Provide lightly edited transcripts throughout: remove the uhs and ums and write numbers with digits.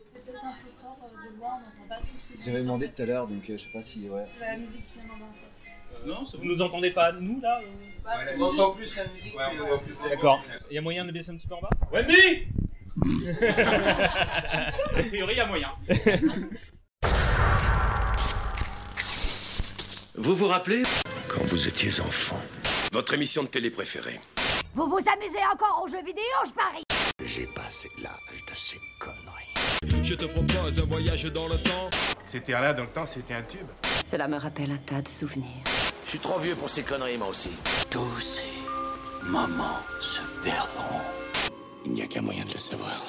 C'est peut-être un peu fort de loin, on n'entend pas tout ce que J'avais demandé tout à l'heure, donc je sais pas si... Ouais. la musique qui vient d'en bas en fait. Non, vous nous entendez pas, nous, là On entend plus la musique. Ouais, on entend plus la D'accord. Il y a moyen de baisser un petit peu en bas Wendy A priori, il y a moyen. Vous vous rappelez Quand vous étiez enfant, Votre émission de télé préférée. Vous vous amusez encore aux jeux vidéo, je parie. j'ai passé l'âge de ces conneries. Je te propose un voyage dans le temps. C'était là dans le temps, c'était un tube. Cela me rappelle un tas de souvenirs. Je suis trop vieux pour ces conneries, moi aussi. Tous ces moments se perdront. Il n'y a qu'un moyen de le savoir.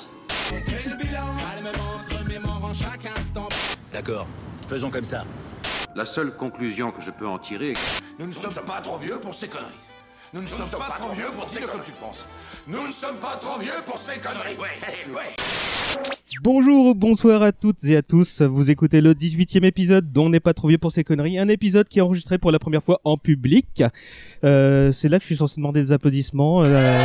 D'accord, faisons comme ça. La seule conclusion que je peux en tirer est que Nous ne sommes pas trop vieux pour ces conneries. Nous ne sommes pas trop vieux pour ces conneries. Tu penses. Nous ne sommes pas trop vieux pour ces conneries. Ouais. Bonjour ou bonsoir à toutes et à tous, vous écoutez le 18e épisode dont on n'est pas trop vieux pour ces conneries, un épisode qui est enregistré pour la première fois en public. C'est là que je suis censé demander des applaudissements,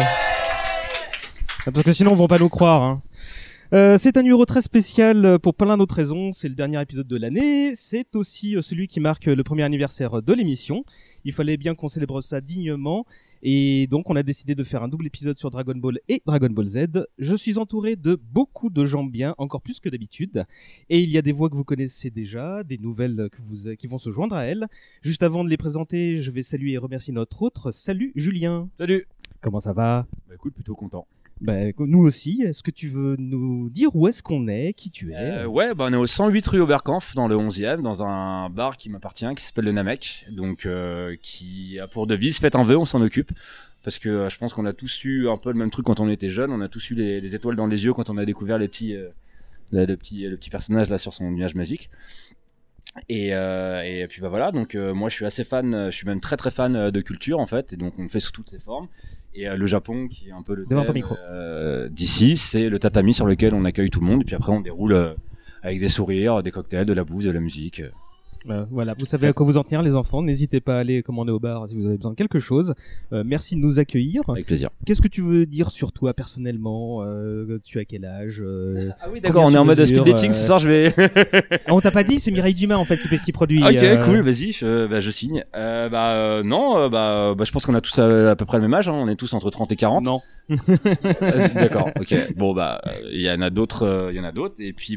parce que sinon on va pas nous croire, hein. C'est un numéro très spécial pour plein d'autres raisons. C'est le dernier épisode de l'année. C'est aussi celui qui marque le premier anniversaire de l'émission. Il fallait bien qu'on célèbre ça dignement. Et donc, on a décidé de faire un double épisode sur Dragon Ball et Dragon Ball Z. Je suis entouré de beaucoup de gens bien, encore plus que d'habitude. Et il y a des voix que vous connaissez déjà, des nouvelles qui vont se joindre à elles. Juste avant de les présenter, je vais saluer et remercier notre hôte. Salut Julien. Salut. Comment ça va ? Bah écoute, plutôt content. Bah, nous aussi. Est-ce que tu veux nous dire où est-ce qu'on est, qui tu es Ouais, bah on est au 108 rue Oberkampf, dans le 11e, dans un bar qui m'appartient, qui s'appelle le Namek, donc qui a pour devise faites un vœu, on s'en occupe. Parce que je pense qu'on a tous eu un peu le même truc quand on était jeune, on a tous eu les étoiles dans les yeux quand on a découvert le petit personnage là sur son nuage magique. Et puis bah voilà, donc moi je suis assez fan, je suis même très très fan de culture en fait, et donc on le fait sous toutes ses formes. Et le Japon, qui est un peu le thème d'ici, c'est le tatami sur lequel on accueille tout le monde. Et puis après, on déroule avec des sourires, des cocktails, de la bouffe, de la musique. Voilà, vous savez à quoi vous en tenir, les enfants. N'hésitez pas à aller commander au bar si vous avez besoin de quelque chose. Merci de nous accueillir. Avec plaisir. Qu'est-ce que tu veux dire sur toi personnellement Tu as quel âge Ah oui, d'accord, on est en mode speed dating ce soir, je vais... On t'a pas dit, c'est Mireille Dumas en fait qui produit. Ok, cool, vas-y, je signe. Non, je pense qu'on a tous à peu près le même âge, hein. On est tous entre 30 et 40. Non. D'accord, ok. Bon, il y en a d'autres, et puis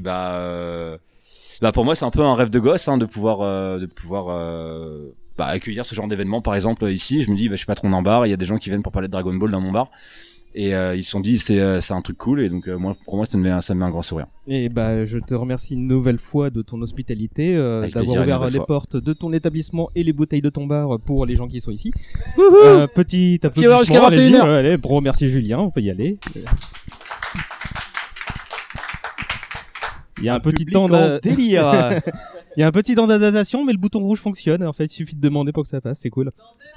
pour moi c'est un peu un rêve de gosse, hein, de pouvoir accueillir ce genre d'événement. Par exemple ici, je me dis je suis patron d'un bar, il y a des gens qui viennent pour parler de Dragon Ball dans mon bar, et ils se sont dit c'est un truc cool, et donc pour moi ça me met un grand sourire. Et je te remercie une nouvelle fois de ton hospitalité, d'avoir ouvert les portes de ton établissement et les bouteilles de ton bar pour les gens qui sont ici. Petit applaudissement. Jusqu'à 21h. Allez, merci Julien, on peut y aller. Il y a un petit temps délire. Il y a un petit temps d'adaptation, mais le bouton rouge fonctionne. En fait, il suffit de demander pour que ça passe. C'est cool.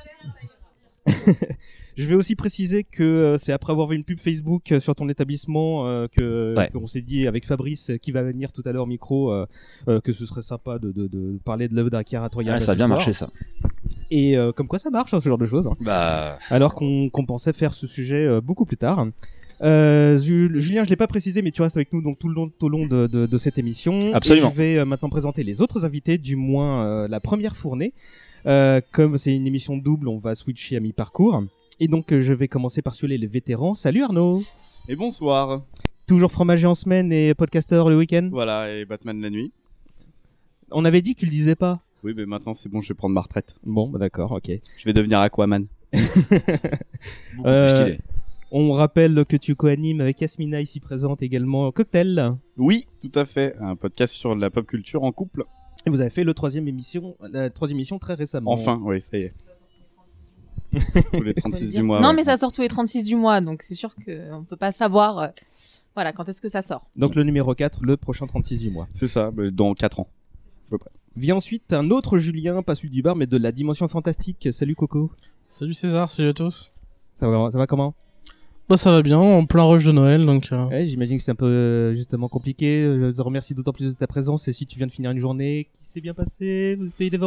Je vais aussi préciser que c'est après avoir vu une pub Facebook sur ton établissement qu'on s'est dit avec Fabrice qui va venir tout à l'heure au micro que ce serait sympa de parler de l'œuvre d'Akira Toriyama. Ouais, ça a bien marché ça. Et comme quoi ça marche, hein, ce genre de choses. Hein. Alors qu'on pensait faire ce sujet beaucoup plus tard. Julien, je l'ai pas précisé, mais tu restes avec nous donc tout le long de cette émission. Absolument. Et je vais maintenant présenter les autres invités, du moins la première fournée. Comme c'est une émission double, on va switcher à mi-parcours. Et donc je vais commencer par saluer les vétérans. Salut Arnaud. Et bonsoir. Toujours fromager en semaine et podcasteur le week-end. Voilà, et Batman la nuit. On avait dit que tu le disais pas. Oui, mais maintenant c'est bon, je vais prendre ma retraite. Bon, d'accord, ok. Je vais devenir Aquaman. Beaucoup plus stylé. On rappelle que tu co-animes avec Yasmina ici présente également Cocktail. Oui, tout à fait. Un podcast sur la pop culture en couple. Et vous avez fait la troisième émission très récemment. Enfin, oui, ça y est. Tous les 36 du mois. Non, ouais. mais ça sort tous les 36 du mois, donc c'est sûr qu'on peut pas savoir quand est-ce que ça sort. Donc le numéro 4, le prochain 36 du mois. C'est ça, dans 4 ans. À peu près. Vient ensuite un autre Julien, pas celui du bar, mais de la dimension fantastique. Salut Coco. Salut César, salut à tous. Ça va comment ? Bah ça va bien, en plein rush de Noël donc. Ouais, j'imagine que c'est un peu justement compliqué. Je te remercie d'autant plus de ta présence. Et si tu viens de finir une journée qui s'est bien passée, vous avez payé des ventes ?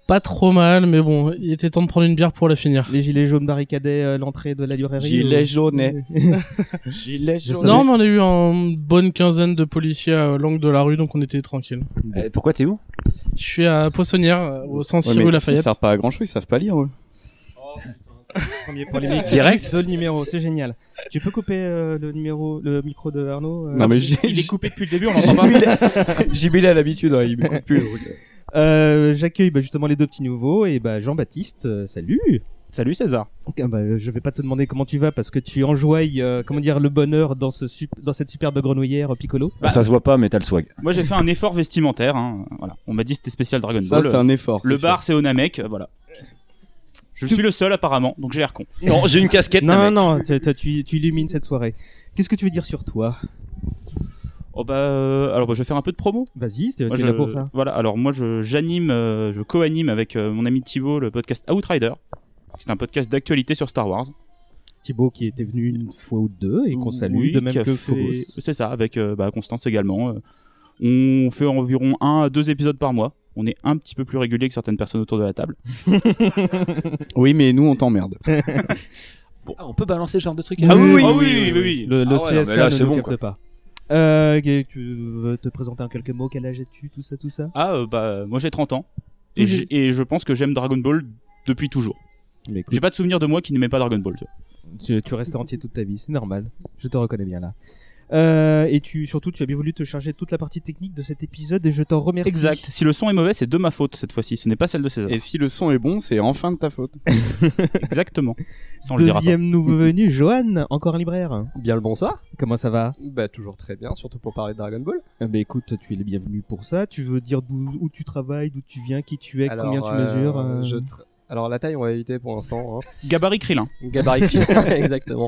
pas trop mal, mais bon, il était temps de prendre une bière pour la finir. Les gilets jaunes barricadaient l'entrée de la librairie. Gilets jaunes. Gilets jaunes. Non, mais on a eu une bonne quinzaine de policiers à l'angle de la rue, donc on était tranquille. Pourquoi t'es où? Je suis à Poissonnière, au 106 rue Lafayette. Ça sert pas à grand chose, ils savent pas lire, eux. Premier pour les mecs. Direct de le numéro, c'est génial. Tu peux couper le micro de Arnaud Non mais Il est coupé depuis le début, on l'entend pas. Jibilé a l'habitude, il me coupe plus. J'accueille justement les deux petits nouveaux et Jean-Baptiste, salut. Salut César. Je vais pas te demander comment tu vas parce que tu enjoyes le bonheur dans cette superbe grenouillère Piccolo. Ça se voit pas mais t'as le swag. Moi j'ai fait un effort vestimentaire, hein. Voilà. On m'a dit que c'était spécial Dragon Ça, Ball. c'est un effort. Le bar c'est au Namek, voilà. Je suis le seul apparemment, donc j'ai l'air con. Non, j'ai une casquette. Non, tu illumines cette soirée. Qu'est-ce que tu veux dire sur toi? Alors je vais faire un peu de promo. Vas-y, t'es là pour ça. Voilà, alors moi je co-anime avec mon ami Thibaut le podcast Outrider. C'est un podcast d'actualité sur Star Wars. Thibaut qui était venu une fois ou deux et qu'on salue, de même que Phobos. C'est ça, avec Constance également. On fait environ 1 à 2 épisodes par mois. On est un petit peu plus régulier que certaines personnes autour de la table. Oui, mais nous on t'emmerde. Bon. On peut balancer ce genre de trucs. Ah oui. Le CSA là, ne nous bon, capte pas. Tu veux te présenter en quelques mots? Quel âge as-tu? Tout ça Moi j'ai 30 ans. Et je pense que j'aime Dragon Ball depuis toujours. Mais écoute, j'ai pas de souvenir de moi qui n'aimait pas Dragon Ball. Tu restes entier toute ta vie, c'est normal. Je te reconnais bien là. Et surtout, tu as bien voulu te charger de toute la partie technique de cet épisode et je t'en remercie. Exact. Si le son est mauvais, c'est de ma faute cette fois-ci. Ce n'est pas celle de César. Et si le son est bon, c'est enfin de ta faute. Exactement. Ça, on le dira pas. Deuxième nouveau venu, Johan, encore un libraire. Bien le bonsoir. Comment ça va? Toujours très bien, surtout pour parler de Dragon Ball. Écoute, tu es le bienvenu pour ça. Tu veux dire où tu travailles, d'où tu viens, qui tu es, combien tu mesures Alors la taille, on va éviter pour l'instant. Hein. Gabarit Krillin. Gabarit Krillin, exactement.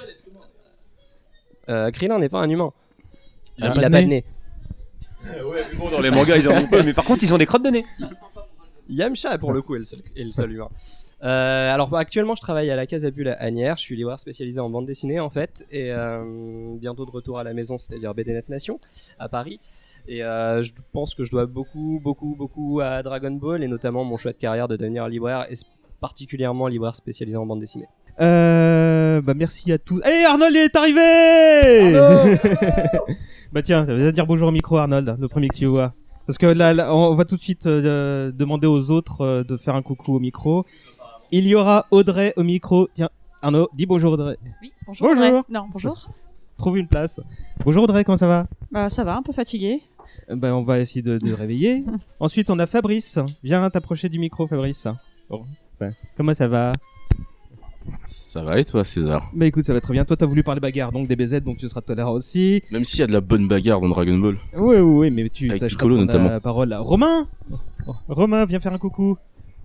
Krillin n'est pas un humain. Il a pas de nez. Ouais, mais bon, dans les mangas, ils en ont pas. Mais par contre, ils ont des crottes de nez. Yamcha, pour le coup, est le seul humain. Alors, actuellement, je travaille à la Casabule à Asnières. Je suis libraire spécialisé en bande dessinée, en fait. Et bientôt de retour à la maison, c'est-à-dire BDNet Nation, à Paris. Et je pense que je dois beaucoup à Dragon Ball. Et notamment mon choix de carrière de devenir libraire, et particulièrement libraire spécialisé en bande dessinée. Merci à tous. Hey, Arnold il est arrivé. Tiens, viens dire bonjour au micro, Arnold, le premier que tu vois. Parce que là on va tout de suite demander aux autres de faire un coucou au micro. Il y aura Audrey au micro. Tiens, Arnaud, dis bonjour Audrey. Oui, bonjour. Audrey. Non, bonjour. Trouve une place. Bonjour Audrey, comment ça va? Ça va, un peu fatigué. On va essayer de réveiller. Ensuite, on a Fabrice. Viens t'approcher du micro, Fabrice. Bon. Comment ça va? Ça va et toi, César? Écoute, ça va très bien. Toi, t'as voulu parler bagarre, donc des BZ, donc tu seras tolérant aussi. Même s'il y a de la bonne bagarre dans Dragon Ball. Oui, mais tu avec Piccolo notamment. La parole là. Romain, viens faire un coucou.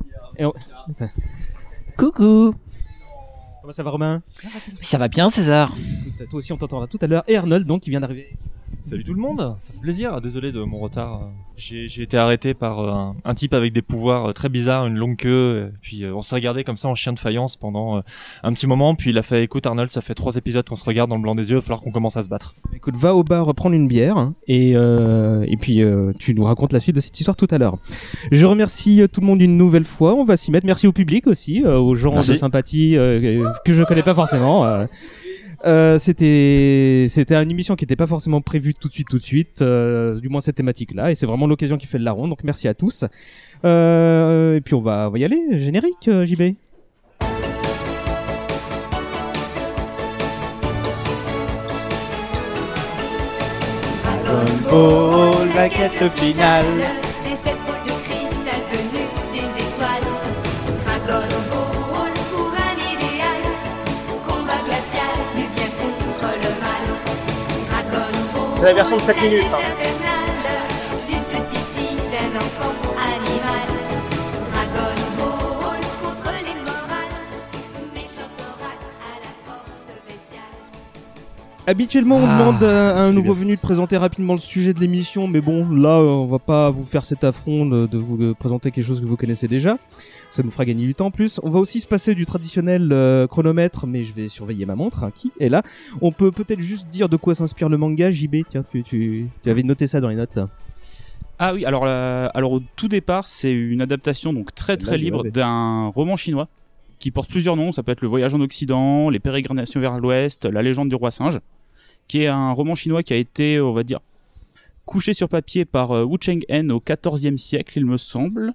Coucou. Comment ça va, Romain? Ça va bien, César. Écoute, toi aussi, on t'entendra tout à l'heure. Et Arnold, donc, qui vient d'arriver. Salut tout le monde, ça fait plaisir, désolé de mon retard. J'ai été arrêté par un type avec des pouvoirs très bizarres, une longue queue, et puis on s'est regardé comme ça en chien de faïence pendant un petit moment, puis il a fait écoute Arnold, ça fait 3 épisodes qu'on se regarde dans le blanc des yeux, il va falloir qu'on commence à se battre. Écoute, va au bar prendre une bière, hein, et puis tu nous racontes la suite de cette histoire tout à l'heure. Je remercie tout le monde une nouvelle fois, on va s'y mettre, merci au public aussi, aux gens de sympathie que je connais pas forcément. C'était une émission qui n'était pas forcément prévue tout de suite, du moins cette thématique-là, et c'est vraiment l'occasion qui fait le larron, donc merci à tous. Et puis on va y aller, générique, JB. Dragon Ball, la quête finale. Des 7 boules de cristal venues des étoiles. Dragon Ball pour un idéal. Combat glacial du bien contre le mal. Dragon Ball. C'est la version de 7 minutes. D'une petite fille, d'un enfant animal. Dragon Ball contre les morales. Méchant oracle à la force bestiale. Habituellement, on demande à un nouveau venu de présenter rapidement le sujet de l'émission, mais bon, là, on va pas vous faire cet affront de vous présenter quelque chose que vous connaissez déjà. Ça nous fera gagner du temps en plus. On va aussi se passer du traditionnel chronomètre, mais je vais surveiller ma montre, hein, qui est là. On peut peut-être juste dire de quoi s'inspire le manga, JB. Tiens, tu avais noté ça dans les notes. Ah oui, alors au tout départ, c'est une adaptation donc très libre d'un roman chinois qui porte plusieurs noms. Ça peut être Le Voyage en Occident, Les Pérégrinations vers l'Ouest, La Légende du Roi Singe, qui est un roman chinois qui a été, on va dire, couché sur papier par Wu Cheng-hen au XIVe siècle, il me semble.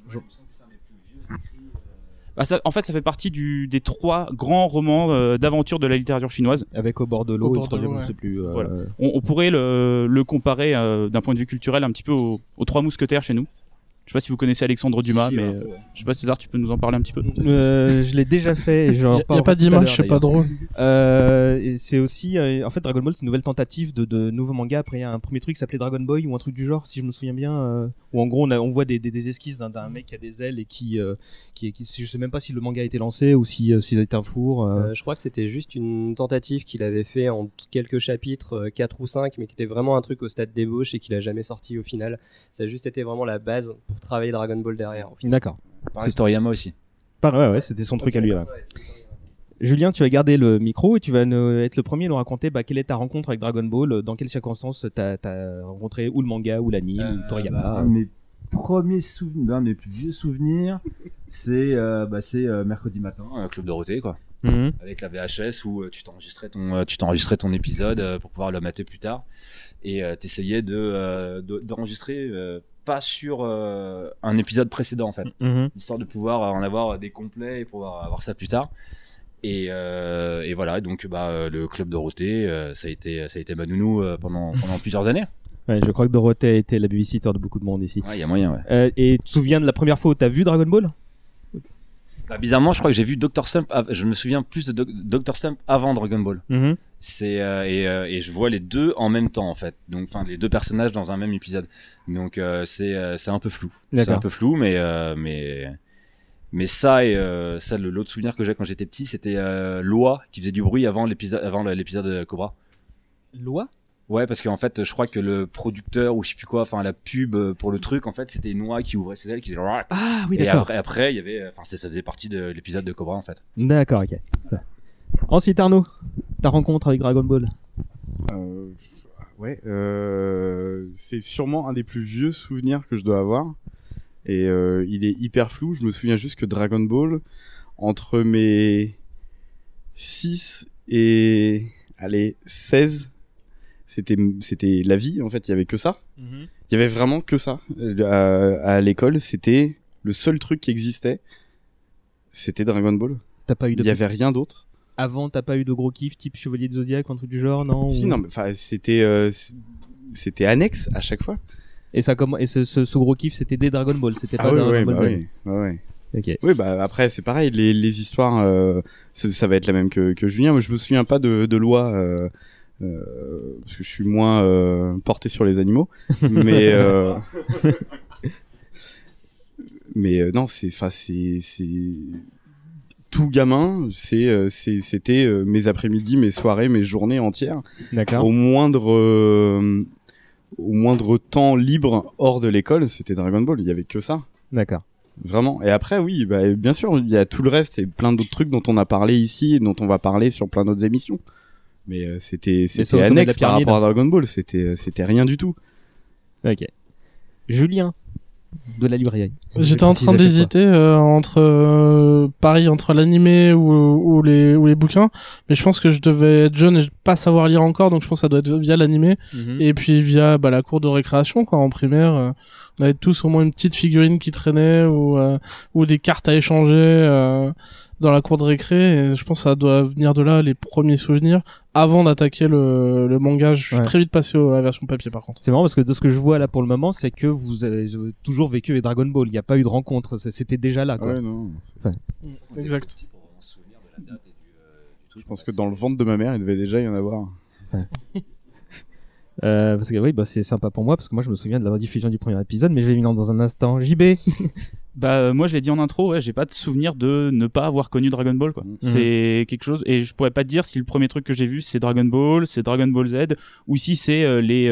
En fait, ça fait partie des 3 grands romans d'aventure de la littérature chinoise. Avec Au bord de l'eau, je sais plus. Voilà. On pourrait le comparer d'un point de vue culturel un petit peu aux 3 mousquetaires chez nous. Je sais pas si vous connaissez Alexandre Dumas, mais je sais pas, César, tu peux nous en parler un petit peu. Je l'ai déjà fait. Il y a pas d'image, c'est pas drôle. Et c'est aussi, en fait, Dragon Ball, c'est une nouvelle tentative de nouveau manga. Après, il y a un premier truc qui s'appelait Dragon Boy ou un truc du genre, si je me souviens bien, où en gros on voit des esquisses d'un mec qui a des ailes et qui je sais même pas si le manga a été lancé ou s'il a été un four. Je crois que c'était juste une tentative qu'il avait fait en quelques chapitres, 4 ou 5, mais qui était vraiment un truc au stade d'ébauche et qu'il a jamais sorti au final. Ça a juste été vraiment la base pour travailler Dragon Ball derrière. D'accord. C'est Toriyama aussi. Ouais, c'était son truc à lui. Ouais. Julien, tu vas garder le micro et tu vas être le premier à nous raconter quelle est ta rencontre avec Dragon Ball, dans quelles circonstances t'as rencontré ou le manga ou l'anime ou Toriyama. Mes premiers souvenirs, mes plus vieux souvenirs, c'est mercredi matin, Club Dorothée, quoi. Mhm. Avec la VHS où tu t'enregistrais ton épisode pour pouvoir le mater plus tard et t'essayais d'enregistrer pas sur un épisode précédent en fait, histoire de pouvoir en avoir des complets et pouvoir avoir ça plus tard. Et voilà, donc le Club Dorothée, ça a été ma nounou pendant plusieurs années. Ouais, je crois que Dorothée a été la babysitter de beaucoup de monde ici. Ouais, il y a moyen, ouais. Et tu te souviens de la première fois où t'as vu Dragon Ball ? Bizarrement, je crois que j'ai vu Dr. Slump. Je me souviens plus de Dr. Slump avant Dragon Ball. C'est et je vois les deux en même temps en fait. Donc, enfin, les deux personnages dans un même épisode. Donc, c'est un peu flou. C'est un peu flou, mais ça et l'autre souvenir que j'ai quand j'étais petit, c'était Loi qui faisait du bruit avant l'épisode Cobra. Loi ? Ouais, parce qu'en fait, je crois que le producteur ou je sais plus quoi, enfin la pub pour le truc, en fait, c'était une oie qui ouvrait ses ailes, qui faisait. Ah oui, d'accord. Et après, il y avait, enfin, ça faisait partie de l'épisode de Cobra, en fait. D'accord, ok. Ensuite, Arnaud, ta rencontre avec Dragon Ball. C'est sûrement un des plus vieux souvenirs que je dois avoir. Et il est hyper flou. Je me souviens juste que Dragon Ball, entre mes 6 et 16, c'était la vie en fait, il y avait que ça. Il y avait vraiment que ça. À l'école, c'était le seul truc qui existait. C'était Dragon Ball. Il y avait rien d'autre. Avant, t'as pas eu de gros kiff type Chevalier de Zodiac, un truc du genre, non? Si, non, mais enfin, c'était annexe à chaque fois. Et ce gros kiff, c'était des Dragon Ball, c'était pas Dragon Ball Z. Ouais. Okay. Oui, après c'est pareil, les histoires, ça va être la même que Julien. Moi, je me souviens pas de Loi. Parce que je suis moins porté sur les animaux, mais non, c'est tout gamin, c'était mes après-midi, mes soirées, mes journées entières. D'accord. Au moindre temps libre hors de l'école, c'était Dragon Ball. Il y avait que ça. D'accord. Vraiment. Et après, oui, bien sûr, il y a tout le reste et plein d'autres trucs dont on a parlé ici et dont on va parler sur plein d'autres émissions. Mais c'était annexe par rapport à Dragon Ball, c'était rien du tout. Ok. Julien, de la librairie. J'étais en train d'hésiter entre l'animé ou les bouquins, mais je pense que je devais être jeune et pas savoir lire encore, donc je pense que ça doit être via l'animé et puis via la cour de récréation quoi, en primaire. On avait tous au moins une petite figurine qui traînait ou des cartes à échanger dans la cour de récré, et je pense que ça doit venir de là les premiers souvenirs avant d'attaquer le manga. Je suis très vite passé à la version papier par contre. C'est marrant parce que de ce que je vois là pour le moment, c'est que vous avez toujours vécu avec Dragon Ball, il n'y a pas eu de rencontre, c'était déjà là quoi. Ouais, non. Exact. Je pense que dans le ventre de ma mère, il devait déjà y en avoir. Parce que oui, c'est sympa pour moi parce que moi je me souviens de la diffusion du premier épisode, mais je vais venir dans un instant. JB. Moi je l'ai dit en intro, j'ai pas de souvenir de ne pas avoir connu Dragon Ball quoi. C'est quelque chose, et je pourrais pas te dire si le premier truc que j'ai vu c'est Dragon Ball, c'est Dragon Ball Z, ou si c'est les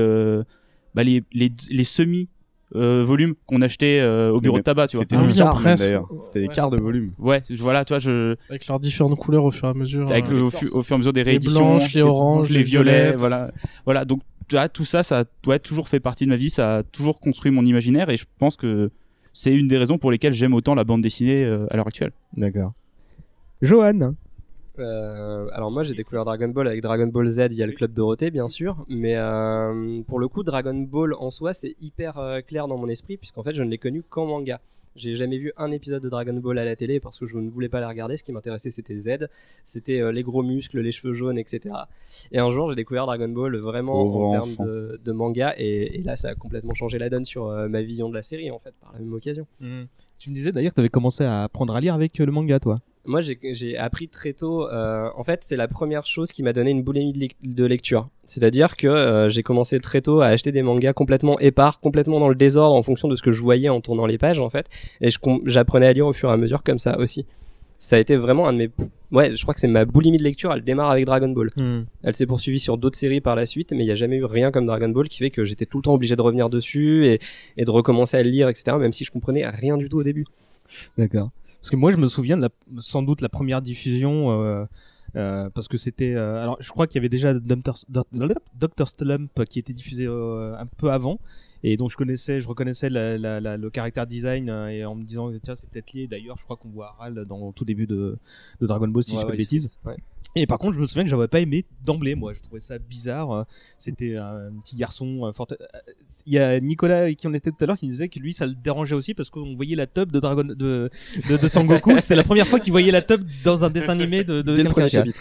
semi volumes qu'on achetait au bureau de tabac, tu vois. C'était des cartes d'ailleurs. C'était des cartes de volume. Ouais, voilà, toi avec leurs différentes couleurs au fur et à mesure. Avec au fur et à mesure des rééditions, les blanches, les oranges, les violets, voilà. Donc tout ça doit toujours fait partie de ma vie, ça a toujours construit mon imaginaire et je pense que c'est une des raisons pour lesquelles j'aime autant la bande dessinée à l'heure actuelle. D'accord. Johan. Alors moi j'ai découvert Dragon Ball avec Dragon Ball Z via le Club Dorothée bien sûr, mais pour le coup Dragon Ball en soi c'est hyper clair dans mon esprit puisqu'en fait je ne l'ai connu qu'en manga. J'ai jamais vu un épisode de Dragon Ball à la télé parce que je ne voulais pas la regarder. Ce qui m'intéressait c'était Z, c'était les gros muscles, les cheveux jaunes, etc. Et un jour j'ai découvert Dragon Ball vraiment en termes de manga et là ça a complètement changé la donne sur ma vision de la série en fait par la même occasion. Tu me disais d'ailleurs que tu avais commencé à apprendre à lire avec le manga toi. Moi, j'ai appris très tôt. En fait, c'est la première chose qui m'a donné une boulimie de lecture. C'est-à-dire que j'ai commencé très tôt à acheter des mangas complètement épars, complètement dans le désordre en fonction de ce que je voyais en tournant les pages, en fait. Et j'apprenais à lire au fur et à mesure comme ça aussi. Ça a été vraiment un de mes... Ouais, je crois que c'est ma boulimie de lecture. Elle démarre avec Dragon Ball. Elle s'est poursuivie sur d'autres séries par la suite, mais il n'y a jamais eu rien comme Dragon Ball qui fait que j'étais tout le temps obligé de revenir dessus et de recommencer à le lire, etc. Même si je comprenais rien du tout au début. D'accord. Parce que moi, je me souviens de sans doute la première diffusion, parce que c'était... alors, je crois qu'il y avait déjà Dr. Slump qui était diffusé un peu avant. Et donc, je reconnaissais le caractère design et en me disant, tiens, c'est peut-être lié. D'ailleurs, je crois qu'on voit Aral dans le tout début de Dragon Ball, si je dis pas de bêtises. Ouais. Et par contre, je me souviens que j'avais pas aimé d'emblée, moi. Je trouvais ça bizarre. C'était un petit garçon fort... Il y a Nicolas qui en était tout à l'heure qui disait que lui, ça le dérangeait aussi parce qu'on voyait la tub de Sangoku. C'était la première fois qu'il voyait la tub dans un dessin animé de dès le premier chapitre.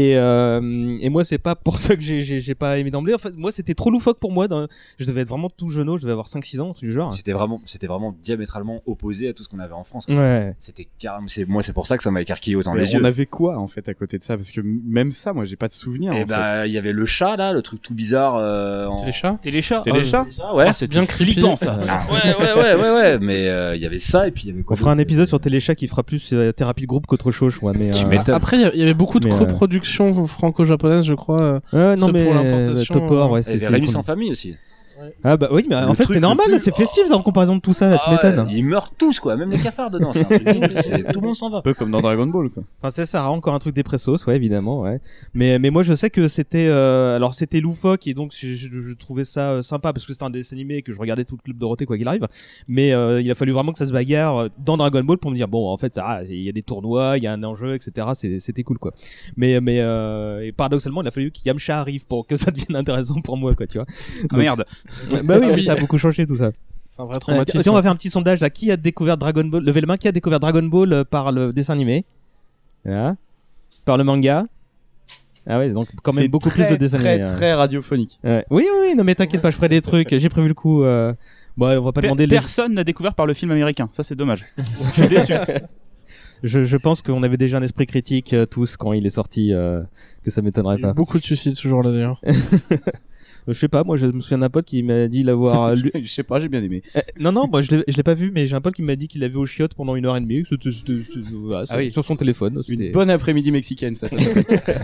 Et moi, c'est pas pour ça que j'ai pas aimé d'emblée. En fait, moi, c'était trop loufoque pour moi. Je devais être vraiment tout jeune, je devais avoir 5-6 ans, un truc du genre. C'était vraiment diamétralement opposé à tout ce qu'on avait en France. Ouais. C'était carrément, moi, c'est pour ça que ça m'a écarquillé autant les yeux. On avait quoi, en fait, à côté de ça? Parce que même ça, moi, j'ai pas de souvenir. Et il y avait le chat, là, le truc tout bizarre, Téléchat, ouais. Oh, c'est bien flippant, ça. Ouais, mais, il y avait ça, et puis il y avait quoi? On fera un épisode sur Téléchat qui fera plus thérapie de groupe qu'autre chose, je crois, mais, après, il y avait beaucoup de coproductions franco-japonaises, je crois. Non, mais, pour l'importation. Topor, ouais, il y avait Rémi sans famille aussi. Ah bah oui, mais en fait c'est normal, c'est festif en comparaison de tout ça, tu m'étonnes. Ils meurent tous quoi, même les cafards dedans, c'est un truc tout le monde s'en va. Un peu comme dans Dragon Ball quoi. Enfin ça a encore un truc dépressos, ouais évidemment, ouais. Mais moi je sais que c'était alors c'était loufoque et donc je trouvais ça sympa parce que c'était un dessin animé et que je regardais tout le Club Dorothée quoi qu'il arrive. Mais il a fallu vraiment que ça se bagarre dans Dragon Ball pour me dire bon en fait il y a des tournois, il y a un enjeu, etc. C'était cool quoi. Mais et paradoxalement il a fallu que Yamcha arrive pour que ça devienne intéressant pour moi quoi, tu vois. Ah merde. Bah oui, mais ça a beaucoup changé tout ça. C'est un vrai traumatisme. Si on va faire un petit sondage là, qui a découvert Dragon Ball? Levez la main, qui a découvert Dragon Ball par le dessin animé? Voilà. Par le manga? Ah ouais, donc quand même beaucoup plus de dessins animés. C'est très radiophonique. Ouais. Oui, non mais t'inquiète pas, je ferai des trucs. J'ai prévu le coup. Bon, on va pas demander. Personne n'a découvert par le film américain. Ça c'est dommage. Je suis déçu. Je pense qu'on avait déjà un esprit critique tous quand il est sorti, que ça m'étonnerait pas. Beaucoup de suicides ce jour-là d'ailleurs. Je sais pas, moi je me souviens d'un pote qui m'a dit l'avoir lu. Je sais pas, j'ai bien aimé. Non, moi je l'ai pas vu, mais j'ai un pote qui m'a dit qu'il l'avait au chiottes pendant 1h30. C'était sur son téléphone. Une bonne après-midi mexicaine, ça s'appelle.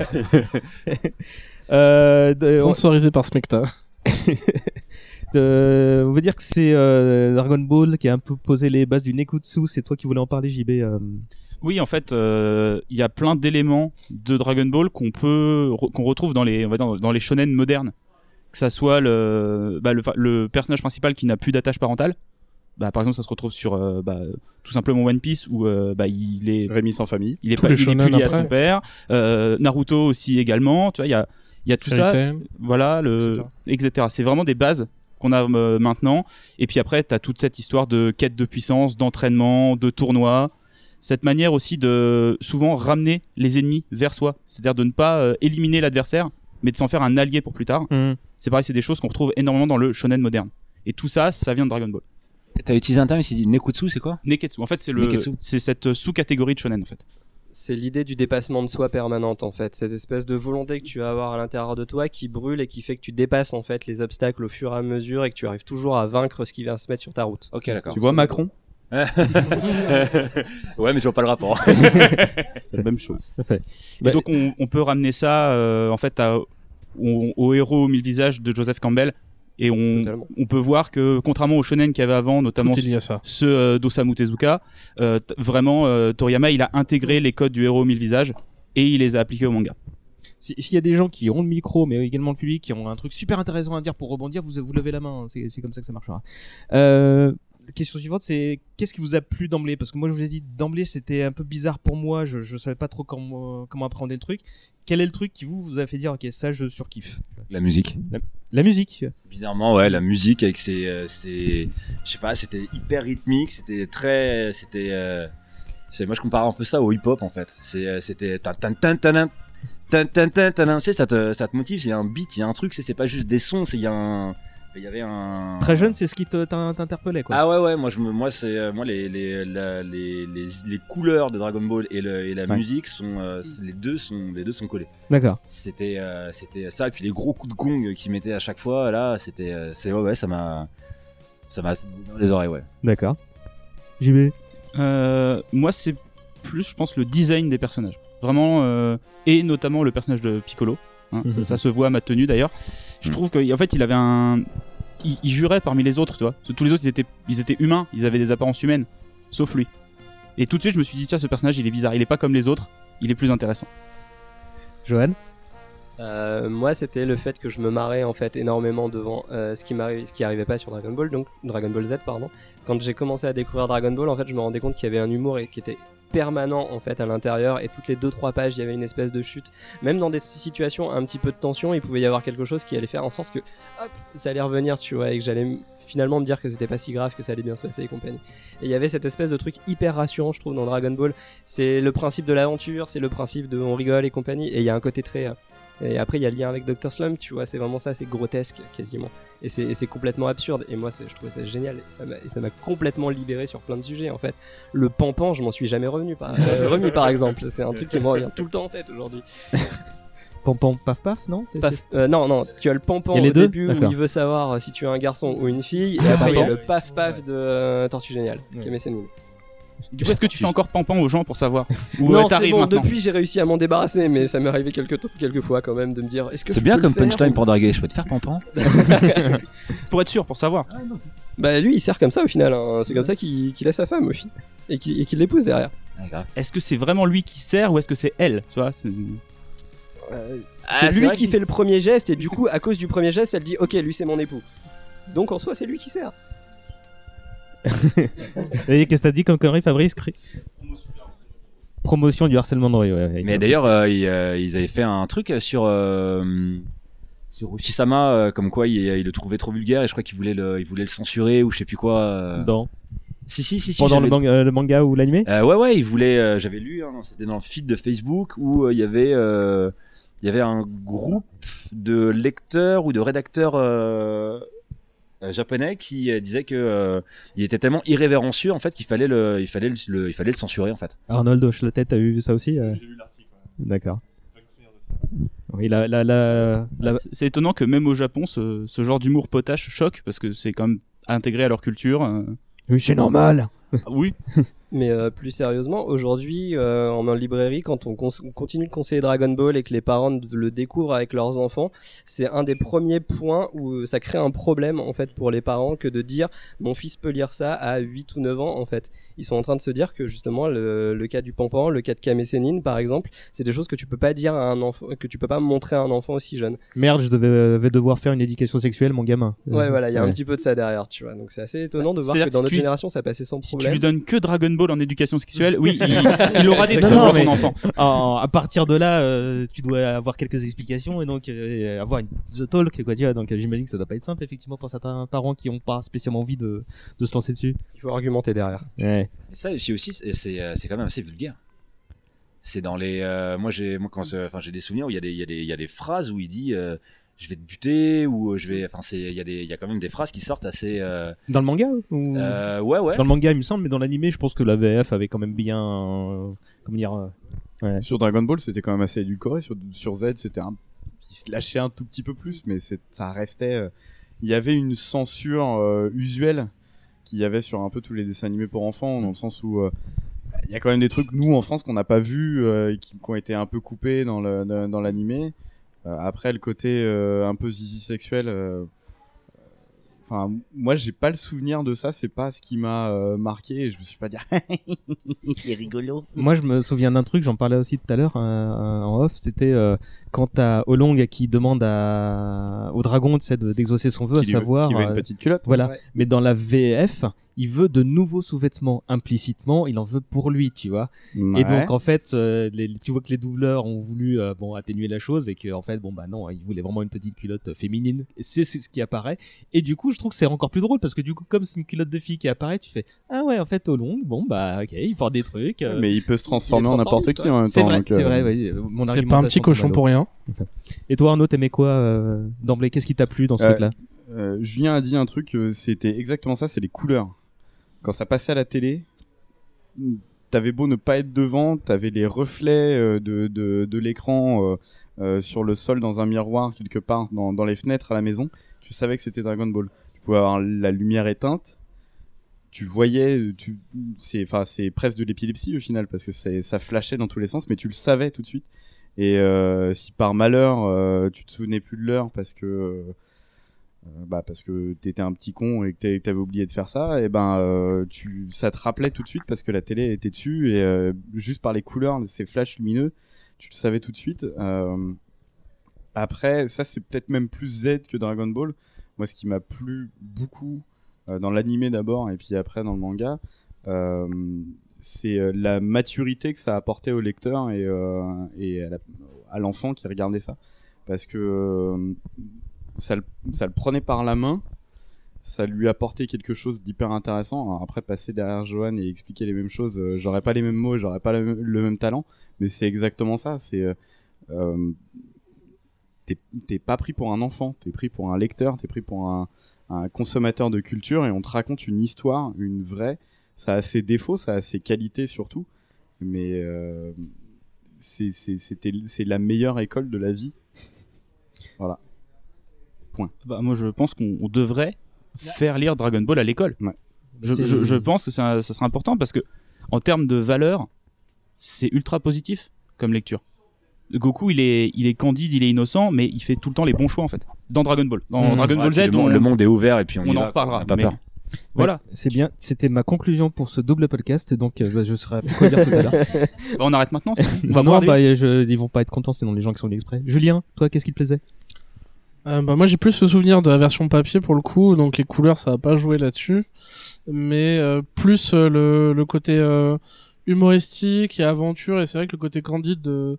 Sponsorisé par Smecta. On va dire que c'est Dragon Ball qui a un peu posé les bases du Nekutsu. C'est toi qui voulais en parler, JB. Oui, en fait, il y a plein d'éléments de Dragon Ball qu'on retrouve dans les shonen modernes. Que ça soit le personnage principal qui n'a plus d'attache parentale. Par exemple, ça se retrouve sur tout simplement One Piece où il est Rémi sans famille. Il est plus lié à son père. Naruto aussi également. Tu vois, il y a tout ça. Voilà, etc. C'est vraiment des bases qu'on a maintenant. Et puis après, t'as toute cette histoire de quête de puissance, d'entraînement, de tournoi. Cette manière aussi de souvent ramener les ennemis vers soi. C'est-à-dire de ne pas éliminer l'adversaire, mais de s'en faire un allié pour plus tard. C'est pareil, c'est des choses qu'on retrouve énormément dans le shonen moderne. Et tout ça, ça vient de Dragon Ball. T'as utilisé un terme ici, dit Nekutsu, c'est quoi? Neketsu. En fait, c'est cette sous-catégorie de shonen en fait. C'est l'idée du dépassement de soi permanente en fait, cette espèce de volonté que tu vas avoir à l'intérieur de toi qui brûle et qui fait que tu dépasses en fait les obstacles au fur et à mesure et que tu arrives toujours à vaincre ce qui vient se mettre sur ta route. Ok, d'accord. Tu vois Macron? Ouais, mais je vois pas le rapport. C'est la même chose. Et donc on peut ramener ça en fait au héros aux 1000 visages de Joseph Campbell. Et on peut voir que contrairement aux shonen qu'il y avait avant, notamment ceux d'Osamu Tezuka, vraiment Toriyama il a intégré les codes du héros aux 1000 visages et il les a appliqués au manga. s'il y a des gens qui ont le micro, mais également le public, qui ont un truc super intéressant à dire pour rebondir, vous levez la main. C'est comme ça que ça marchera. Question suivante, c'est qu'est-ce qui vous a plu d'emblée? Parce que moi, je vous ai dit d'emblée, c'était un peu bizarre pour moi. Je savais pas trop comment appréhender le truc. Quel est le truc qui vous a fait dire, ok, ça, je surkiffe? La musique. La musique. Bizarrement, ouais, la musique avec ses, je sais pas, c'était hyper rythmique, c'était très, moi je compare un peu ça au hip-hop en fait. C'était tu sais, ça te motive, il y a un beat, il y a un truc, c'est pas juste des sons, il y avait un. Très jeune, c'est ce qui t'interpellait, quoi. Ah ouais, moi les couleurs de Dragon Ball et la musique sont, les deux sont collés. D'accord. C'était ça, et puis les gros coups de gong qu'ils mettaient à chaque fois, là, ouais, ça m'a dans les oreilles, ouais. D'accord. JB. Moi, c'est plus, je pense, le design des personnages. Vraiment, et notamment le personnage de Piccolo. Hein, ça se voit à ma tenue d'ailleurs. Je trouve qu'en fait, il avait il jurait parmi les autres, tu vois. Tous les autres, ils étaient humains, ils avaient des apparences humaines, sauf lui. Et tout de suite, je me suis dit, tiens, ce personnage, il est bizarre, il est pas comme les autres, il est plus intéressant. Johan. Moi, c'était le fait que je me marrais en fait énormément devant ce qui arrivait pas sur Dragon Ball, donc Dragon Ball Z, pardon. Quand j'ai commencé à découvrir Dragon Ball, en fait, je me rendais compte qu'il y avait un humour qui était permanent en fait à l'intérieur, et toutes les 2-3 pages il y avait une espèce de chute, même dans des situations un petit peu de tension, il pouvait y avoir quelque chose qui allait faire en sorte que hop, ça allait revenir, tu vois, et que j'allais finalement me dire que c'était pas si grave, que ça allait bien se passer et compagnie. Et il y avait cette espèce de truc hyper rassurant, je trouve, dans Dragon Ball. C'est le principe de l'aventure, c'est le principe de on rigole et compagnie, et il y a un côté très et après il y a le lien avec Dr Slump, tu vois, c'est vraiment ça, c'est grotesque quasiment, et c'est complètement absurde, et moi je trouvais ça génial, et ça m'a complètement libéré sur plein de sujets en fait. Le pampan, je m'en suis jamais remis par exemple, c'est un truc qui me revient tout le temps en tête aujourd'hui. Pampan paf paf, non? Non, tu as le pampan au début où il veut savoir si tu es un garçon ou une fille, et après il y a le paf paf de Tortue Géniale, qui est mécénine. Du coup, est-ce que tu fais encore pampan aux gens pour savoir où non, t'arrives c'est bon, maintenant? depuis j'ai réussi à m'en débarrasser, mais ça m'est arrivé quelques fois quand même de me dire est-ce que c'est bien comme punchline pour draguer, je peux te faire pampan. Pour être sûr, pour savoir. Bah lui il sert comme ça au final, hein. C'est comme ça qu'il a sa femme au final, et qu'il l'épouse derrière. Est-ce que c'est vraiment lui qui sert ou est-ce que c'est elle, tu vois? C'est lui qui fait le premier geste, et du coup à cause du premier geste elle dit ok, lui c'est mon époux, donc en soi c'est lui qui sert. Et qu'est-ce que t'as dit comme connerie, Fabrice? Promotion du harcèlement de rue, ouais. Mais d'ailleurs, ils avaient fait un truc sur Oshisama, comme quoi il le trouvait trop vulgaire, et je crois qu'il voulait le censurer ou je sais plus quoi. Dans. Si. Pendant le manga ou l'animé. Ouais, il voulait. J'avais lu, hein, c'était dans le feed de Facebook où il y avait un groupe de lecteurs ou de rédacteurs japonais qui disait que il était tellement irrévérencieux en fait qu'il fallait le censurer en fait. Arnold hoche la tête, t'as vu ça aussi? J'ai lu l'article. Ouais. D'accord. Oui, c'est étonnant que même au Japon, ce genre d'humour potache choque, parce que c'est quand même intégré à leur culture. Oui, c'est normal. Oui. Mais plus sérieusement, aujourd'hui, en librairie, quand on continue de conseiller Dragon Ball et que les parents le découvrent avec leurs enfants, c'est un des premiers points où ça crée un problème en fait pour les parents, que de dire mon fils peut lire ça à 8 ou 9 ans en fait. Ils sont en train de se dire que justement le cas du pampan, le cas de Kame Sennin par exemple, c'est des choses que tu peux pas dire à un enfant, que tu peux pas montrer à un enfant aussi jeune. Merde, je vais devoir faire une éducation sexuelle, mon gamin. Ouais, voilà, il y a un petit peu de ça derrière, tu vois. Donc c'est assez étonnant de voir que dans notre génération ça passait sans problème. Si tu lui donnes que Dragon Ball en éducation sexuelle, oui, il aura des troubles, ton enfant. À partir de là, tu dois avoir quelques explications et donc avoir une The Talk, quoi, tu vois. Donc j'imagine que ça doit pas être simple effectivement pour certains parents qui ont pas spécialement envie de se lancer dessus. Il faut argumenter derrière. Ouais. Mais ça aussi, c'est quand même assez vulgaire. C'est dans les, j'ai des souvenirs où il y a des phrases où il dit je vais te buter, ou je vais, il y a quand même des phrases qui sortent assez. Dans le manga ou... Ouais. Dans le manga, il me semble, mais dans l'animé, je pense que la VF avait quand même bien, comment dire. Ouais. Sur Dragon Ball, c'était quand même assez édulcoré. Sur Z, c'était il se lâchait un tout petit peu plus, mais ça restait. Il y avait une censure usuelle qu'il y avait sur un peu tous les dessins animés pour enfants, dans le sens où il y a quand même des trucs, nous en France, qu'on n'a pas vu, qui ont été un peu coupés dans l'animé. Après, le côté un peu zizi sexuel, Enfin, moi, j'ai pas le souvenir de ça. C'est pas ce qui m'a marqué. Et je me suis pas dit, il est rigolo. Moi, je me souviens d'un truc. J'en parlais aussi tout à l'heure en off. C'était quand t'as Olong qui demande au dragon, tu sais, d'exaucer son vœu, Qui à lui- savoir. qui veut une petite culotte. Voilà. Ouais. Mais dans la VF, il veut de nouveaux sous-vêtements. Implicitement, il en veut pour lui, tu vois. Ouais. Et donc, en fait, tu vois que les doubleurs ont voulu atténuer la chose et que en fait, non, ils voulaient vraiment une petite culotte féminine. Et c'est ce qui apparaît. Et du coup, je trouve que c'est encore plus drôle parce que du coup, comme c'est une culotte de fille qui apparaît, tu fais ah ouais, en fait, Olong, ok, il porte des trucs. Mais il peut se transformer en n'importe qui en même C'est temps. vrai, donc, c'est vrai. Oui. Mon C'est pas un petit argumentation cochon tombe à pour l'eau. rien. Et toi, Arnaud, t'aimais quoi d'emblée? Qu'est-ce qui t'a plu dans ce truc-là? Julien a dit un truc, c'était exactement ça, c'est les couleurs. Quand ça passait à la télé, t'avais beau ne pas être devant, t'avais les reflets de l'écran sur le sol dans un miroir quelque part dans les fenêtres à la maison, tu savais que c'était Dragon Ball. Tu pouvais avoir la lumière éteinte, tu voyais, c'est presque de l'épilepsie au final parce que ça flashait dans tous les sens, mais tu le savais tout de suite. Et si par malheur tu te souvenais plus de l'heure parce que t'étais un petit con et que t'avais oublié de faire ça, et ça te rappelait tout de suite parce que la télé était dessus et juste par les couleurs, ces flashs lumineux, tu le savais tout de suite. Après, ça c'est peut-être même plus Z que Dragon Ball. Moi, ce qui m'a plu beaucoup dans l'animé d'abord et puis après dans le manga, c'est la maturité que ça apportait au lecteur et à l'enfant qui regardait ça, parce que ça le prenait par la main, ça lui apportait quelque chose d'hyper intéressant. Alors après, passer derrière Johan et expliquer les mêmes choses, j'aurais pas les mêmes mots, j'aurais pas le même talent, mais c'est exactement ça. C'est t'es pas pris pour un enfant, t'es pris pour un lecteur, t'es pris pour un consommateur de culture, et on te raconte une histoire, une vraie. Ça a ses défauts, ça a ses qualités surtout, mais c'est la meilleure école de la vie. Voilà. Point. Moi, je pense qu'on devrait faire lire Dragon Ball à l'école. Ouais. Je pense que ça sera important parce que, en termes de valeur, c'est ultra positif comme lecture. Goku, il est candide, il est innocent, mais il fait tout le temps les bons choix en fait. Dans Dragon Ball. Dans Dragon Ball Z, le monde est ouvert et puis on y en va, reparlera. on a pas mais- peur. Voilà. Ouais, c'est bien. C'était ma conclusion pour ce double podcast, donc je saurais plus quoi dire tout à l'heure. On arrête maintenant. Non, ils vont pas être contents, sinon les gens qui sont venus exprès. Julien, toi, qu'est-ce qui te plaisait? Moi j'ai plus le souvenir de la version papier pour le coup, donc les couleurs ça va pas jouer là-dessus, mais plus le côté humoristique et aventure, et c'est vrai que le côté candide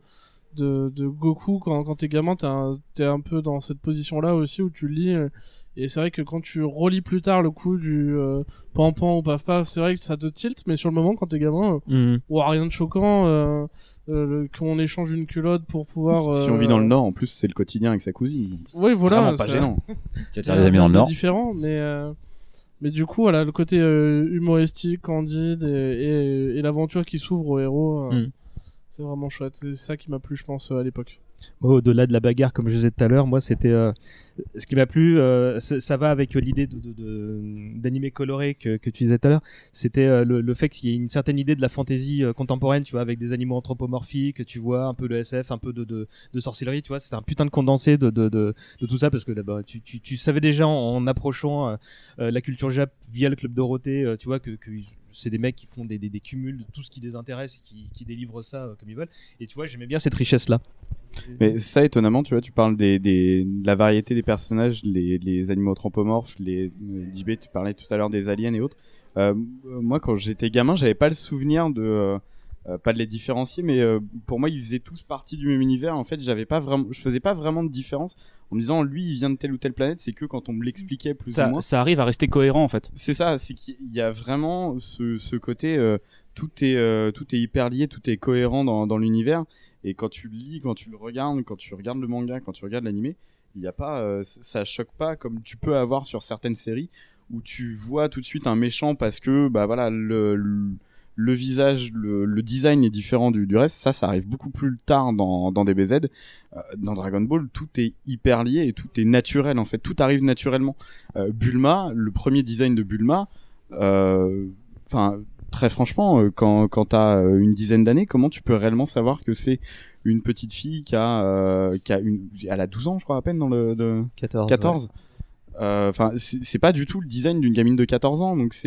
de Goku quand t'es gamin, t'es un peu dans cette position là aussi où tu lis, et c'est vrai que quand tu relis plus tard le coup du pan-pan ou paf-paf, c'est vrai que ça te tilte, mais sur le moment quand t'es gamin, rien de choquant, qu'on échange une culotte pour pouvoir Si on vit dans le Nord, en plus, c'est le quotidien avec sa cousine. Donc oui, voilà, vraiment pas ça- gênant. Tu vas te faire des amis dans le Nord. différent, mais du coup voilà, le côté humoristique, candide et l'aventure qui s'ouvre au héros, c'est vraiment chouette. C'est ça qui m'a plu, je pense, à l'époque. Au-delà de la bagarre, comme je disais tout à l'heure, moi c'était ce qui m'a plu, ça va avec l'idée d'animé coloré que tu disais tout à l'heure. C'était le fait qu'il y ait une certaine idée de la fantaisie contemporaine, tu vois, avec des animaux anthropomorphiques, tu vois, un peu le SF, un peu de sorcellerie, tu vois. C'est un putain de condensé de tout ça, parce que d'abord tu savais déjà en approchant la culture Jap via le Club Dorothée, tu vois, que c'est des mecs qui font des cumuls de tout ce qui les intéresse et qui délivrent ça comme ils veulent. Et tu vois, j'aimais bien cette richesse-là. Mais ça, étonnamment, tu vois, tu parles de la variété des personnages, les animaux anthropomorphes, JB, tu parlais tout à l'heure des aliens et autres. Moi, quand j'étais gamin, j'avais pas le souvenir pas de les différencier, mais pour moi, ils faisaient tous partie du même univers. En fait, je faisais pas vraiment de différence en me disant, lui, il vient de telle ou telle planète. C'est que quand on me l'expliquait plus ou moins. Ça arrive à rester cohérent en fait. C'est ça, c'est qu'il y a vraiment ce côté, tout est hyper lié, tout est cohérent dans l'univers. Et quand tu lis, quand tu le regardes, quand tu regardes le manga, quand tu regardes l'animé, il y a pas, ça choque pas comme tu peux avoir sur certaines séries où tu vois tout de suite un méchant parce que voilà le visage, le design est différent du reste. Ça arrive beaucoup plus tard dans DBZ. Dans Dragon Ball, tout est hyper lié et tout est naturel en fait. Tout arrive naturellement. Bulma, le premier design de Bulma, très franchement, quand t'as une dizaine d'années, comment tu peux réellement savoir que c'est une petite fille elle a 12 ans, je crois, à peine dans le 14. 14. Enfin, c'est pas du tout le design d'une gamine de 14 ans, donc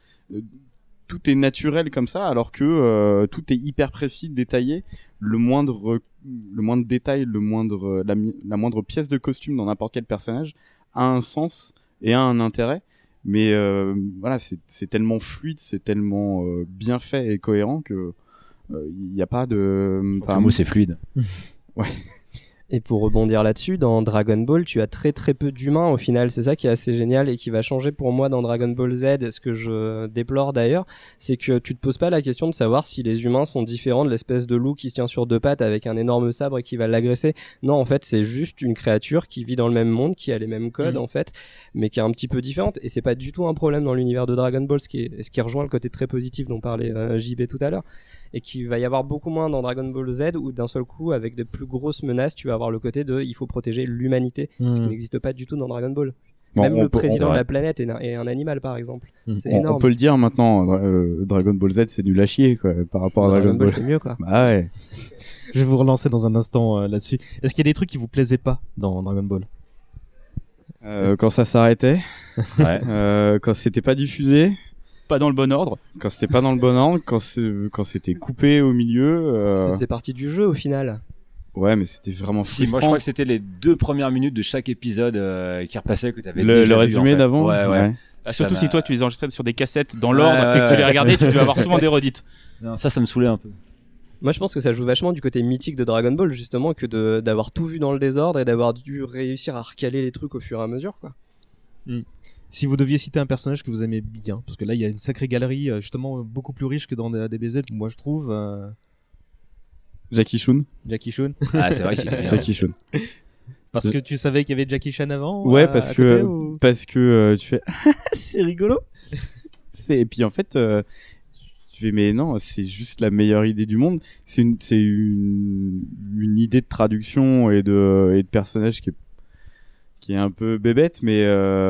tout est naturel comme ça, alors que tout est hyper précis, détaillé. Le moindre détail, la moindre pièce de costume dans n'importe quel personnage a un sens et a un intérêt. Mais voilà, c'est tellement fluide, c'est tellement bien fait et cohérent que il n'y a pas de. Enfin, le mot c'est fluide. Ouais. Et pour rebondir là-dessus, dans Dragon Ball, tu as très très peu d'humains au final. C'est ça qui est assez génial et qui va changer pour moi dans Dragon Ball Z. Ce que je déplore d'ailleurs, c'est que tu te poses pas la question de savoir si les humains sont différents de l'espèce de loup qui se tient sur deux pattes avec un énorme sabre et qui va l'agresser. Non, en fait, c'est juste une créature qui vit dans le même monde, qui a les mêmes codes en fait, mais qui est un petit peu différente. Et c'est pas du tout un problème dans l'univers de Dragon Ball, ce qui rejoint le côté très positif dont parlait JB tout à l'heure. Et qu'il va y avoir beaucoup moins dans Dragon Ball Z où d'un seul coup, avec de plus grosses menaces, tu vas avoir le côté de il faut protéger l'humanité, ce qui n'existe pas du tout dans Dragon Ball. Bon, même le président de la planète est un animal par exemple. C'est énorme. On peut le dire maintenant, Dragon Ball Z c'est nul à chier quoi, par rapport à Dragon Ball. C'est mieux quoi. Bah ouais. Je vais vous relancer dans un instant là-dessus. Est-ce qu'il y a des trucs qui vous plaisaient pas dans Dragon Ball? Quand ça s'arrêtait, quand c'était pas diffusé, pas dans le bon ordre. Quand c'était pas dans le bon ordre, quand c'était coupé au milieu. Ça faisait partie du jeu au final. Ouais, mais c'était vraiment frustrant. Moi, je crois que c'était les 2 premières minutes de chaque épisode qui repassaient que t'avais le résumé d'avant. Ouais. Surtout si toi tu les enregistrais sur des cassettes dans l'ordre et que tu les regardais, tu devais avoir souvent des redites. Non, ça me saoulait un peu. Moi, je pense que ça joue vachement du côté mythique de Dragon Ball, justement, que d'avoir tout vu dans le désordre et d'avoir dû réussir à recaler les trucs au fur et à mesure, quoi. Si vous deviez citer un personnage que vous aimez bien, parce que là il y a une sacrée galerie justement beaucoup plus riche que dans DBZ, moi je trouve. Jackie Chun. Ah, c'est vrai qu'il est bien. Jackie Chun. Parce que tu savais qu'il y avait Jackie Chan avant. Ouais, parce que tu fais c'est rigolo. Et puis en fait tu fais mais non, c'est juste la meilleure idée du monde. C'est une idée de traduction et de personnage qui est un peu bébête, mais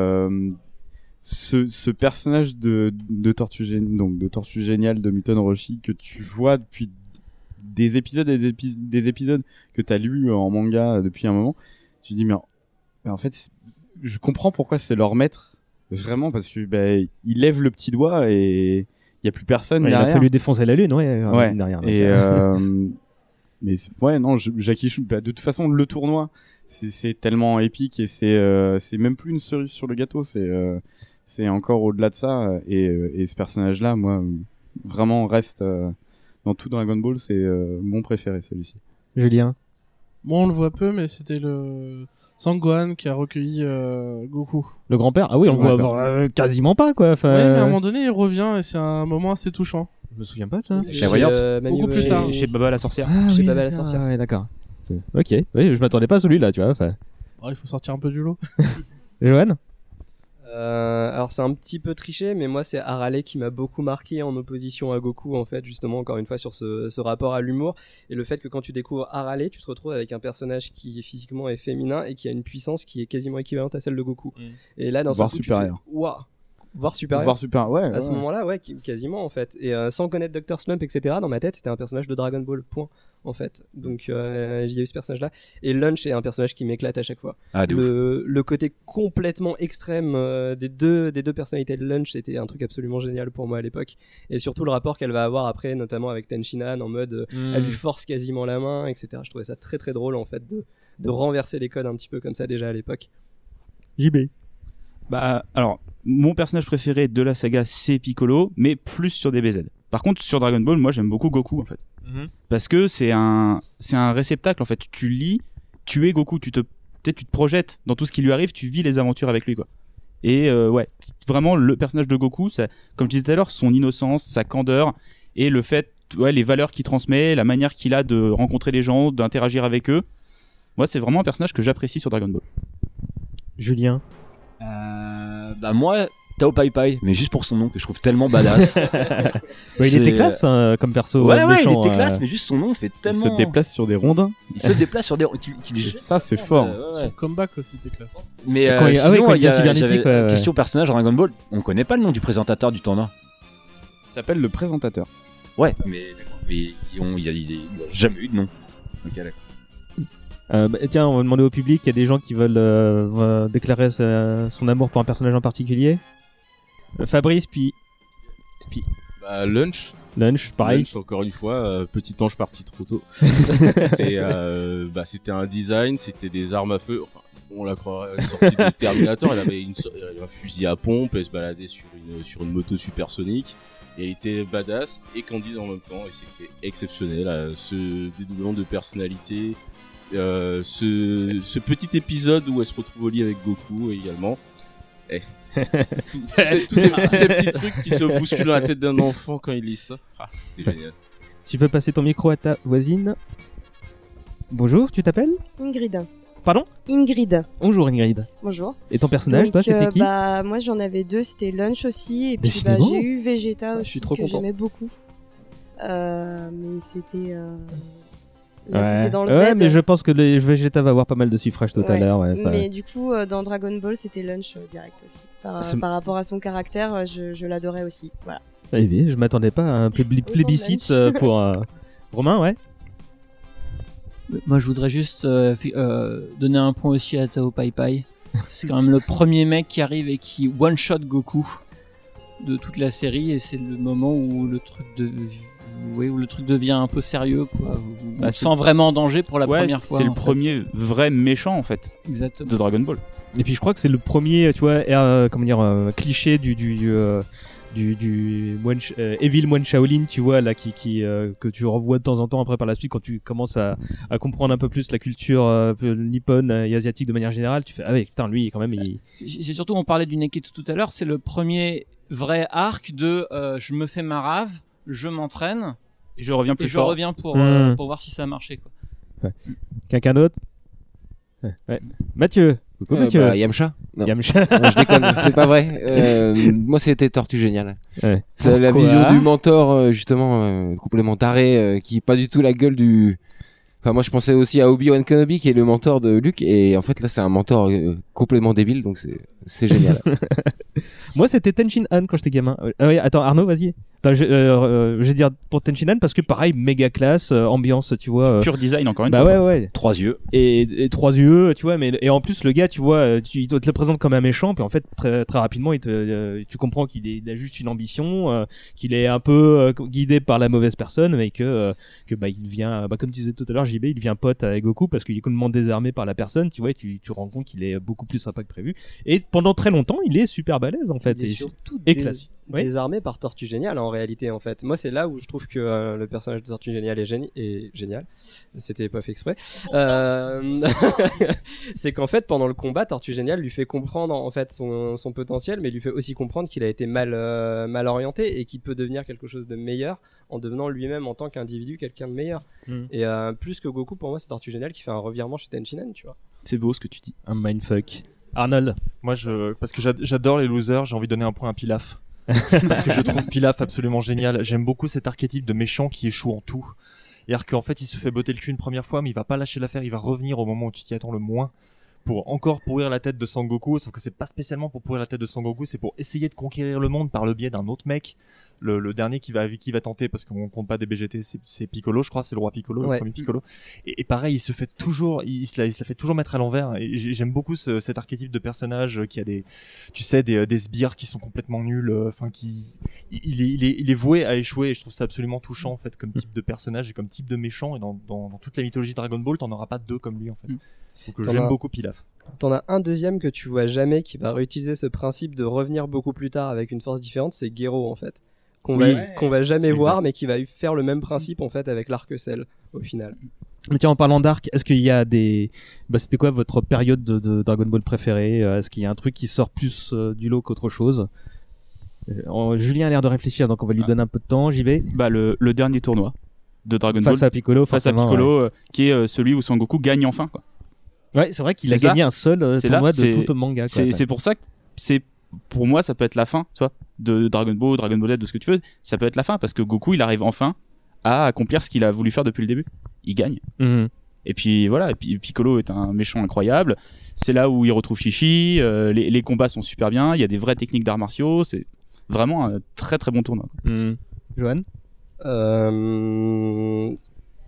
ce personnage de Tortue Géniale de Muten Roshi que tu vois depuis des épisodes que t'as lu en manga depuis un moment, tu te dis mais en fait je comprends pourquoi c'est leur maître vraiment, parce que il lève le petit doigt et il y a plus personne derrière. Il a fallu défoncer la lune, ouais. Derrière. Et mais ouais, non, Jackie Chun, de toute façon le tournoi c'est tellement épique et c'est même plus une cerise sur le gâteau, c'est encore au-delà de ça, et ce personnage là moi vraiment reste dans tout Dragon Ball, c'est mon préféré, celui-ci. Julien? Moi on le voit peu, mais c'était le Sangohan qui a recueilli Goku. Le grand-père? Ah oui, on le voit quasiment pas quoi. Oui, mais à un moment donné il revient et c'est un moment assez touchant. Je me souviens pas de ça. C'est la voyante. Beaucoup plus tard. Chez Baba la sorcière. Chez Baba la sorcière. Ouais, d'accord. Ok, oui, je m'attendais pas à celui-là, tu vois. Il faut sortir un peu du lot. Johan? Alors c'est un petit peu triché, mais moi c'est Arale qui m'a beaucoup marqué en opposition à Goku en fait, justement encore une fois sur ce rapport à l'humour et le fait que quand tu découvres Arale, tu te retrouves avec un personnage qui physiquement est féminin et qui a une puissance qui est quasiment équivalente à celle de Goku. Et là dans voire ce coup, supérieur. Voire supérieur. Ouais. À ce moment-là, ouais, quasiment en fait. Et sans connaître Dr Slump, etc. Dans ma tête, c'était un personnage de Dragon Ball. Point. En fait. Donc il y a eu ce personnage-là. Et Lunch est un personnage qui m'éclate à chaque fois. Ah, le côté complètement extrême des deux personnalités de Lunch, c'était un truc absolument génial pour moi à l'époque. Et surtout le rapport qu'elle va avoir après, notamment avec Tenshinhan, en mode elle lui force quasiment la main, etc. Je trouvais ça très très drôle en fait de renverser les codes un petit peu comme ça déjà à l'époque. JB. Alors, mon personnage préféré de la saga, c'est Piccolo, mais plus sur DBZ. Par contre, sur Dragon Ball, moi, j'aime beaucoup Goku, en fait. Parce que c'est un réceptacle, en fait. Tu lis, tu es Goku, tu te projettes dans tout ce qui lui arrive, tu vis les aventures avec lui, quoi. Et ouais, vraiment, le personnage de Goku, ça, comme je disais tout à l'heure, son innocence, sa candeur, et le fait, les valeurs qu'il transmet, la manière qu'il a de rencontrer les gens, d'interagir avec eux. Moi, c'est vraiment un personnage que j'apprécie sur Dragon Ball. Julien? Moi, Tao Pai Pai, mais juste pour son nom que je trouve tellement badass. Il était classe comme perso. Ouais, méchant, il était classe, mais juste son nom fait tellement. Il se déplace sur des rondins. Ça, c'est fort. Son comeback aussi était classe. Mais sinon, il y a question personnage dans Dragon Ball. On connaît pas le nom du présentateur du tournoi. Il s'appelle le présentateur. Ouais, mais il y a jamais eu de nom. Ok, d'accord. Tiens, on va demander au public, il y a des gens qui veulent déclarer son amour pour un personnage en particulier. Fabrice, puis... Lunch. Lunch, pareil. Lunch, encore une fois, petit ange parti trop tôt. C'était un design, c'était des armes à feu. Enfin, on la croirait sortie de Terminator. Elle avait un fusil à pompe, elle se baladait sur une moto supersonique. Et elle était badass et candide en même temps. Et c'était exceptionnel. Ce dédoublement de personnalité. Ce petit épisode où elle se retrouve au lit avec Goku également. Tous ces petits trucs qui se bousculent dans la tête d'un enfant quand il lit ça. C'était génial. Tu peux passer ton micro à ta voisine. Bonjour, tu t'appelles ? Ingrid. Pardon ? Ingrid. Bonjour Ingrid. Bonjour. Et ton personnage, toi, c'était qui ? Moi j'en avais 2, c'était Lunch aussi, et puis j'ai eu Vegeta aussi, que j'aimais beaucoup. Mais c'était... C'était dans le Z. Mais je pense que Vegeta va avoir pas mal de suffrages tout à l'heure. Mais du coup, dans Dragon Ball, c'était Lunch direct aussi. Par rapport à son caractère, je l'adorais aussi. Voilà. Eh bien, je m'attendais pas à un plébiscite pour Romain, ouais. Moi, je voudrais juste donner un point aussi à Tao Pai Pai. C'est quand même le premier mec qui arrive et qui one-shot Goku de toute la série, et c'est le moment où le truc devient un peu sérieux, quoi. Où on se sent vraiment en danger pour la première fois. C'est le premier vrai méchant, en fait. Exactement. De Dragon Ball. Et puis je crois que c'est le premier, tu vois, cliché du Evil Moine Shaolin, tu vois, là, que tu revois de temps en temps après par la suite quand tu commences à comprendre un peu plus la culture nippone et asiatique de manière générale. Tu fais, ah ouais, putain, lui, quand même, C'est surtout, on parlait du Neketsu tout à l'heure, c'est le premier vrai arc de je me fais ma rave, je m'entraîne et je reviens je reviens pour voir si ça a marché, quoi. Ouais. Quelqu'un d'autre? Ouais. Mathieu. Mathieu. Yamcha. Non. Yamcha. Non, je déconne, c'est pas vrai. Moi, c'était Tortue Géniale. Ouais. C'est la vision du mentor, justement, complémentaré, qui est pas du tout la gueule du... Enfin, moi, je pensais aussi à Obi-Wan Kenobi, qui est le mentor de Luke, et en fait, là, c'est un mentor complètement débile, donc c'est génial. Moi, c'était Tenshin Han quand j'étais gamin. Oui, attends, Arnaud, vas-y. Attends, je vais dire pour Tenshin Han parce que pareil, méga classe, ambiance, tu vois. Pur design, encore une fois. Bah ouais. 3 yeux. Et 3 yeux, tu vois, et en plus, le gars, tu vois, il te le présente comme un méchant, puis en fait, très, très rapidement, tu comprends qu'il a juste une ambition, qu'il est un peu guidé par la mauvaise personne, mais que il devient, comme tu disais tout à l'heure, JB, il devient pote avec Goku parce qu'il est complètement désarmé par la personne, tu vois, et tu rends compte qu'il est beaucoup plus sympa que prévu. Et pendant très longtemps, il est super balèze, en fait. Il est surtout désarmé par Tortue Géniale, en réalité, en fait. Moi, c'est là où je trouve que le personnage de Tortue Géniale est génial. C'était pas fait exprès. C'est qu'en fait, pendant le combat, Tortue Géniale lui fait comprendre, en fait, son potentiel, mais lui fait aussi comprendre qu'il a été mal orienté et qu'il peut devenir quelque chose de meilleur en devenant lui-même, en tant qu'individu, quelqu'un de meilleur. Et plus que Goku, pour moi, c'est Tortue Géniale qui fait un revirement chez Tenshin Han, tu vois. C'est beau ce que tu dis. Un mindfuck. Arnold. Moi, parce que j'adore les losers, j'ai envie de donner un point à Pilaf. Parce que je trouve Pilaf absolument génial. J'aime beaucoup cet archétype de méchant qui échoue en tout. C'est-à-dire qu'en fait, il se fait botter le cul une première fois, mais il va pas lâcher l'affaire, il va revenir au moment où tu t'y attends le moins pour encore pourrir la tête de Sangoku, sauf que c'est pas spécialement pour pourrir la tête de Sangoku, c'est pour essayer de conquérir le monde par le biais d'un autre mec. Le dernier qui va tenter, parce qu'on compte pas des BGT, c'est Piccolo, je crois, c'est le roi Piccolo, le premier Piccolo. Et pareil, il se fait toujours, il se la fait toujours mettre à l'envers. Et j'aime beaucoup cet archétype de personnage qui a des sbires qui sont complètement nuls, il est voué à échouer. Et je trouve ça absolument touchant en fait, comme type de personnage et comme type de méchant. Et dans toute la mythologie Dragon Ball, t'en auras pas deux comme lui en fait. Donc j'aime beaucoup Pilaf. T'en as un deuxième que tu vois jamais qui va réutiliser ce principe de revenir beaucoup plus tard avec une force différente, c'est Gero en fait. Qu'on va jamais voir, mais qui va faire le même principe en fait avec l'arc Cell au final. Mais tiens, en parlant d'arc, est-ce qu'il y a c'était quoi votre période de Dragon Ball préférée? Est-ce qu'il y a un truc qui sort plus du lot qu'autre chose? Julien a l'air de réfléchir, donc on va lui donner un peu de temps. J'y vais. Le dernier tournoi de Dragon Ball face à Piccolo, qui est celui où Son Goku gagne enfin, quoi. Ouais, c'est vrai qu'il a gagné un seul tournoi de tout le manga. C'est pour ça que pour moi, ça peut être la fin, tu vois, de Dragon Ball Z, de ce que tu veux. Ça peut être la fin parce que Goku, il arrive enfin à accomplir ce qu'il a voulu faire depuis le début. Il gagne. Et puis voilà, et puis Piccolo est un méchant incroyable. C'est là où il retrouve Chichi. Les combats sont super bien. Il y a des vraies techniques d'arts martiaux. C'est vraiment un très très bon tournoi. Johan.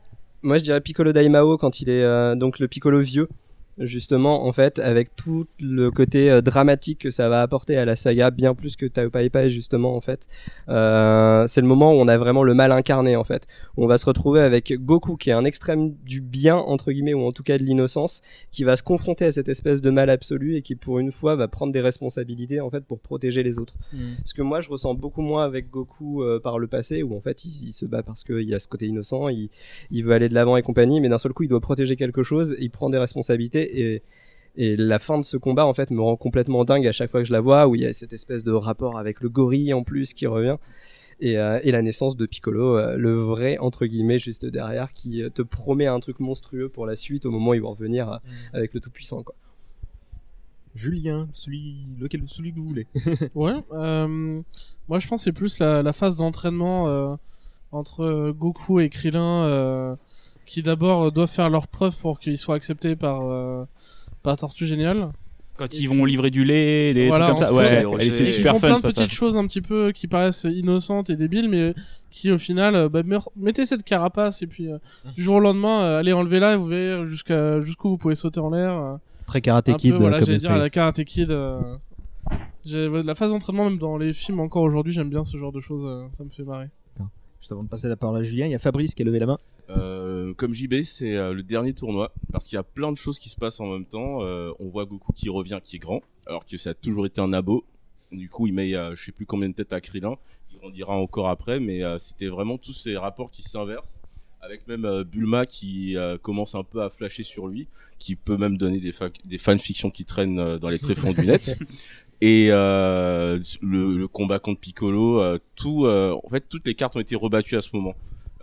Moi, je dirais Piccolo Daimao quand il est donc le Piccolo vieux. Justement, en fait, avec tout le côté dramatique que ça va apporter à la saga, bien plus que Tao Pai Pai, justement, en fait. C'est le moment où on a vraiment le mal incarné, en fait. Où on va se retrouver avec Goku, qui est un extrême du bien, entre guillemets, ou en tout cas de l'innocence, qui va se confronter à cette espèce de mal absolu et qui, pour une fois, va prendre des responsabilités, en fait, pour protéger les autres. Parce que moi, je ressens beaucoup moins avec Goku par le passé, où, en fait, il se bat parce qu'il y a ce côté innocent, il veut aller de l'avant et compagnie, mais d'un seul coup, il doit protéger quelque chose, il prend des responsabilités. Et la fin de ce combat en fait me rend complètement dingue à chaque fois que je la vois, où il y a cette espèce de rapport avec le gorille en plus qui revient et la naissance de Piccolo, le vrai entre guillemets juste derrière, qui te promet un truc monstrueux pour la suite au moment où ils vont revenir avec le tout-puissant, quoi. Julien, celui que vous voulez. Ouais, moi je pense que c'est plus la phase d'entraînement entre Goku et Krillin, qui d'abord doivent faire leurs preuves pour qu'ils soient acceptés par Tortue Géniale. Quand ils vont livrer du lait, des trucs comme ça. Ouais, c'est super fun. Ils font plein de petites choses un petit peu qui paraissent innocentes et débiles, mais qui au final, mettez cette carapace et puis du jour au lendemain, allez enlever là et vous verrez jusqu'où vous pouvez sauter en l'air. Très Karate Kid. Voilà, j'allais dire la Karate Kid. La phase d'entraînement, même dans les films encore aujourd'hui, j'aime bien ce genre de choses, ça me fait marrer. Juste avant de passer la parole à Julien, il y a Fabrice qui a levé la main. Comme JB, c'est le dernier tournoi, parce qu'il y a plein de choses qui se passent en même temps. On voit Goku qui revient, qui est grand, alors que ça a toujours été un abo. Du coup, il met je sais plus combien de têtes à Krillin. Il grandira encore après, mais c'était vraiment tous ces rapports qui s'inversent, avec même Bulma qui commence un peu à flasher sur lui, qui peut même donner des fanfictions qui traînent dans les tréfonds du net. Et le combat contre Piccolo, en fait, toutes les cartes ont été rebattues à ce moment.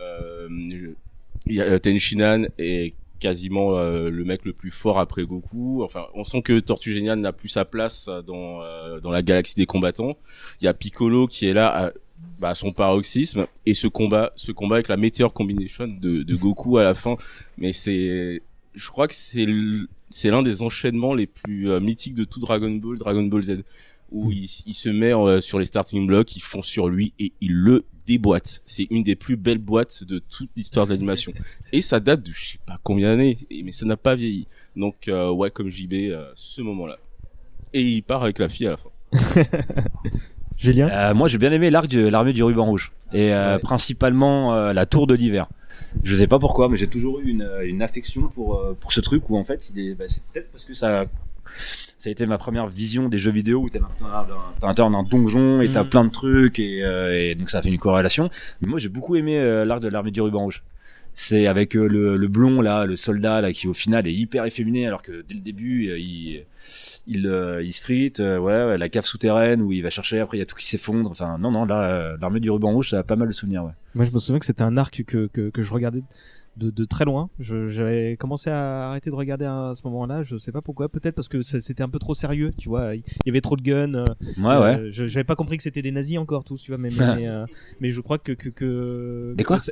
Tenshinhan est quasiment le mec le plus fort après Goku. Enfin, on sent que Tortue Géniale n'a plus sa place dans la galaxie des combattants. Il y a Piccolo qui est là à son paroxysme, et ce combat avec la Meteor Combination de Goku à la fin. Mais je crois que c'est l'un des enchaînements les plus mythiques de tout Dragon Ball Z, où il se met sur les starting blocks, il fonce sur lui et il le déboîte. C'est une des plus belles boîtes de toute l'histoire de l'animation. Et ça date de je sais pas combien d'années, mais ça n'a pas vieilli. Donc ouais, comme JB, ce moment-là. Et il part avec la fille à la fin. Julien, moi j'ai bien aimé l'arc de l'armée du ruban rouge et principalement la tour de l'hiver. Je sais pas pourquoi, mais j'ai toujours eu une affection pour ce truc où en fait c'est peut-être parce que ça a été ma première vision des jeux vidéo où t'es à l'intérieur d'un donjon et t'as plein de trucs et donc ça a fait une corrélation. Mais moi j'ai beaucoup aimé l'arc de l'armée du ruban rouge. C'est avec le blond là, le soldat là qui au final est hyper efféminé alors que dès le début il se frite, ouais, la cave souterraine où il va chercher, après il y a tout qui s'effondre. Enfin non là l'armée du ruban rouge ça a pas mal de souvenirs, ouais. Moi je me souviens que c'était un arc que je regardais de très loin. J'avais commencé à arrêter de regarder à ce moment-là, je sais pas pourquoi, peut-être parce que c'était un peu trop sérieux, tu vois, il y avait trop de guns. Ouais. J'avais pas compris que c'était des nazis encore tous, tu vois, mais je crois que des quoi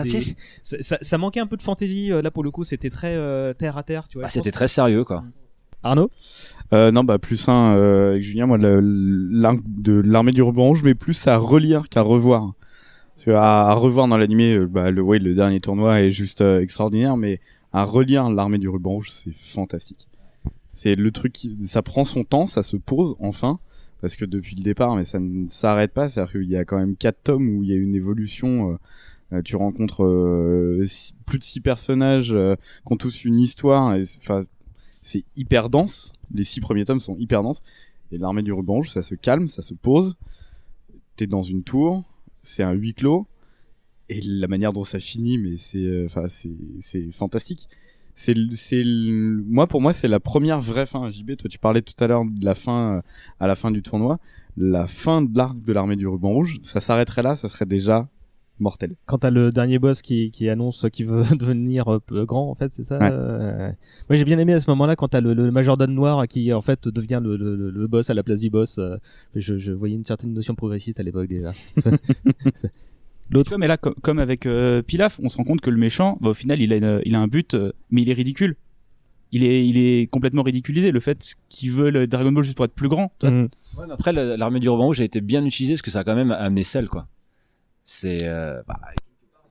ça manquait un peu de fantaisie là pour le coup, c'était très terre à terre, tu vois. C'était très sérieux quoi. Arnaud? Non, plus avec Julien, moi l'arc de l'armée du ruban rouge, mais plus à relire qu'à revoir. Parce que à revoir dans l'animé, le dernier tournoi est juste extraordinaire, mais à relire l'armée du ruban rouge, c'est fantastique. C'est le truc ça prend son temps, ça se pose enfin, parce que depuis le départ, mais ça ne s'arrête pas. C'est-à-dire qu'il y a quand même 4 tomes où il y a une évolution. Tu rencontres plus de 6 personnages qui ont tous une histoire. Enfin, c'est hyper dense. Les 6 premiers tomes sont hyper denses. Et l'armée du ruban rouge, ça se calme, ça se pose. T'es dans une tour, c'est un huis clos. Et la manière dont ça finit, mais c'est fantastique. Pour moi, c'est la première vraie fin. JB, toi, tu parlais tout à l'heure de la fin, à la fin du tournoi. La fin de l'arc de l'armée du ruban rouge, ça s'arrêterait là, ça serait déjà mortel. Quand t'as le dernier boss qui annonce qu'il veut devenir grand, en fait, c'est ça. Ouais. Moi, j'ai bien aimé à ce moment-là quand t'as le majordome noir qui en fait devient le boss à la place du boss. Je voyais une certaine notion progressiste à l'époque déjà. L'autre, mais là, comme avec Pilaf, on se rend compte que le méchant, au final, il a un but, mais il est ridicule. Il est complètement ridiculisé. Le fait qu'il veut le Dragon Ball juste pour être plus grand. Ouais, mais après, l'armée du ruban rouge a été bien utilisée parce que ça a quand même amené Cell, quoi. C'est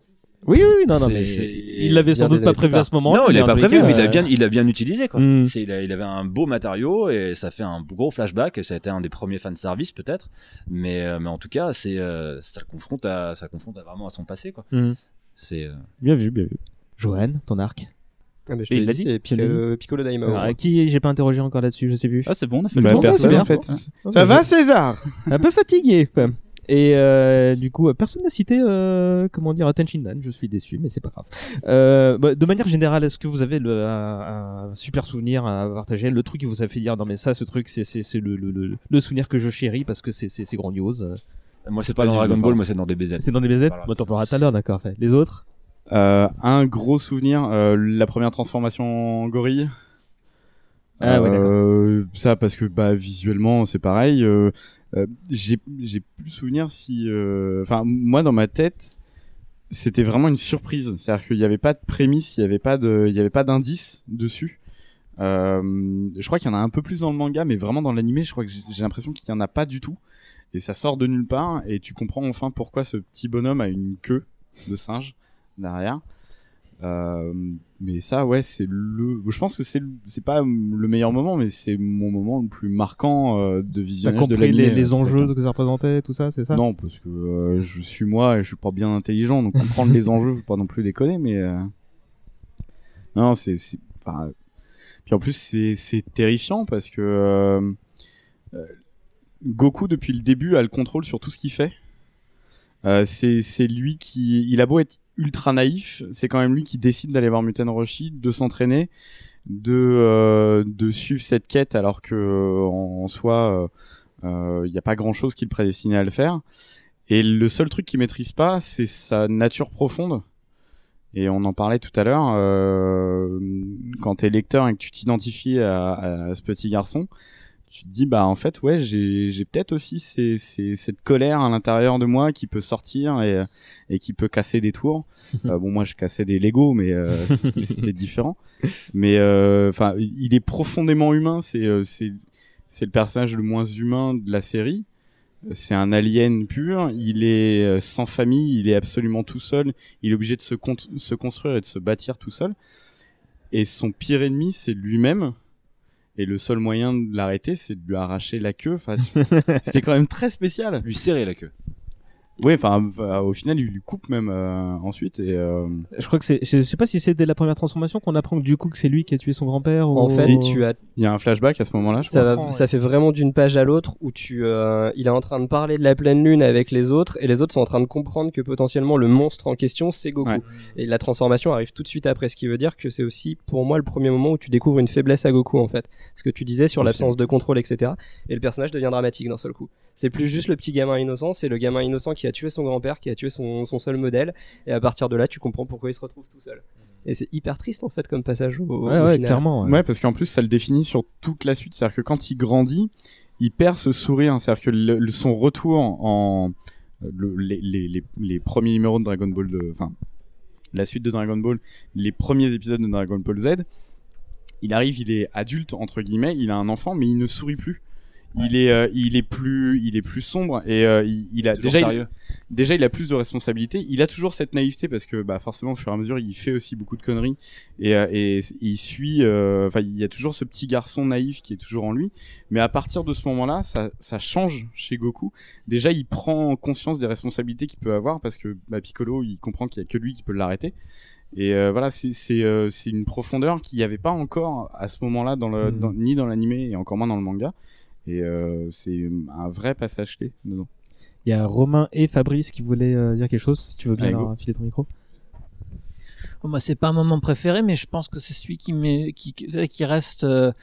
Oui, non, mais il l'avait sans doute pas prévu à ce moment. Non, il l'avait pas prévu, mais il a bien utilisé, quoi. Il avait un beau matériau et ça fait un gros flashback. Ça a été un des premiers fanservice, peut-être. Mais en tout cas, ça le confronte vraiment à son passé, quoi. C'est, Bien vu. Joanne, ton arc. Ah, mais je te l'ai dit, c'est Piccolo Daimao. Qui j'ai pas interrogé encore là-dessus, je sais plus. Ah, c'est bon, on a fait le tour. Personne, en fait. Ça va, César? Un peu fatigué, quoi. Et du coup, personne n'a cité, Attention Dan. Je suis déçu, mais c'est pas grave. De manière générale, est-ce que vous avez un super souvenir à partager, le truc qui vous a fait dire non mais ça, ce truc, c'est le souvenir que je chéris parce que c'est grandiose. Moi, c'est pas dans Dragon Ball, moi c'est dans DBZ. C'est dans DBZ. Voilà. Moi, t'en parleras tout à l'heure, d'accord. Fait. Les autres? Un gros souvenir, la première transformation en gorille. Ah ouais, d'accord. Ça parce que visuellement c'est pareil. J'ai plus souvenir si, moi dans ma tête, c'était vraiment une surprise. C'est-à-dire qu'il n'y avait pas de prémisse, il y avait pas d'indice dessus. Je crois qu'il y en a un peu plus dans le manga, mais vraiment dans l'animé, je crois que j'ai l'impression qu'il y en a pas du tout. Et ça sort de nulle part, et tu comprends enfin pourquoi ce petit bonhomme a une queue de singe derrière. Mais ça, ouais, je pense que c'est pas le meilleur moment, mais c'est mon moment le plus marquant de visionnage de l'anime. T'as compris les enjeux que ça représentait, tout ça, c'est ça? Non, parce que je suis moi et je suis pas bien intelligent, donc comprendre les enjeux, faut pas non plus déconner, mais non, puis en plus c'est terrifiant parce que Goku depuis le début a le contrôle sur tout ce qu'il fait. C'est lui il a beau être ultra naïf, c'est quand même lui qui décide d'aller voir Muten Roshi, de s'entraîner, de suivre cette quête alors que en soi il y a pas grand chose qui le prédestinait à le faire. Et le seul truc qu'il maîtrise pas, c'est sa nature profonde. Et on en parlait tout à l'heure, quand t'es lecteur et que tu t'identifies à ce petit garçon, tu te dis en fait ouais, j'ai peut-être aussi cette colère à l'intérieur de moi qui peut sortir et qui peut casser des tours. Bon, moi je cassais des Lego, mais c'était différent. Mais il est profondément humain. C'est le personnage le moins humain de la série. C'est un alien pur. Il est sans famille. Il est absolument tout seul. Il est obligé de se construire et de se bâtir tout seul. Et son pire ennemi, c'est lui-même. Et le seul moyen de l'arrêter, c'est de lui arracher la queue. Enfin, c'était quand même très spécial. Lui serrer la queue. Oui, au final, il lui coupe même ensuite. Et je crois que je sais pas si c'est dès la première transformation qu'on apprend que du coup que c'est lui qui a tué son grand-père. En fait, il y a un flashback à ce moment-là. Ça fait vraiment d'une page à l'autre où il est en train de parler de la pleine lune avec les autres et les autres sont en train de comprendre que potentiellement le monstre en question c'est Goku. Ouais. Et la transformation arrive tout de suite après, ce qui veut dire que c'est aussi pour moi le premier moment où tu découvres une faiblesse à Goku en fait. Ce que tu disais sur l'absence de contrôle, etc. Et le personnage devient dramatique d'un seul coup. C'est plus juste le petit gamin innocent, c'est le gamin innocent qui a tué son grand-père, qui a tué son seul modèle, et à partir de là, tu comprends pourquoi il se retrouve tout seul. Et c'est hyper triste en fait comme passage au final. Clairement. Ouais, parce qu'en plus, ça le définit sur toute la suite. C'est-à-dire que quand il grandit, il perd ce sourire. C'est-à-dire que son retour en les premiers numéros de Dragon Ball, la suite de Dragon Ball, les premiers épisodes de Dragon Ball Z, il arrive, il est adulte entre guillemets, il a un enfant, mais il ne sourit plus. Ouais. Il est plus sombre et il a déjà il a plus de responsabilités. Il a toujours cette naïveté parce que forcément au fur et à mesure il fait aussi beaucoup de conneries et il suit. Il y a toujours ce petit garçon naïf qui est toujours en lui. Mais à partir de ce moment-là, ça change chez Goku. Déjà il prend conscience des responsabilités qu'il peut avoir parce que Piccolo il comprend qu'il y a que lui qui peut l'arrêter. Et voilà, c'est une profondeur qu'il n'y avait pas encore à ce moment-là ni dans l'animé et encore moins dans le manga. Et c'est un vrai passage clé dedans. Il y a Romain et Fabrice qui voulaient dire quelque chose. Si tu veux bien leur filer ton micro. Moi, c'est pas un moment préféré, mais je pense que c'est celui qui reste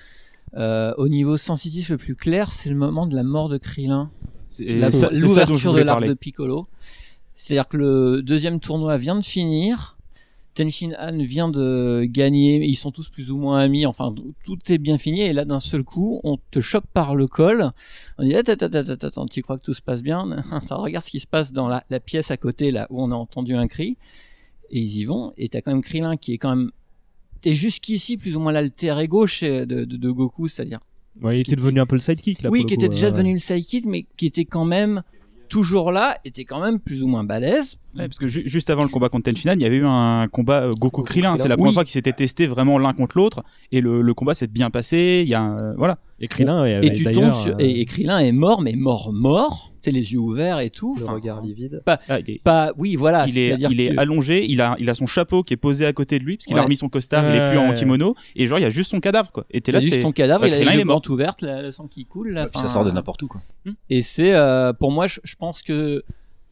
au niveau sensitif le plus clair. C'est le moment de la mort de Krillin. L'ouverture de l'arc de Piccolo. C'est-à-dire que le deuxième tournoi vient de finir. Tenshin Han vient de gagner, ils sont tous plus ou moins amis, enfin tout est bien fini, et là d'un seul coup on te chope par le col, on dit attends, tu crois que tout se passe bien? Attends, regarde ce qui se passe dans la pièce à côté là où on a entendu un cri, et ils y vont, et t'as quand même Krillin qui est quand même, t'es jusqu'ici plus ou moins l'alter ego de Goku, c'est-à-dire il était devenu un peu le sidekick là. Oui, qui était déjà devenu le sidekick, mais qui était quand même toujours là était quand même plus ou moins balèze. Ouais, parce que juste avant le combat contre Tenshinhan, il y avait eu un combat Goku Krillin. C'est la première fois qu'ils s'étaient testés vraiment l'un contre l'autre, et le combat s'est bien passé. Il y a voilà. Et Krillin et tu tombes sur et Krillin est mort, mais mort. C'est les yeux ouverts et tout. Le regard livide. Oui, voilà. Il est allongé. Il a son chapeau qui est posé à côté de lui parce qu'il a remis son costard. Il est plus en kimono. Et genre il y a juste son cadavre quoi. Et t'es là. Il y a juste son cadavre. Il a les yeux grands ouverts, le sang qui coule. Puis ça sort de n'importe où quoi. Et c'est pour moi, je pense que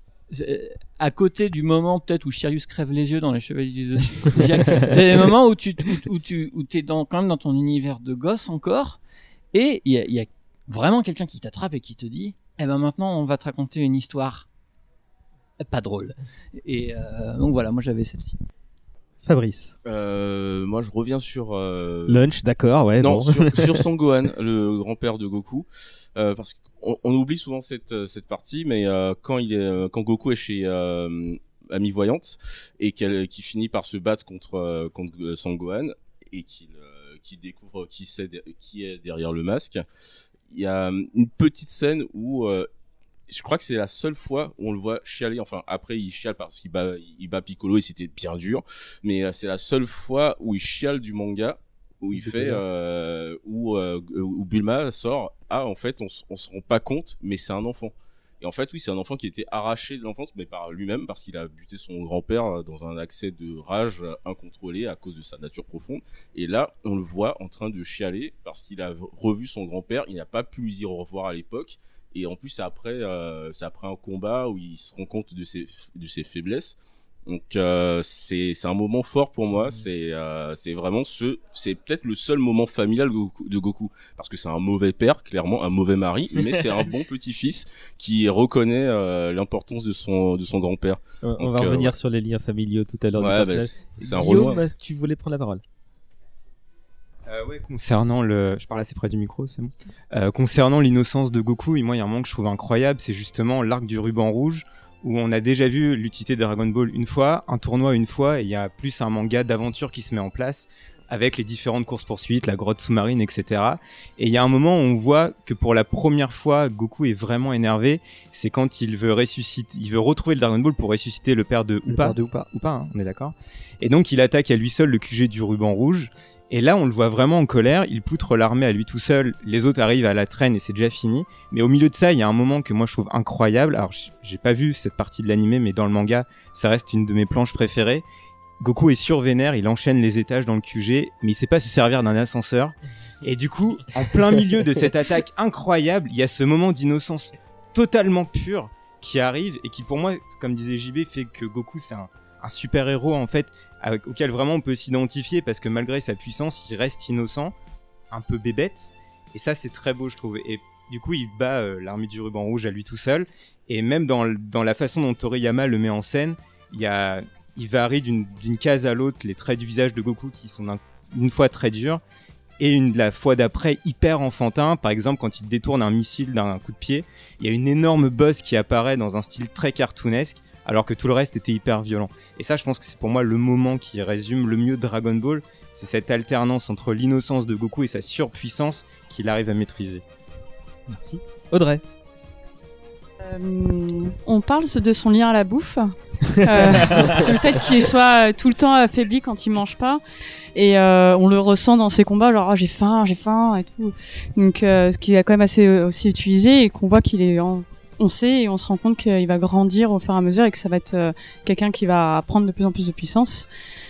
à côté du moment peut-être où Sirius crève les yeux dans les Chevaliers du Zodiac, c'est des moments où t'es quand même dans ton univers de gosse encore. Et il y a vraiment quelqu'un qui t'attrape et qui te dit eh ben maintenant on va te raconter une histoire pas drôle. Et donc voilà, moi j'avais celle-ci. Fabrice. Moi je reviens sur Lunch, d'accord, ouais. Non, bon. sur Son Gohan, le grand-père de Goku, parce qu'on oublie souvent cette partie, mais quand Goku est chez Amie Voyante et qui finit par se battre contre Son Gohan et qu'il découvre qui est derrière le masque, il y a une petite scène où je crois que c'est la seule fois où on le voit chialer. Enfin, après, il chiale parce qu'il bat Piccolo et c'était bien dur. Mais c'est la seule fois où il chiale du manga, où il fait, où Bulma sort. Ah, en fait, on se rend pas compte, mais c'est un enfant. Et en fait, oui, c'est un enfant qui était arraché de l'enfance, mais par lui-même, parce qu'il a buté son grand-père dans un accès de rage incontrôlé à cause de sa nature profonde. Et là, on le voit en train de chialer parce qu'il a revu son grand-père. Il n'a pas pu lui dire au revoir à l'époque. Et en plus, c'est après un combat où il se rend compte de ses faiblesses. Donc, c'est un moment fort pour moi. C'est vraiment c'est peut-être le seul moment familial de Goku. Parce que c'est un mauvais père, clairement, un mauvais mari, mais c'est un bon petit-fils qui reconnaît, l'importance de son grand-père. On va revenir sur les liens familiaux tout à l'heure. Ouais, c'est un Guillaume, tu voulais prendre la parole. Ouais, concernant je parle assez près du micro, c'est bon. Concernant l'innocence de Goku, et moi, il y a un moment que je trouve incroyable, c'est justement l'arc du ruban rouge, où on a déjà vu l'utilité de Dragon Ball une fois, un tournoi une fois, et il y a plus un manga d'aventure qui se met en place, avec les différentes courses-poursuites, la grotte sous-marine, etc. Et il y a un moment où on voit que pour la première fois, Goku est vraiment énervé, c'est quand il veut retrouver le Dragon Ball pour ressusciter le père de Upa. Upa, hein, on est d'accord. Et donc il attaque à lui seul le QG du ruban rouge, et là, on le voit vraiment en colère, il poutre l'armée à lui tout seul, les autres arrivent à la traîne et c'est déjà fini. Mais au milieu de ça, il y a un moment que moi je trouve incroyable. Alors, j'ai pas vu cette partie de l'animé, mais dans le manga, ça reste une de mes planches préférées. Goku est survénère, il enchaîne les étages dans le QG, mais il sait pas se servir d'un ascenseur. Et du coup, en plein milieu de cette attaque incroyable, il y a ce moment d'innocence totalement pure qui arrive et qui pour moi, comme disait JB, fait que Goku c'est un super-héros en fait auquel vraiment on peut s'identifier parce que malgré sa puissance il reste innocent, un peu bébête, et ça c'est très beau je trouve. Et du coup il bat l'armée du ruban rouge à lui tout seul, et même dans la façon dont Toriyama le met en scène, il varie d'une case à l'autre les traits du visage de Goku qui sont une fois très durs et la fois d'après hyper enfantin. Par exemple, quand il détourne un missile d'un coup de pied, il y a une énorme bosse qui apparaît dans un style très cartoonesque, alors que tout le reste était hyper violent. Et ça, je pense que c'est pour moi le moment qui résume le mieux Dragon Ball, c'est cette alternance entre l'innocence de Goku et sa surpuissance qu'il arrive à maîtriser. Merci. Audrey. On parle de son lien à la bouffe, le fait qu'il soit tout le temps affaibli quand il mange pas, et on le ressent dans ses combats, genre j'ai faim et tout. Donc ce qui est quand même assez aussi utilisé, et qu'on voit qu'il est on sait et on se rend compte qu'il va grandir au fur et à mesure et que ça va être quelqu'un qui va prendre de plus en plus de puissance.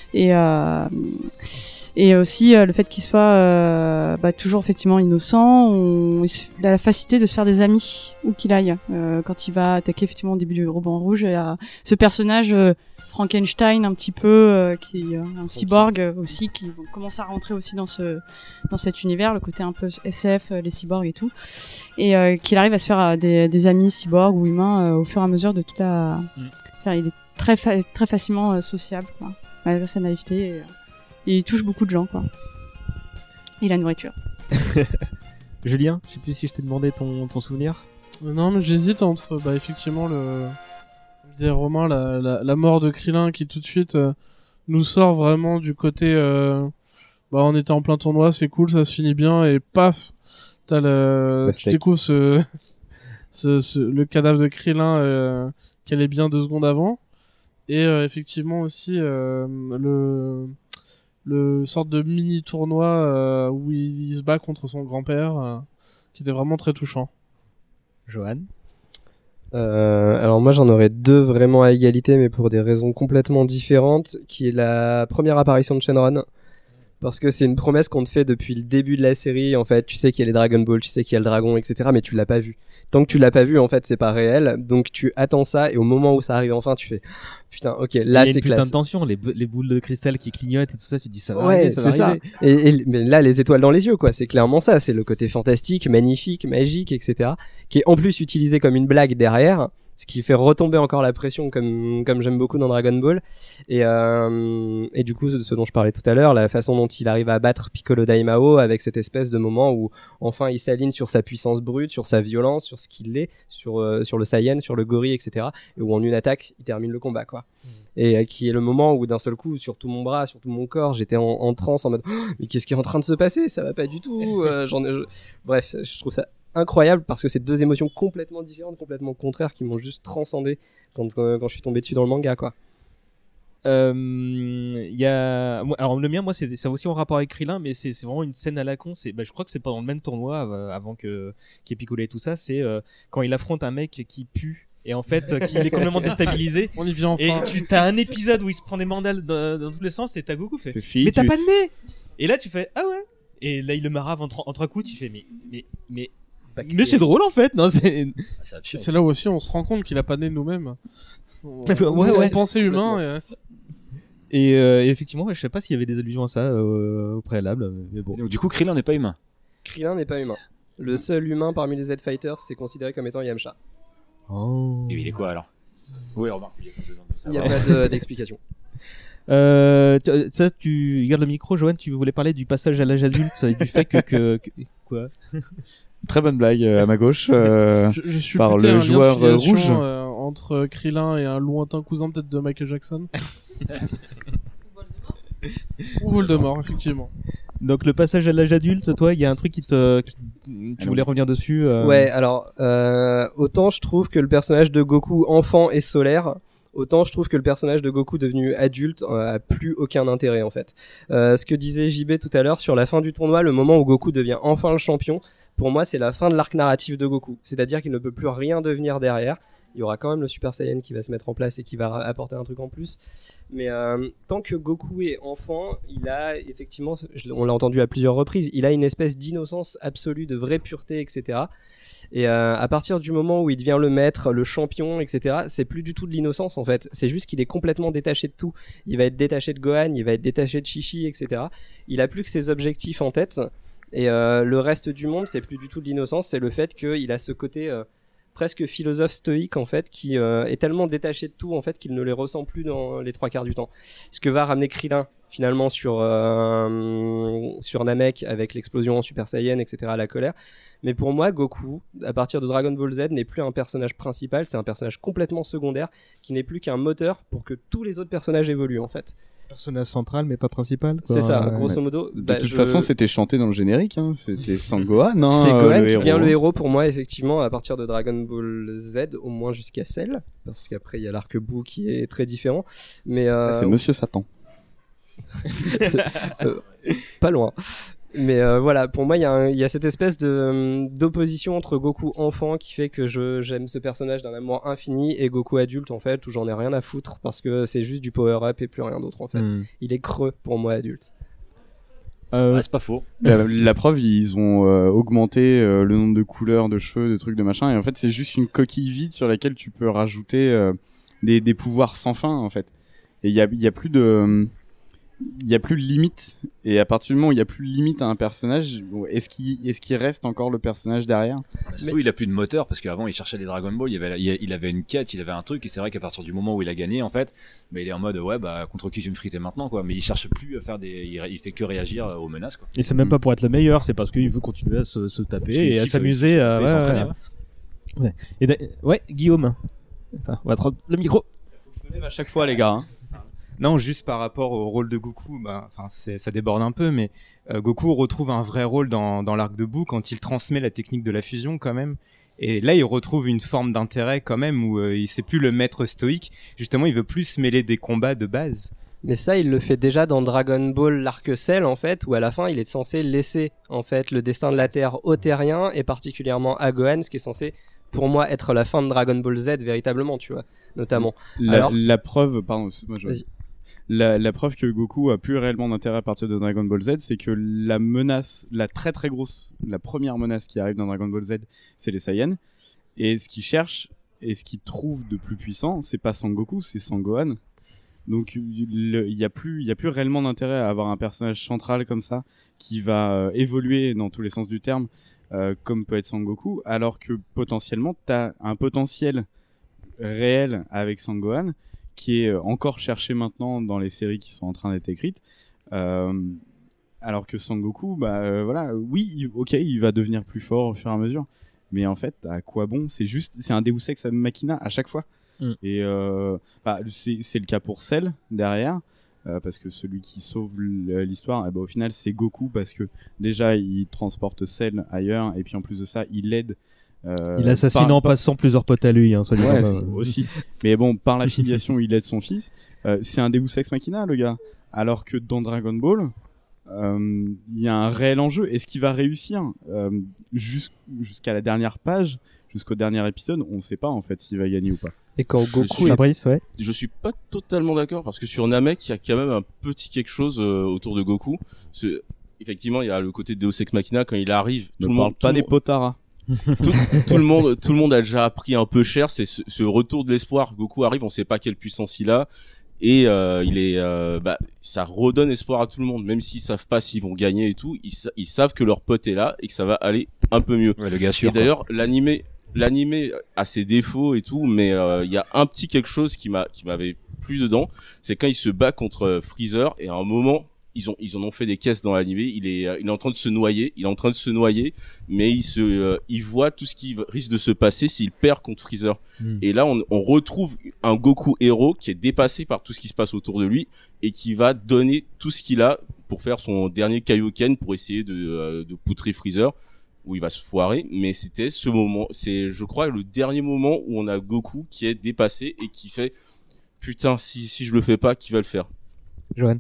Et aussi le fait qu'il soit toujours effectivement innocent, il a la facilité de se faire des amis où qu'il aille. Quand il va attaquer effectivement au début du ruban rouge, il y a ce personnage Frankenstein un petit peu qui est un cyborg aussi, qui commence à rentrer aussi dans cet univers, le côté un peu SF, les cyborgs et tout, et qu'il arrive à se faire des amis cyborgs ou humains au fur et à mesure de toute la... Il est très facilement sociable, quoi, malgré sa naïveté, et il touche beaucoup de gens, quoi. Et la nourriture. Julien, je sais plus si je t'ai demandé ton souvenir. Non, mais j'hésite entre effectivement comme disait Romain, la mort de Krillin qui tout de suite nous sort vraiment du côté on était en plein tournoi, c'est cool, ça se finit bien, et paf, tu découvres le cadavre de Krillin qui allait bien 2 secondes avant. Et effectivement aussi le sorte de mini tournoi où il se bat contre son grand-père, qui était vraiment très touchant. Johan. Alors moi j'en aurais 2 vraiment à égalité, mais pour des raisons complètement différentes, qui est la première apparition de Shenron. Parce que c'est une promesse qu'on te fait depuis le début de la série. En fait, tu sais qu'il y a les Dragon Ball, tu sais qu'il y a le dragon, etc. Mais tu l'as pas vu. Tant que tu l'as pas vu, en fait, c'est pas réel. Donc tu attends ça, et au moment où ça arrive enfin, tu fais putain, ok, là c'est classe. Il y a une putain de tension, les boules de cristal qui clignotent et tout ça. Tu te dis ça va ouais, arriver, ça va arriver. Ça. Mais là, les étoiles dans les yeux, quoi. C'est clairement ça. C'est le côté fantastique, magnifique, magique, etc. Qui est en plus utilisé comme une blague derrière. Ce qui fait retomber encore la pression comme j'aime beaucoup dans Dragon Ball. Et du coup, ce dont je parlais tout à l'heure, la façon dont il arrive à battre Piccolo Daimao avec cette espèce de moment où enfin il s'aligne sur sa puissance brute, sur sa violence, sur ce qu'il est, sur le Saiyan, sur le gorille, etc. Et où en une attaque, il termine le combat, quoi. Et qui est le moment où d'un seul coup, sur tout mon bras, sur tout mon corps, j'étais en transe, en mode oh, mais qu'est-ce qui est en train de se passer? Ça va pas du tout. Bref, je trouve ça incroyable parce que c'est 2 émotions complètement différentes, complètement contraires, qui m'ont juste transcendé quand je suis tombé dessus dans le manga, quoi. Alors le mien, moi, c'est ça aussi en rapport avec Krillin, mais c'est vraiment une scène à la con. Je crois que c'est pendant le même tournoi avant qu'il y ait Piccolo et tout ça. C'est quand il affronte un mec qui pue. Et en fait, qui est complètement déstabilisé. On y vient enfin. Et t'as un épisode où il se prend des mandales dans tous les sens et t'as Goku fait. Mais t'as pas de nez. Et là tu fais ah ouais. Et là il le marave en 3 coups. Tu fais mais c'est drôle en fait. Non, c'est là où aussi on se rend compte qu'il a pas de nez nous-mêmes. On pensait humain. Et effectivement, je sais pas s'il y avait des allusions à ça au préalable, mais bon. Donc, du coup, Krillin n'est pas humain. Krillin n'est pas humain. Le seul humain parmi les Z-Fighters, c'est considéré comme étant Yamcha. Oh. Et il est quoi alors? Oui, remarque, il n'y a pas d'explication. Ça, tu gardes le micro, Johan. Tu voulais parler du passage à l'âge adulte et du fait que... Quoi? Très bonne blague à ma gauche je suis par le joueur rouge entre Krillin et un lointain cousin peut-être de Michael Jackson. Ou Voldemort, effectivement. Donc le passage à l'âge adulte, toi, il y a un truc tu voulais revenir dessus Ouais, alors autant je trouve que le personnage de Goku enfant est solaire, autant je trouve que le personnage de Goku devenu adulte a plus aucun intérêt en fait. Ce que disait JB tout à l'heure sur la fin du tournoi, le moment où Goku devient enfin le champion, pour moi c'est la fin de l'arc narratif de Goku. C'est-à-dire qu'il ne peut plus rien devenir derrière. Il y aura quand même le Super Saiyan qui va se mettre en place et qui va apporter un truc en plus. Mais tant que Goku est enfant, il a effectivement, on l'a entendu à plusieurs reprises, il a une espèce d'innocence absolue, de vraie pureté, etc. Et à partir du moment où il devient le maître, le champion, etc., c'est plus du tout de l'innocence en fait. C'est juste qu'il est complètement détaché de tout. Il va être détaché de Gohan, il va être détaché de Chi-Chi, etc. Il a plus que ses objectifs en tête. Et le reste du monde, c'est plus du tout de l'innocence. C'est le fait qu'il a ce côté... presque philosophe stoïque en fait, qui est tellement détaché de tout en fait qu'il ne les ressent plus dans les 3/4 du temps. Ce que va ramener Krillin finalement sur Namek avec l'explosion en Super Saiyan, etc., la colère. Mais pour moi, Goku, à partir de Dragon Ball Z, n'est plus un personnage principal, c'est un personnage complètement secondaire qui n'est plus qu'un moteur pour que tous les autres personnages évoluent en fait. Personnage central mais pas principal, quoi. C'est ça, grosso modo. De toute façon, c'était chanté dans le générique, hein. C'était Sangohan, non? C'est Gohan qui devient le héros pour moi, effectivement, à partir de Dragon Ball Z, au moins jusqu'à Cell, parce qu'après il y a l'arc Boo qui est très différent. Mais c'est Monsieur Satan. Pas loin. Mais voilà, pour moi, il y a cette espèce d'opposition entre Goku enfant qui fait que j'aime ce personnage d'un amour infini et Goku adulte, en fait, où j'en ai rien à foutre parce que c'est juste du power-up et plus rien d'autre, en fait. Il est creux pour moi, adulte. Ouais, c'est pas faux. La preuve, ils ont augmenté le nombre de couleurs, de cheveux, de trucs, de machin, et en fait, c'est juste une coquille vide sur laquelle tu peux rajouter des pouvoirs sans fin, en fait. Et il y a plus de... Il y a plus de limite, et à partir du moment où il y a plus de limite à un personnage, est-ce qu'il reste encore le personnage derrière? Surtout, il a plus de moteur parce qu'avant il cherchait les Dragon Ball, il avait une quête, il avait un truc, et c'est vrai qu'à partir du moment où il a gagné, en fait, bah, il est en mode ouais, bah contre qui je vais me friter maintenant, quoi. Mais il cherche plus à faire il fait que réagir aux menaces, quoi. Et c'est même pas pour être le meilleur, c'est parce qu'il veut continuer à se taper et à s'amuser, ouais. Ouais, Guillaume. Enfin, on va te rendre le micro. Faut que je me lève à chaque fois, les gars. Hein. Non, juste par rapport au rôle de Goku, ça déborde un peu, mais Goku retrouve un vrai rôle dans l'arc de Boo quand il transmet la technique de la fusion quand même. Et là, il retrouve une forme d'intérêt quand même où il c'est plus le maître stoïque. Justement, il veut plus se mêler des combats de base. Mais ça, il le fait déjà dans Dragon Ball l'Arc Cell, en fait, où à la fin, il est censé laisser, en fait, le destin de la Terre aux Terriens, et particulièrement à Gohan, ce qui est censé, pour moi, être la fin de Dragon Ball Z, véritablement, tu vois, notamment. La preuve, pardon, excuse-moi, Vas-y. La preuve que Goku a plus réellement d'intérêt à partir de Dragon Ball Z, c'est que la menace, la très très grosse, la première menace qui arrive dans Dragon Ball Z, c'est les Saiyans. Et ce qu'il cherche, et ce qu'il trouve de plus puissant, c'est pas Sangoku, c'est Sangohan. Donc il y a plus réellement d'intérêt à avoir un personnage central comme ça qui va évoluer dans tous les sens du terme, comme peut être Sangoku, alors que potentiellement t'as un potentiel réel avec Sangohan qui est encore cherché maintenant dans les séries qui sont en train d'être écrites, alors que Sangoku, voilà, oui, ok, il va devenir plus fort au fur et à mesure, mais en fait, à quoi bon ? C'est un Deus Ex Machina à chaque fois. Et c'est le cas pour Cell derrière, parce que celui qui sauve l'histoire, au final c'est Goku, parce que déjà il transporte Cell ailleurs, et puis en plus de ça il aide. Il assassine en passant plusieurs potes à lui, hein, ça aussi. Mais bon, par la filiation il aide son fils. C'est un Deus Ex Machina, le gars. Alors que dans Dragon Ball, il y a un réel enjeu. Est-ce qu'il va réussir jusqu'à la dernière page, jusqu'au dernier épisode, on sait pas en fait s'il va gagner ou pas. Et quand Goku je suis pas totalement d'accord, parce que sur Namek, il y a quand même un petit quelque chose autour de Goku. Effectivement, il y a le côté Deus Ex Machina quand il arrive. Tout le monde pas des Potara. tout le monde a déjà appris un peu cher. C'est ce retour de l'espoir. Goku arrive, on sait pas quelle puissance il a. Et ça redonne espoir à tout le monde, même s'ils savent pas s'ils vont gagner et tout, ils savent que leur pote est là et que ça va aller un peu mieux. Ouais, le gars sûr, et d'ailleurs, l'animé a ses défauts et tout, mais il y a un petit quelque chose qui m'avait plu dedans, c'est quand il se bat contre Freezer, et à un moment ils en ont fait des caisses dans l'animé, il est en train de se noyer, mais il voit tout ce qui risque de se passer s'il perd contre Freezer. Et là on retrouve un Goku héros qui est dépassé par tout ce qui se passe autour de lui et qui va donner tout ce qu'il a pour faire son dernier Kaioken, pour essayer de poutrer Freezer, où il va se foirer. Mais c'était ce moment, c'est je crois le dernier moment où on a Goku qui est dépassé et qui fait putain, si je le fais pas, qui va le faire? Johan.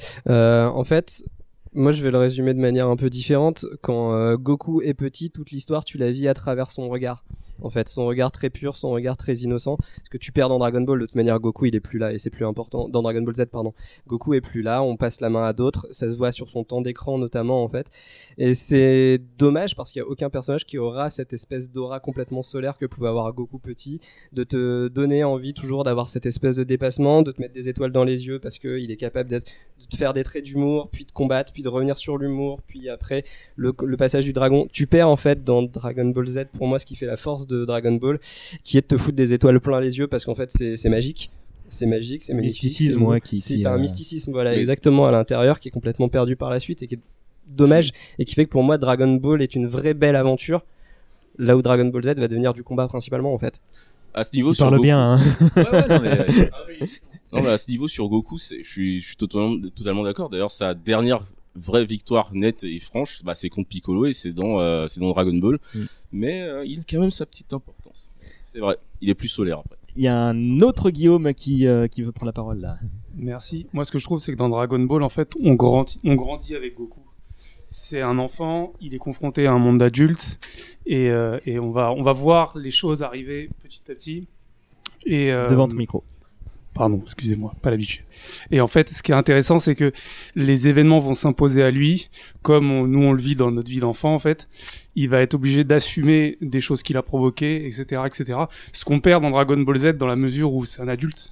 En fait, moi je vais le résumer de manière un peu différente. Quand Goku est petit, toute l'histoire tu la vis à travers son regard. En fait, son regard très pur, son regard très innocent. Ce que tu perds dans Dragon Ball, de toute manière, Goku il est plus là et c'est plus important. Dans Dragon Ball Z, pardon, Goku est plus là. On passe la main à d'autres. Ça se voit sur son temps d'écran notamment en fait. Et c'est dommage parce qu'il y a aucun personnage qui aura cette espèce d'aura complètement solaire que pouvait avoir Goku petit, de te donner envie toujours d'avoir cette espèce de dépassement, de te mettre des étoiles dans les yeux parce que il est capable de te faire des traits d'humour, puis de combattre, puis de revenir sur l'humour, puis après le passage du dragon. Tu perds en fait dans Dragon Ball Z pour moi ce qui fait la force de Dragon Ball, qui est de te foutre des étoiles plein les yeux parce qu'en fait c'est magique. C'est magique, c'est magnifique. Mysticisme, ouais, c'est un mysticisme, voilà, exactement, à l'intérieur, qui est complètement perdu par la suite et qui est dommage, et qui fait que pour moi Dragon Ball est une vraie belle aventure, là où Dragon Ball Z va devenir du combat principalement en fait. À ce niveau, tu parles bien, hein. Non, mais à ce niveau sur Goku, je suis totalement d'accord. D'ailleurs, sa dernière vraie victoire nette et franche, c'est contre Piccolo, et c'est dans Dragon Ball. Mais il a quand même sa petite importance. C'est vrai, il est plus solaire après. Il y a un autre Guillaume qui veut prendre la parole là. Merci. Moi, ce que je trouve, c'est que dans Dragon Ball, en fait, on grandit avec Goku. C'est un enfant, il est confronté à un monde d'adultes, et on va voir les choses arriver petit à petit. Et devant ton micro. Pardon, excusez-moi, pas l'habitude. Et en fait, ce qui est intéressant, c'est que les événements vont s'imposer à lui, comme nous on le vit dans notre vie d'enfant, en fait. Il va être obligé d'assumer des choses qu'il a provoquées, etc., etc. Ce qu'on perd dans Dragon Ball Z dans la mesure où c'est un adulte.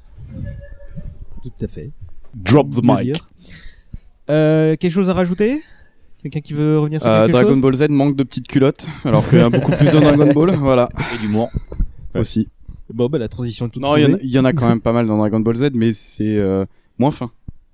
Tout à fait. Drop the mic. Quelque chose à rajouter ? Quelqu'un qui veut revenir sur quelque Dragon chose ? Ball Z manque de petites culottes, alors qu'il y a beaucoup plus de Dragon Ball, voilà. Et d'humour. Aussi. Bon, la transition est toute Non, il y en a quand même pas mal dans Dragon Ball Z, mais c'est moins fin.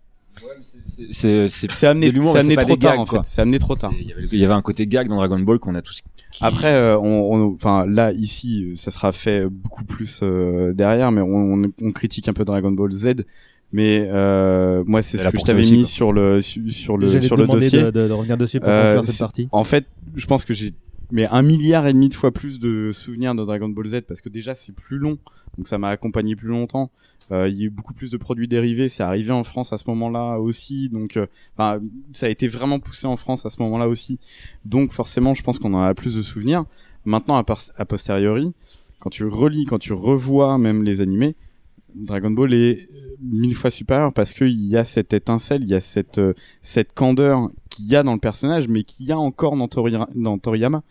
C'est amené pas trop des tard gags, en quoi. fait. C'est amené trop tard. Il y avait un côté gag dans Dragon Ball qu'on a tous. Après, là ici, ça sera fait beaucoup plus derrière, mais on critique un peu Dragon Ball Z. Mais moi, c'est ce que je t'avais mis sur le dossier. de revenir dessus pour conclure cette partie. En fait, je pense que mais 1,5 milliard de fois plus de souvenirs de Dragon Ball Z parce que déjà c'est plus long, donc ça m'a accompagné plus longtemps. Il y a eu beaucoup plus de produits dérivés, c'est arrivé en France à ce moment-là aussi, donc ça a été vraiment poussé en France à ce moment-là aussi. Donc forcément, je pense qu'on en a plus de souvenirs. Maintenant, a posteriori, quand tu relis, quand tu revois même les animés, Dragon Ball est 1000 fois supérieur parce qu'il y a cette étincelle, il y a cette candeur qu'il y a dans le personnage, mais qu'il y a encore dans Toriyama.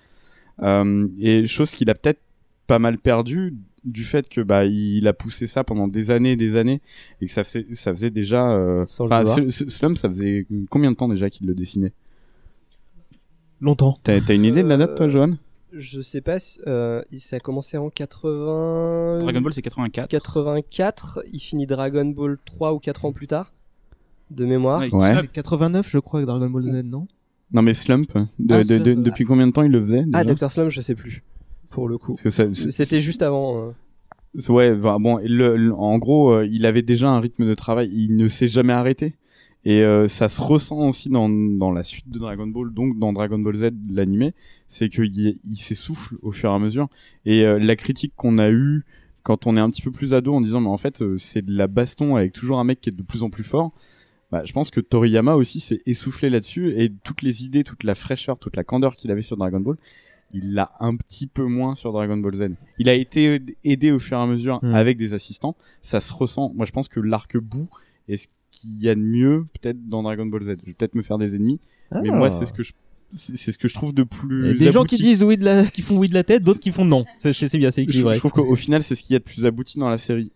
Et chose qu'il a peut-être pas mal perdu du fait que il a poussé ça pendant des années et que ça faisait déjà Slump, ça faisait combien de temps déjà qu'il le dessinait? Longtemps. T'as une idée de la date, toi, Johan? Je sais pas, ça a commencé en 80... Dragon Ball, c'est 84. 84, il finit Dragon Ball 3 ou 4 ans plus tard, de mémoire. Ouais. 89, je crois, avec Dragon Ball Z, non? Non, mais Slump, depuis combien de temps il le faisait déjà? Dr. Slump, je sais plus, pour le coup. C'était juste avant... Ouais, bon, en gros, il avait déjà un rythme de travail, il ne s'est jamais arrêté. Et ça se ressent aussi dans la suite de Dragon Ball, donc dans Dragon Ball Z, l'animé, c'est qu'il s'essouffle au fur et à mesure. Et la critique qu'on a eue quand on est un petit peu plus ado en disant mais en fait c'est de la baston avec toujours un mec qui est de plus en plus fort, je pense que Toriyama aussi s'est essoufflé là-dessus et toutes les idées, toute la fraîcheur, toute la candeur qu'il avait sur Dragon Ball, il l'a un petit peu moins sur Dragon Ball Z. Il a été aidé au fur et à mesure avec des assistants, ça se ressent. Moi je pense que l'arc bout est ce qu'il y a de mieux peut-être dans Dragon Ball Z. Je vais peut-être me faire des ennemis, mais moi c'est ce que je trouve de plus des abouti. gens qui disent qui font oui de la tête, d'autres qui font non. C'est bien, c'est équilibré. Je trouve qu'au final c'est ce qu'il y a de plus abouti dans la série.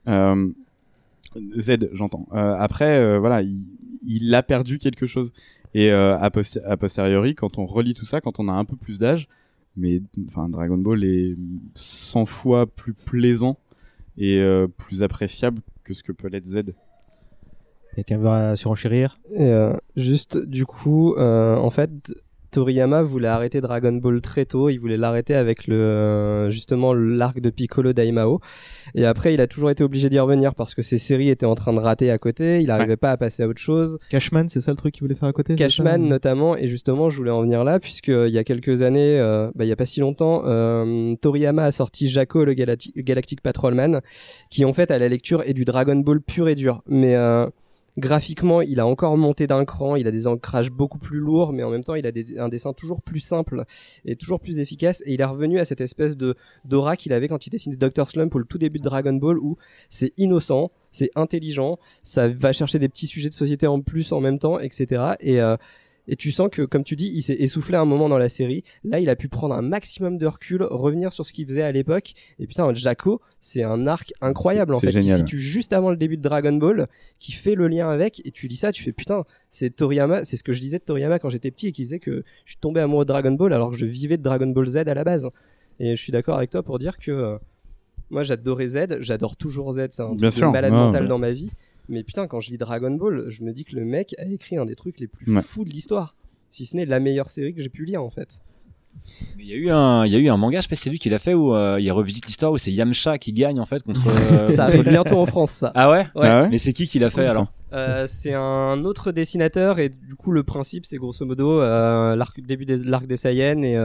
Z, j'entends. Après voilà, il a perdu quelque chose et a posteriori quand on relit tout ça, quand on a un peu plus d'âge, mais enfin Dragon Ball est 100 fois plus plaisant et plus appréciable que ce que peut l'être Z. Quelqu'un va surenchérir? Juste, du coup, en fait, Toriyama voulait arrêter Dragon Ball très tôt. Il voulait l'arrêter avec justement l'arc de Piccolo Daimao. Et après, il a toujours été obligé d'y revenir parce que ses séries étaient en train de rater à côté. Il n'arrivait pas à passer à autre chose. Cashman, c'est ça le truc qu'il voulait faire à côté? Cashman notamment. Et justement, je voulais en venir là puisque il y a quelques années, il y a pas si longtemps, Toriyama a sorti Jaco le Galactic Patrolman, qui en fait à la lecture est du Dragon Ball pur et dur. Mais graphiquement, il a encore monté d'un cran, il a des ancrages beaucoup plus lourds, mais en même temps, il a un dessin toujours plus simple et toujours plus efficace. Et il est revenu à cette espèce d'aura qu'il avait quand il dessinait Dr. Slump au tout début de Dragon Ball, où c'est innocent, c'est intelligent, ça va chercher des petits sujets de société en plus en même temps, etc. Et tu sens que, comme tu dis, il s'est essoufflé un moment dans la série. Là, il a pu prendre un maximum de recul, revenir sur ce qu'il faisait à l'époque. Et putain, Jaco, c'est un arc incroyable, en fait, qui se situe juste avant le début de Dragon Ball, qui fait le lien avec, et tu lis ça, tu fais putain, c'est Toriyama, c'est ce que je disais de Toriyama quand j'étais petit, et qui disait que je suis tombé amoureux de Dragon Ball alors que je vivais de Dragon Ball Z à la base. Et je suis d'accord avec toi pour dire que moi, j'adorais Z, j'adore toujours Z, c'est un truc de malade mental dans ma vie. Mais putain, quand je lis Dragon Ball, je me dis que le mec a écrit un des trucs les plus fous de l'histoire. Si ce n'est la meilleure série que j'ai pu lire, en fait. Il y a eu un manga, je sais pas si c'est lui qui l'a fait, où il revisite l'histoire, où c'est Yamcha qui gagne, en fait, contre... Ça arrive bientôt en France, ça. Ah ouais? Mais c'est qui l'a fait, alors? C'est un autre dessinateur, et du coup, le principe, c'est grosso modo début de l'arc des Saiyans, et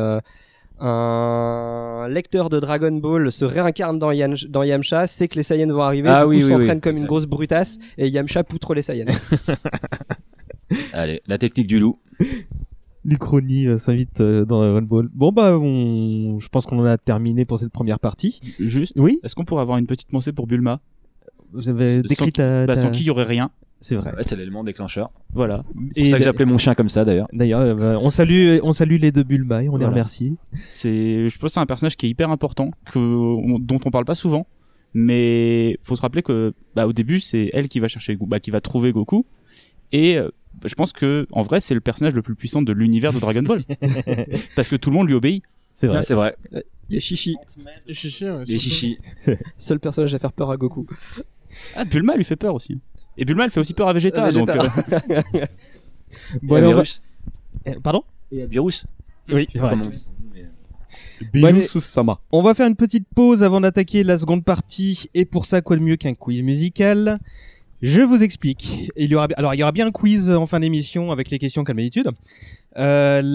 un lecteur de Dragon Ball se réincarne dans Yamcha, sait que les Saiyans vont arriver, s'entraîne comme une grosse brutasse, et Yamcha poutre les Saiyans. Allez, la technique du loup. L'Uchronie s'invite dans Dragon Ball. Bon je pense qu'on en a terminé pour cette première partie. Juste, oui. Est-ce qu'on pourrait avoir une petite pensée pour Bulma? Vous avez décrit sans qui il y aurait rien. C'est vrai. Ouais, c'est l'élément décleur. Voilà. C'est ça que j'appelais mon chien comme ça, d'ailleurs. D'ailleurs, on salue les deux Bulma et on les remercie. Je pense que c'est un personnage qui est hyper important, dont on parle pas souvent, mais faut se rappeler que au début c'est elle qui va chercher qui va trouver Goku, et je pense que en vrai c'est le personnage le plus puissant de l'univers de Dragon Ball parce que tout le monde lui obéit. C'est vrai. Ah, c'est vrai. Il y a Chichi. Chichi. Seul personnage à faire peur à Goku. Ah, Bulma lui fait peur aussi. Et Bulma elle fait aussi peur à Vegeta. Donc, bon, alors, pardon? Et à Beerus. Oui, c'est vrai. Beerus-sama. On va faire une petite pause avant d'attaquer la seconde partie. Et pour ça, quoi de mieux qu'un quiz musical? Je vous explique. Il y aura bien un quiz en fin d'émission avec les questions comme d'habitude.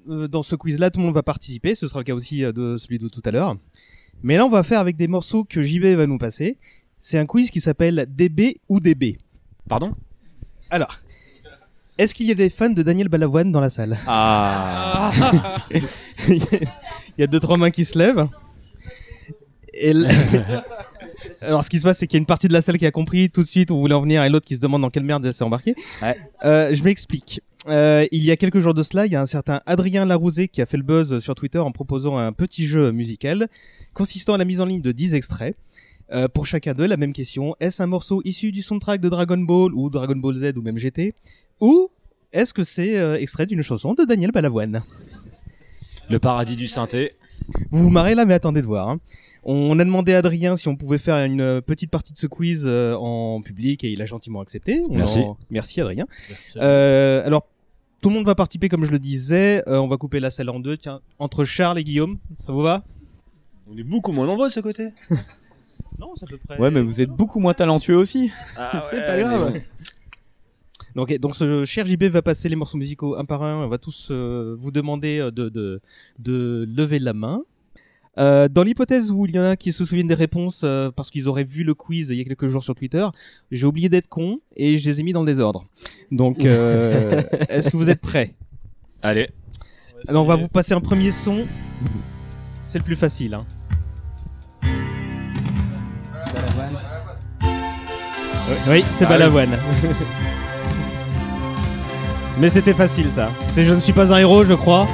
dans ce quiz-là, tout le monde va participer. Ce sera le cas aussi de celui de tout à l'heure. Mais là, on va faire avec des morceaux que JB va nous passer. C'est un quiz qui s'appelle DB ou DB. Pardon ? Alors, est-ce qu'il y a des fans de Daniel Balavoine dans la salle ? Ah. Il y a 2-3 mains qui se lèvent. Et alors, ce qui se passe, c'est qu'il y a une partie de la salle qui a compris tout de suite où vous voulez en venir et l'autre qui se demande dans quelle merde elle s'est embarquée. Ouais. Je m'explique. Il y a quelques jours de cela, il y a un certain Adrien Larousé qui a fait le buzz sur Twitter en proposant un petit jeu musical consistant à la mise en ligne de 10 extraits. Pour chacun d'eux, la même question. Est-ce un morceau issu du soundtrack de Dragon Ball ou Dragon Ball Z ou même GT ? Ou est-ce que c'est extrait d'une chanson de Daniel Balavoine ? Le paradis du synthé. Vous vous marrez là, mais attendez de voir. On a demandé à Adrien si on pouvait faire une petite partie de ce quiz en public et il a gentiment accepté. Merci Adrien. Merci. Alors, tout le monde va participer comme je le disais. On va couper la salle en deux. Tiens, entre Charles et Guillaume, ça vous va ? On est beaucoup moins nombreux de ce côté. Non, c'est à peu près. Ouais, mais vous êtes beaucoup moins talentueux aussi. Ah c'est ouais, pas grave. Donc ce cher JB va passer les morceaux musicaux un par un. On va tous vous demander de lever la main. Dans l'hypothèse où il y en a qui se souviennent des réponses parce qu'ils auraient vu le quiz il y a quelques jours sur Twitter, j'ai oublié d'être con et je les ai mis dans le désordre. Donc, est-ce que vous êtes prêts ? Allez. Alors, on va vous passer un premier son. C'est le plus facile. Hein. Oui, c'est Balavoine. Mais c'était facile ça. C'est Je ne suis pas un héros, je crois.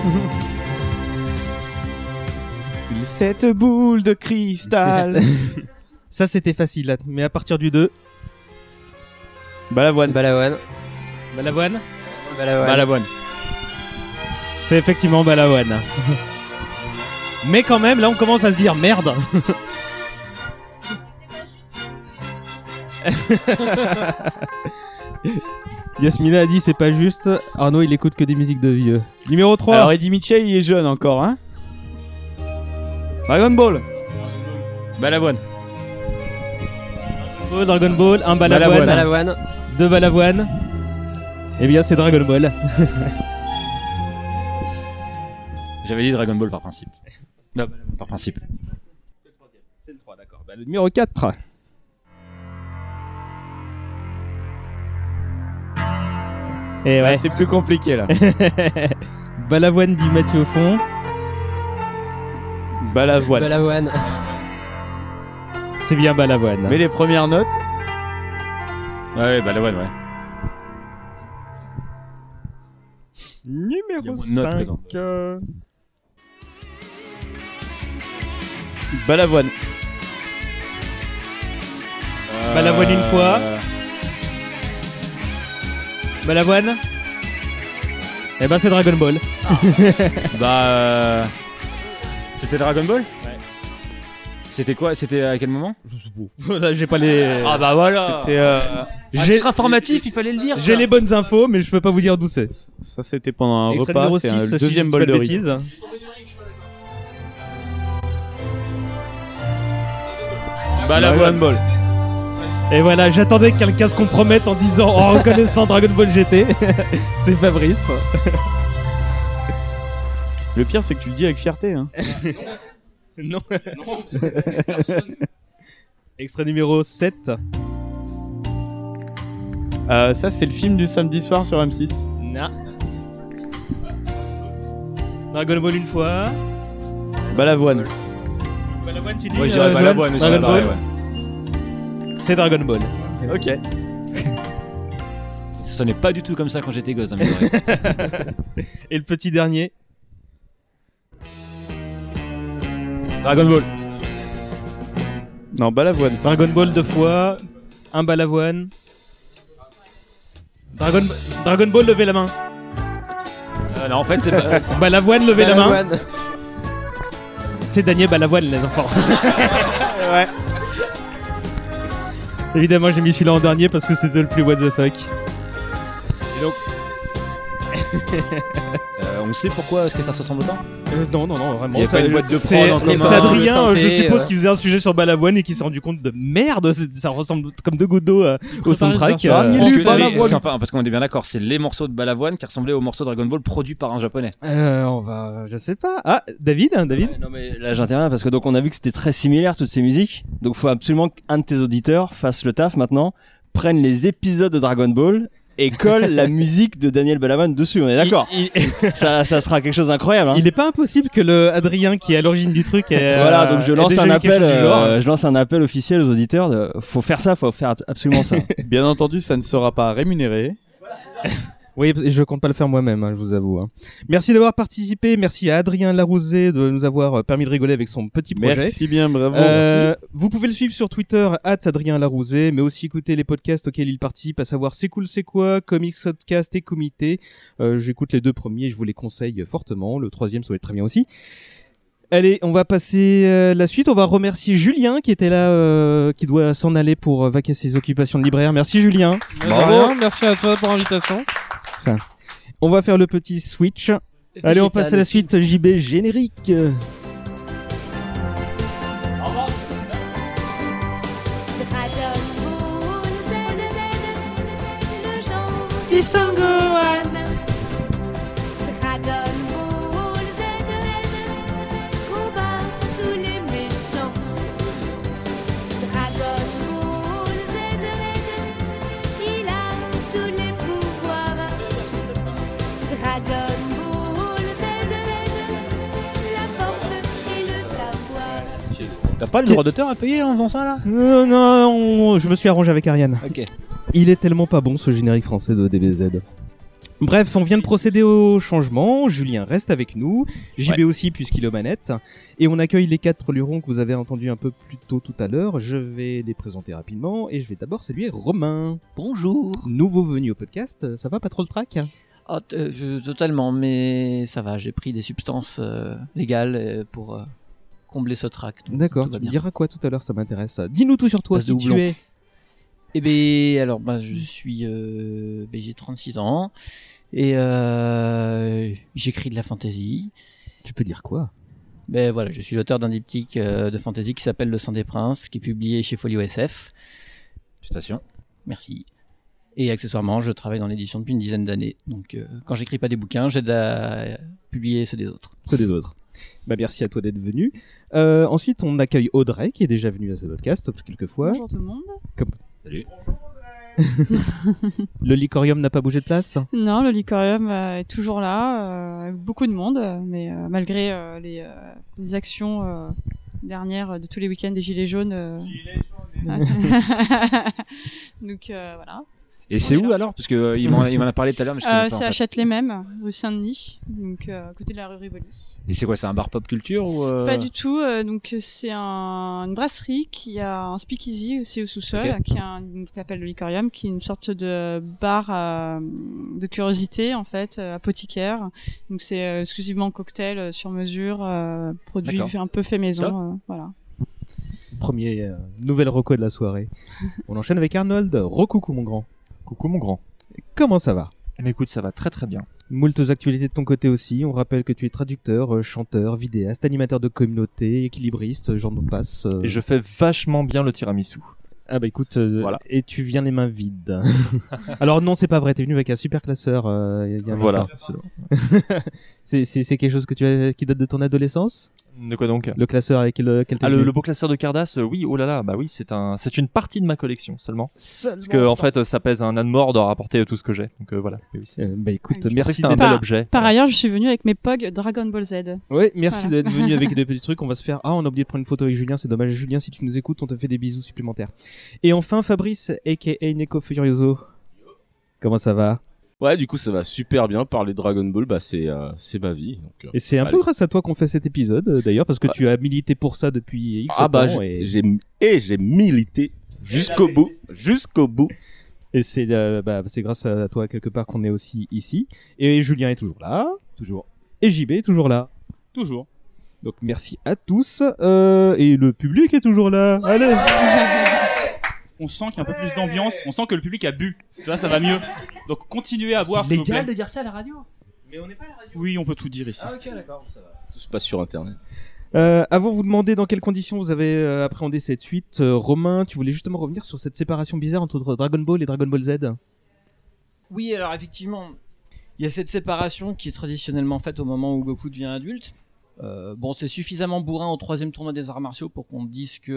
Cette boule de cristal. Ça c'était facile là. Mais à partir du 2. Balavoine. C'est effectivement Balavoine. Mais quand même, là on commence à se dire merde. Yasmina a dit c'est pas juste. Arnaud il écoute que des musiques de vieux. Numéro 3. Alors Eddie Mitchell il est jeune encore hein. Dragon Ball. Balavoine. Dragon Ball, un Balavoine. 2 Balavoine. Eh bien c'est Dragon Ball. J'avais dit Dragon Ball par principe. Non, par principe. C'est le 3, d'accord. Le numéro 4. Et ouais. C'est plus compliqué là. Balavoine dit Mathieu au fond. Balavoine. C'est bien Balavoine. Mais les premières notes. Ouais, Balavoine, ouais. Numéro 5. Balavoine. Balavoine une fois. Balavoine. Eh ben c'est Dragon Ball. C'était Dragon Ball ? Ouais. C'était quoi ? C'était à quel moment ? Je sais pas. Là j'ai pas les. Ah bah voilà. C'était. J'ai informatif, il fallait le dire. J'ai les bonnes infos, mais je peux pas vous dire d'où c'est. Ça c'était pendant un Extrait repas. numéro C'est 6, le deuxième bol de riz. Balavoine Ball. Et voilà, j'attendais que quelqu'un se compromette en disant, en reconnaissant Dragon Ball GT. C'est Fabrice. Le pire, c'est que tu le dis avec fierté. Hein. Non. Extrait numéro 7. Ça, c'est le film du samedi soir sur M6. Non. Dragon Ball une fois. Balavoine. Balavoine, tu dis. Moi, je dirais Balavoine aussi. Dragon Ball. Ouais. C'est Dragon Ball. Ok. Ça n'est pas du tout comme ça quand j'étais gosse. Hein, Et le petit dernier. Dragon Ball. Non, Balavoine. Dragon Ball 2 fois. Un Balavoine. Dragon Ball, levez la main. Non, en fait, c'est Balavoine, levez la main. C'est Daniel Balavoine, les enfants. Ouais. Évidemment, j'ai mis celui-là en dernier parce que c'était le plus what the fuck. Et donc... On sait pourquoi est-ce que ça se ressemble autant? Non, vraiment. Il y a pas une boîte de prod en commun. C'est Adrien, je suppose, qui faisait un sujet sur Balavoine et qui s'est rendu compte de merde, ça ressemble comme deux gouttes d'eau au soundtrack. C'est sympa, parce qu'on est bien d'accord, c'est les morceaux de Balavoine qui ressemblaient aux morceaux de Dragon Ball produits par un japonais. Je sais pas. Ah, David. Non mais là j'interviens parce que donc on a vu que c'était très similaire toutes ces musiques, donc faut absolument qu'un de tes auditeurs fasse le taf maintenant, prenne les épisodes de Dragon Ball et colle la musique de Daniel Balavoine dessus, on est d'accord? Ça sera quelque chose d'incroyable. Hein. Il est pas impossible que le Adrien qui est à l'origine du truc voilà, donc je lance un appel officiel aux auditeurs, faut faire absolument ça. Bien entendu, ça ne sera pas rémunéré. Oui, je compte pas le faire moi-même, je vous avoue. Merci d'avoir participé. Merci à Adrien Larouzé de nous avoir permis de rigoler avec son petit projet. Merci bien, bravo. Merci. Vous pouvez le suivre sur Twitter @Adrien Larouzé, mais aussi écouter les podcasts auxquels il participe, à savoir C'est cool, c'est quoi, Comics Podcast et Comité. J'écoute les deux premiers, je vous les conseille fortement. Le troisième, ça va être très bien aussi. Allez, on va passer la suite. On va remercier Julien qui était là, qui doit s'en aller pour vaquer ses occupations de libraire. Merci Julien. Bravo. Merci à toi pour l'invitation. Enfin, on va faire le petit switch. Allez, on passe à la suite. JB générique. Du Sangohan. Dragon Ball Z, combat tous les méchants. Dragon Ball Z, il a tous les pouvoirs. Dragon Ball Z, la force et le savoir. T'as pas le droit d'auteur à payer en faisant ça là? Non, je me suis arrangé avec Ariane. Ok. Il est tellement pas bon ce générique français de DBZ. Bref, on vient de procéder au changement. Julien reste avec nous, JB aussi puisqu'il est aux manettes, et on accueille les 4 lurons que vous avez entendus un peu plus tôt tout à l'heure. Je vais les présenter rapidement et je vais d'abord saluer Romain. Bonjour. Nouveau venu au podcast, ça va pas trop le trac? Totalement, mais ça va, j'ai pris des substances légales pour combler ce trac. D'accord, tu me diras quoi tout à l'heure, ça m'intéresse. Dis-nous tout sur toi, qui tu es. Eh bien, alors, je suis, j'ai 36 ans et j'écris de la fantasy. Tu peux dire quoi? Ben voilà, je suis l'auteur d'un diptyque de fantasy qui s'appelle Le Sang des Princes, qui est publié chez Folio SF. Félicitations. Merci. Et accessoirement, je travaille dans l'édition depuis une dizaine d'années. Donc, quand j'écris pas des bouquins, j'aide à publier ceux des autres. Ceux des autres. Bah merci à toi d'être venu. Ensuite, on accueille Audrey qui est déjà venue à ce podcast quelques fois. Bonjour tout le monde. Salut. Le Licorium n'a pas bougé de place? Non, le Licorium est toujours là, avec beaucoup de monde, mais malgré les actions dernières de tous les week-ends des Gilets jaunes. Donc voilà. Et c'est où alors? Parce que il m'en a parlé tout à l'heure, mais je connais pas. C'est à Châtelet-Même, rue Saint-Denis, donc à côté de la rue Rivoli. Et c'est quoi? C'est un bar pop culture ou Pas du tout. Donc c'est une brasserie qui a un speakeasy aussi au sous-sol, qui s'appelle le Licorium, qui est une sorte de bar de curiosité en fait, apothicaire. Donc c'est exclusivement cocktail sur mesure, produit un peu fait maison, voilà. Premier nouvelle reco de la soirée. On enchaîne avec Arnold. Recoucou mon grand. Coucou mon grand. Comment ça va? Mais écoute, ça va très très bien. Moultes actualités de ton côté aussi. On rappelle que tu es traducteur, chanteur, vidéaste, animateur de communauté, équilibriste, j'en passe. Et je fais vachement bien le tiramisu. Ah bah écoute, et tu viens les mains vides. Alors non, c'est pas vrai, t'es venu avec un super classeur. Voilà. C'est quelque chose que qui date de ton adolescence? De quoi donc? Le classeur avec lequel t'es le beau classeur de Cardass, oui, oh là là, bah oui, c'est une partie de ma collection seulement. Parce que en fait, ça pèse un âne mort d'en rapporter tout ce que j'ai. Donc voilà. Bah écoute, merci. C'était un bel objet. Par ailleurs, je suis venu avec mes POG Dragon Ball Z. Oui, merci d'être venu avec des petits trucs. On va se faire. Ah, on a oublié de prendre une photo avec Julien, c'est dommage. Julien, si tu nous écoutes, on te fait des bisous supplémentaires. Et enfin, Fabrice, aka Neko Furioso. Comment ça va? Ouais, du coup, ça va super bien. Parler Dragon Ball, bah, c'est ma vie. Donc, et c'est un peu grâce à toi qu'on fait cet épisode, d'ailleurs, parce que tu as milité pour ça depuis X temps. J'ai milité jusqu'au bout. Et c'est grâce à toi, quelque part, qu'on est aussi ici. Et Julien est toujours là. Toujours. Et JB est toujours là. Toujours. Donc, merci à tous. Et le public est toujours là. Ouais. Allez. On sent qu'il y a un peu plus d'ambiance, on sent que le public a bu. Tu vois, ça va mieux. Donc continuez à boire, s'il vous plaît. C'est légal de dire ça à la radio? Mais on n'est pas à la radio. Oui, on peut tout dire ici. Ah ok, d'accord, ça va. Tout se passe sur Internet. Avant de vous demander dans quelles conditions vous avez appréhendé cette suite, Romain, tu voulais justement revenir sur cette séparation bizarre entre Dragon Ball et Dragon Ball Z. Oui, alors effectivement, il y a cette séparation qui est traditionnellement faite au moment où Goku devient adulte. Bon, c'est suffisamment bourrin au 3e tournoi des arts martiaux pour qu'on dise que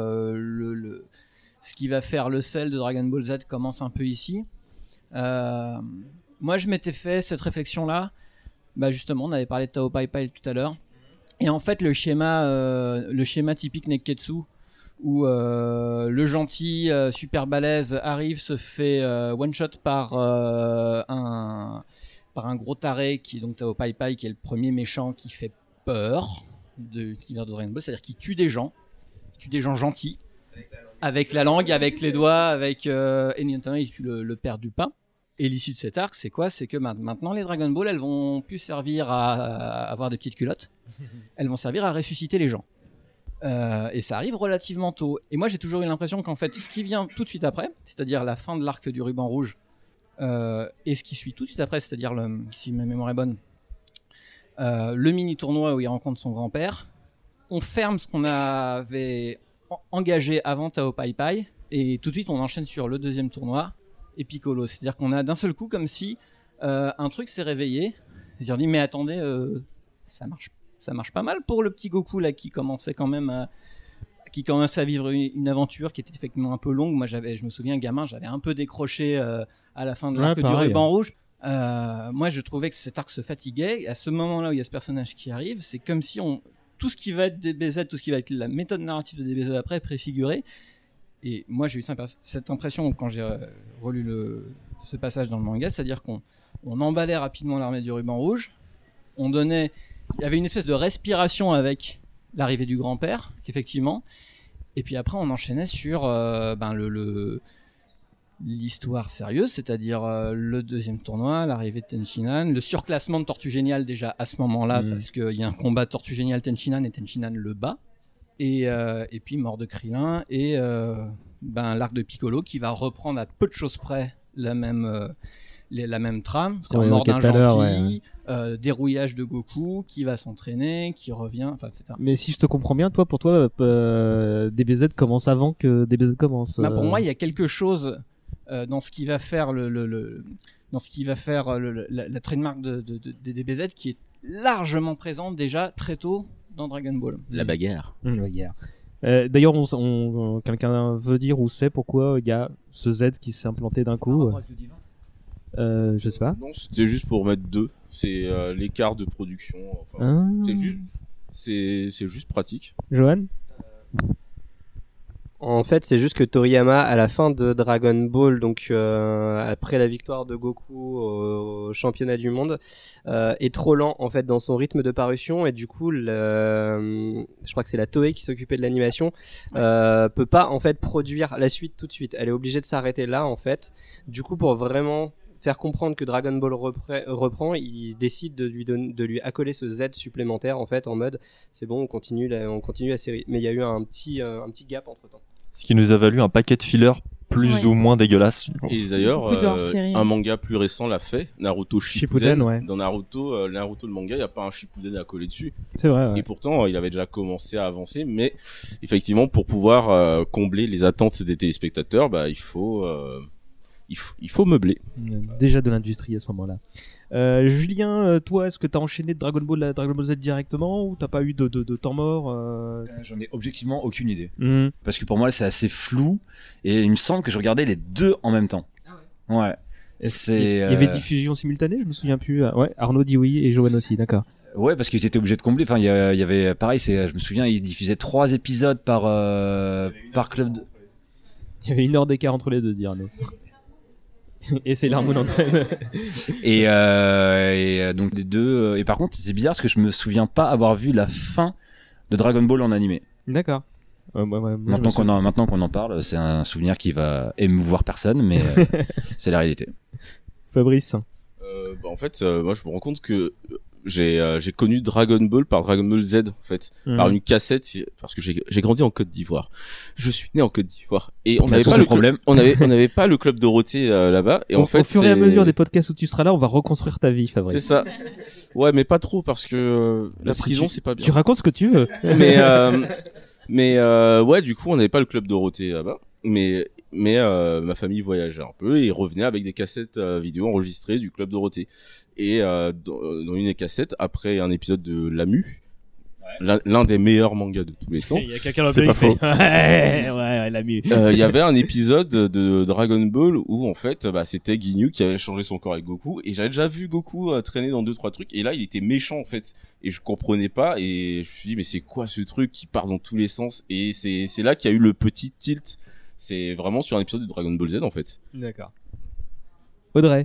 ce qui va faire le sel de Dragon Ball Z commence un peu ici. Moi, je m'étais fait cette réflexion-là. Bah justement, on avait parlé de Tao Pai Pai tout à l'heure. Et en fait, le schéma typique Nekketsu, où le gentil super balèze arrive, se fait one shot par un gros taré qui est donc Tao Pai Pai, qui est le premier méchant qui fait peur qui vient de Dragon Ball, c'est-à-dire qu'il tue des gens gentils avec la langue, avec les doigts, avec et notamment il tue le père du pain. Et l'issue de cet arc, c'est quoi? C'est que maintenant les Dragon Ball, elles vont plus servir à avoir des petites culottes, elles vont servir à ressusciter les gens. Et ça arrive relativement tôt. Et moi, j'ai toujours eu l'impression qu'en fait, ce qui vient tout de suite après, c'est-à-dire la fin de l'arc du ruban rouge, et ce qui suit tout de suite après, c'est-à-dire, si ma mémoire est bonne, le mini-tournoi où il rencontre son grand-père, on ferme ce qu'on avait engagé avant Tao Pai Pai, et tout de suite, on enchaîne sur le 2e tournoi, et Piccolo. C'est-à-dire qu'on a d'un seul coup comme si un truc s'est réveillé, c'est-à-dire dit mais attendez, ça marche pas mal pour le petit Goku là qui commençait à vivre une aventure qui était effectivement un peu longue. Moi je me souviens gamin, j'avais un peu décroché à la fin de l'arc du ruban rouge. Moi je trouvais que cet arc se fatiguait. À ce moment-là où il y a ce personnage qui arrive, c'est comme si tout ce qui va être DBZ, tout ce qui va être la méthode narrative de DBZ après est préfiguré. Et moi j'ai eu cette impression quand j'ai relu ce passage dans le manga, c'est-à-dire qu'on emballait rapidement l'armée du ruban rouge, il y avait une espèce de respiration avec l'arrivée du grand-père, effectivement, et puis après on enchaînait sur l'histoire sérieuse, c'est-à-dire le 2e tournoi, l'arrivée de Tenshinhan, le surclassement de Tortue Géniale déjà à ce moment-là, parce qu'il y a un combat de Tortue Géniale Tenshinhan et Tenshinhan le bat. Et puis mort de Krillin et l'arc de Piccolo qui va reprendre à peu de choses près la même trame, c'est-à-dire mort d'un gentil, dérouillage de Goku qui va s'entraîner, qui revient, etc. Mais si je te comprends bien, pour toi, DBZ commence avant que DBZ commence. Pour moi, il y a quelque chose dans ce qui va faire la trademark des DBZ qui est largement présente déjà très tôt dans Dragon Ball. La bagarre. La bagarre. D'ailleurs, quelqu'un veut dire où c'est, pourquoi il y a ce Z qui s'est implanté d'un coup je sais pas. Non, c'était juste pour mettre 2. C'est l'écart de production. Enfin, c'est juste pratique. Johan? En fait, c'est juste que Toriyama, à la fin de Dragon Ball, donc après la victoire de Goku au championnat du monde, est trop lent en fait dans son rythme de parution et du coup, je crois que c'est la Toei qui s'occupait de l'animation, peut pas en fait produire la suite tout de suite. Elle est obligée de s'arrêter là en fait. Du coup, pour vraiment faire comprendre que Dragon Ball reprend, il décide de lui accoler ce Z supplémentaire en fait en mode c'est bon, on continue la série. Mais il y a eu un petit gap entre temps. Ce qui nous a valu un paquet de fillers plus ou moins dégueulasse. Et d'ailleurs, un manga plus récent l'a fait, Naruto Shippuden. Dans Naruto, le manga, il n'y a pas un Shippuden à coller dessus. C'est vrai. Et pourtant, il avait déjà commencé à avancer, mais effectivement, pour pouvoir combler les attentes des téléspectateurs, il faut meubler. Déjà de l'industrie à ce moment-là. Julien, toi, est-ce que t'as enchaîné de Dragon Ball à Dragon Ball Z directement ou t'as pas eu de temps mort J'en ai objectivement aucune idée. Parce que pour moi, c'est assez flou et il me semble que je regardais les deux en même temps. Ouais. Il y avait diffusion simultanée, je me souviens plus. Ouais, Arnaud dit oui et Johan aussi, d'accord. Ouais, parce qu'ils étaient obligés de combler. Enfin, il y avait pareil, je me souviens, ils diffusaient 3 épisodes par club. Il y avait 1 heure d'écart entre les deux, dit Arnaud. Et c'est l'harmonie d'entraîne. Et donc les deux. Et par contre, c'est bizarre parce que je me souviens pas avoir vu la fin de Dragon Ball en animé. D'accord. Maintenant qu'on en parle, c'est un souvenir qui va émouvoir personne, mais c'est la réalité. Fabrice. En fait, moi je me rends compte que j'ai connu Dragon Ball par Dragon Ball Z en fait, par une cassette, parce que j'ai grandi en Côte d'Ivoire. Je suis né en Côte d'Ivoire et on n'avait pas le problème. On n'avait pas le club Dorothée là-bas et Donc, en fait au fur et à mesure des podcasts où tu seras là, on va reconstruire ta vie, Fabrice. c'est ça. Ouais, mais pas trop parce que la prison c'est pas bien. Tu racontes ce que tu veux. Mais ouais, du coup, on n'avait pas le club Dorothée là-bas, mais ma famille voyageait un peu et revenait avec des cassettes vidéo enregistrées du club Dorothée. Et dans une des cassettes, après un épisode de Lamu, l'un des meilleurs mangas de tous les temps. Il y a quelqu'un dans le pays qui fait ouais, Lamu. Il y avait un épisode de Dragon Ball où en fait, c'était Ginyu qui avait changé son corps avec Goku et j'avais déjà vu Goku traîner dans 2-3 trucs et là il était méchant en fait et je comprenais pas et je me suis dit mais c'est quoi ce truc qui part dans tous les sens et c'est là qu'il y a eu le petit tilt. C'est vraiment sur un épisode de Dragon Ball Z en fait. D'accord. Audrey.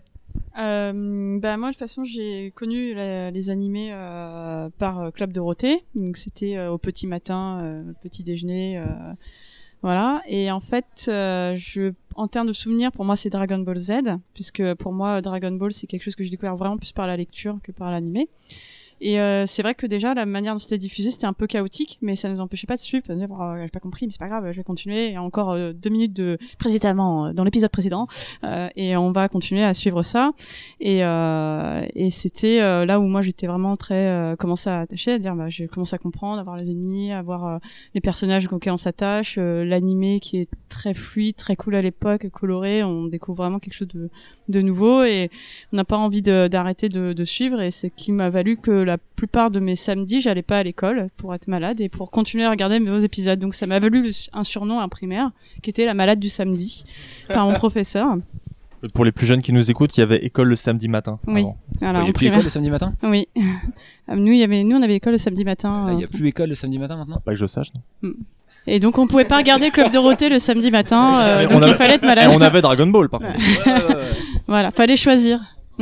Moi de toute façon j'ai connu les animés par Club Dorothée, donc c'était au petit matin, petit déjeuner, voilà. Et en fait, en termes de souvenirs, pour moi c'est Dragon Ball Z, puisque pour moi Dragon Ball c'est quelque chose que j'ai découvert vraiment plus par la lecture que par l'animé. Et c'est vrai que déjà la manière dont c'était diffusé c'était un peu chaotique, mais ça ne nous empêchait pas de suivre. J'ai pas compris, mais c'est pas grave, je vais continuer. Il y a encore 2 minutes précédemment dans l'épisode précédent, et on va continuer à suivre ça. Et c'était là où moi j'étais vraiment très commencé à attacher, à dire j'ai commencé à comprendre, à voir les ennemis, à voir les personnages auxquels on s'attache, l'animé qui est très fluide, très cool à l'époque, coloré. On découvre vraiment quelque chose de nouveau et on n'a pas envie d'arrêter de suivre. Et c'est ce qui m'a valu que la plupart de mes samedis, j'allais pas à l'école pour être malade et pour continuer à regarder mes nouveaux épisodes. Donc ça m'a valu un surnom en primaire qui était la malade du samedi par mon professeur. Pour les plus jeunes qui nous écoutent, il y avait école le samedi matin. Oui. Avant. Alors, il n'y a plus école le samedi matin? Oui. Nous, on avait école le samedi matin. Il n'y a plus école le samedi matin maintenant? Pas que je sache, non. Et donc on pouvait pas regarder Club Dorothée le samedi matin, donc il fallait être malade. Et on avait Dragon Ball par contre. Voilà, fallait choisir.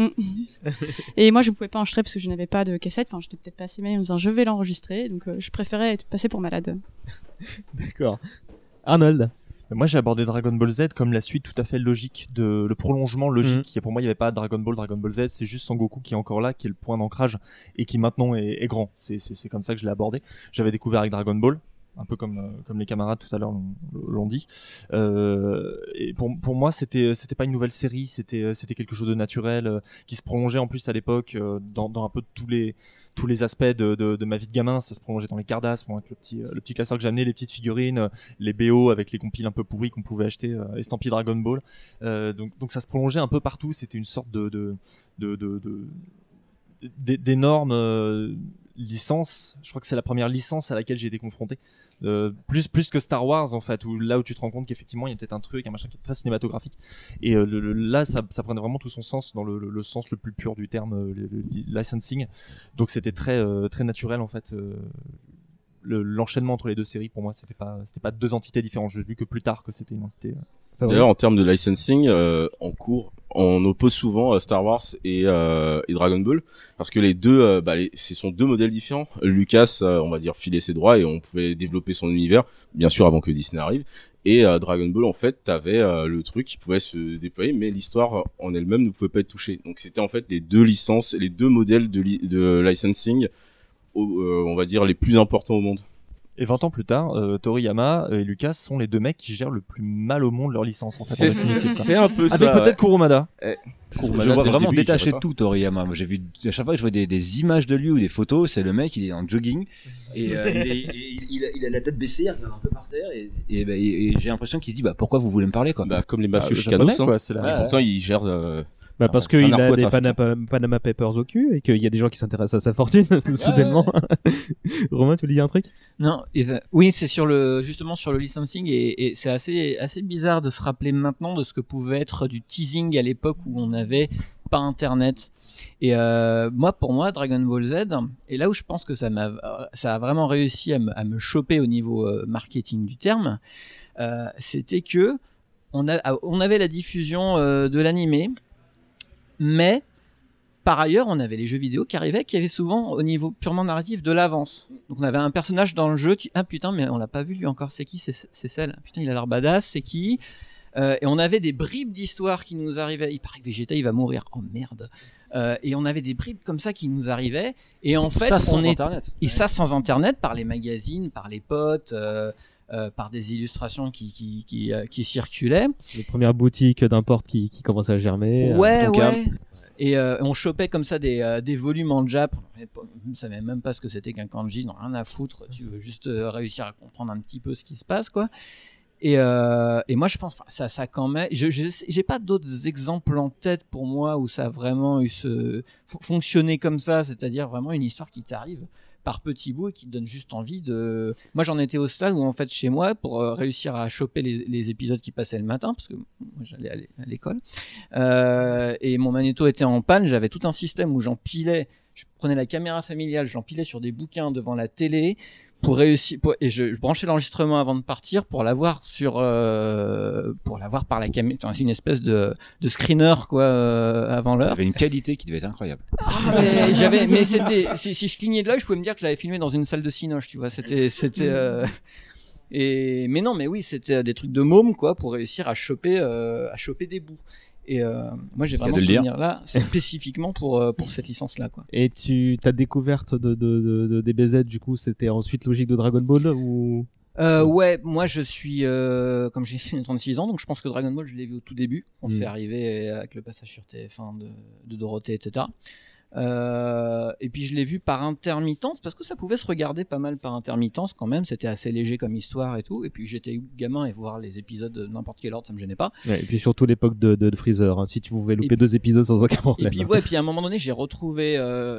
Et moi je pouvais pas enregistrer parce que je n'avais pas de cassette, enfin j'étais peut-être pas assez maline en disant je vais l'enregistrer, donc je préférais être passé pour malade. D'accord. Arnold. Moi j'ai abordé Dragon Ball Z comme la suite tout à fait logique, le prolongement logique. Pour moi il n'y avait pas Dragon Ball Z, c'est juste Son Goku qui est encore là, qui est le point d'ancrage et qui maintenant est grand. C'est comme ça que je l'ai abordé. J'avais découvert avec Dragon Ball, un peu comme les camarades tout à l'heure l'ont dit. Et pour moi c'était pas une nouvelle série, c'était quelque chose de naturel qui se prolongeait en plus à l'époque dans un peu tous les aspects de ma vie de gamin. Ça se prolongeait dans les Cardass, avec le petit classeur que j'amenais, les petites figurines, les BO avec les compiles un peu pourris qu'on pouvait acheter, estampillés Dragon Ball. Donc ça se prolongeait un peu partout. C'était une sorte d'énormes licence. Je crois que c'est la première licence à laquelle j'ai été confronté, plus que Star Wars en fait, où tu te rends compte qu'effectivement il y a peut-être un truc, un machin qui est très cinématographique, et là ça prenait vraiment tout son sens dans le sens le plus pur du terme, le licensing. Donc c'était très très naturel en fait. L'enchaînement entre les deux séries pour moi c'était pas deux entités différentes. J'ai vu que plus tard que c'était une entité. D'ailleurs en termes de licensing, en cours on oppose souvent Star Wars et Dragon Ball parce que les deux ce sont deux modèles différents. Lucas on va dire filait ses droits et on pouvait développer son univers bien sûr avant que Disney arrive, et Dragon Ball en fait t'avais le truc qui pouvait se déployer mais l'histoire en elle-même ne pouvait pas être touchée. Donc c'était en fait les deux licences, les deux modèles de licensing on va dire les plus importants au monde. Et 20 ans plus tard, Toriyama et Lucas sont les deux mecs qui gèrent le plus mal au monde leur licence en fait. C'est un peu ça. Avec peut-être Kurumada. Je vois vraiment détaché de tout Toriyama. Moi j'ai vu à chaque fois que je vois des images de lui ou des photos, c'est le mec, il est en jogging et il a la tête baissée, il regarde un peu par terre et j'ai l'impression qu'il se dit pourquoi vous voulez me parler quoi. Comme les mafieux Chicanos hein. Pourtant il gère parce qu'il a des Panama Papers au cul et qu'il y a des gens qui s'intéressent à sa fortune soudainement. Romain, tu voulais dire un truc? Non, oui, c'est justement sur le licensing et c'est assez bizarre de se rappeler maintenant de ce que pouvait être du teasing à l'époque où on n'avait pas internet. Et pour moi Dragon Ball Z, et là où je pense que ça a vraiment réussi à me choper au niveau marketing du terme, c'était que on avait la diffusion de l'animé. Mais par ailleurs, on avait les jeux vidéo qui arrivaient, qui avaient souvent au niveau purement narratif de l'avance. Donc on avait un personnage dans le jeu, putain, mais on l'a pas vu lui encore. C'est qui? C'est celle. Putain, il a l'air badass. C'est qui? Et on avait des bribes d'histoire qui nous arrivaient. Il paraît que Vegeta il va mourir. Oh merde. Et on avait des bribes comme ça qui nous arrivaient. Et en fait, ça sans internet. Et ça sans internet, par les magazines, par les potes. Par des illustrations qui circulaient. Les premières boutiques d'import qui commençaient à germer. Ouais. Et on chopait comme ça des volumes en Jap. On ne savait même pas ce que c'était qu'un kanji, non, rien à foutre. Tu veux juste réussir à comprendre un petit peu ce qui se passe, quoi. Et moi, je pense, ça quand même. J'ai pas d'autres exemples en tête pour moi où ça a vraiment eu fonctionné comme ça, c'est-à-dire vraiment une histoire qui t'arrive par petits bouts et qui te donne juste envie de... Moi, j'en étais au stade où, en fait, chez moi, pour réussir à choper les épisodes qui passaient le matin, parce que moi, j'allais à l'école, et mon magnéto était en panne, j'avais tout un système où j'empilais, je prenais la caméra familiale, j'empilais sur des bouquins devant la télé, pour réussir, et je branchais l'enregistrement avant de partir pour l'avoir par la caméra. C'est une espèce de screener, quoi, avant l'heure. Il y avait une qualité qui devait être incroyable. Mais c'était, si je clignais de l'œil, je pouvais me dire que je l'avais filmé dans une salle de cinoche, tu vois. Mais non, mais oui, c'était des trucs de môme, quoi, pour réussir à choper des bouts. Et moi j'ai vraiment ce souvenir là spécifiquement pour cette licence là, quoi. Et ta découverte de DBZ, du coup, c'était ensuite logique de Dragon Ball ou ouais, moi je suis comme j'ai 36 ans, donc je pense que Dragon Ball je l'ai vu au tout début, on s'est arrivé avec le passage sur TF1 de Dorothée, etc. Et puis je l'ai vu par intermittence parce que ça pouvait se regarder pas mal par intermittence quand même, c'était assez léger comme histoire et tout, et puis j'étais gamin et voir les épisodes de n'importe quel ordre ça me gênait pas. Ouais, et puis surtout l'époque de Freezer, hein, si tu pouvais louper 2 épisodes sans aucun problème. Et puis à un moment donné j'ai retrouvé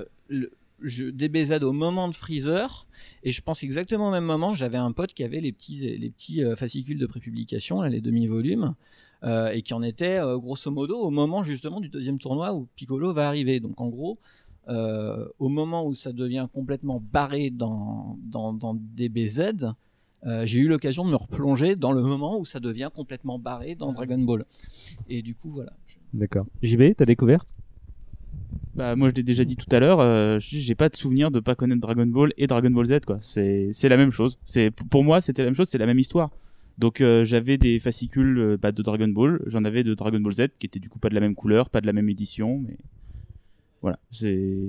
DBZ au moment de Freezer, et je pense qu'exactement au même moment j'avais un pote qui avait les petits fascicules de prépublication, là, les demi-volumes, et qui en était grosso modo au moment justement du deuxième tournoi où Piccolo va arriver. Donc en gros, au moment où ça devient complètement barré dans DBZ, j'ai eu l'occasion de me replonger dans le moment où ça devient complètement barré dans Dragon Ball. Et du coup voilà. D'accord. JB, ta découverte? Bah moi je l'ai déjà dit tout à l'heure, j'ai pas de souvenir de pas connaître Dragon Ball et Dragon Ball Z, quoi. C'est la même chose. Pour moi c'était la même chose, c'est la même histoire. Donc j'avais des fascicules de Dragon Ball, j'en avais de Dragon Ball Z qui étaient du coup pas de la même couleur, pas de la même édition, mais voilà, je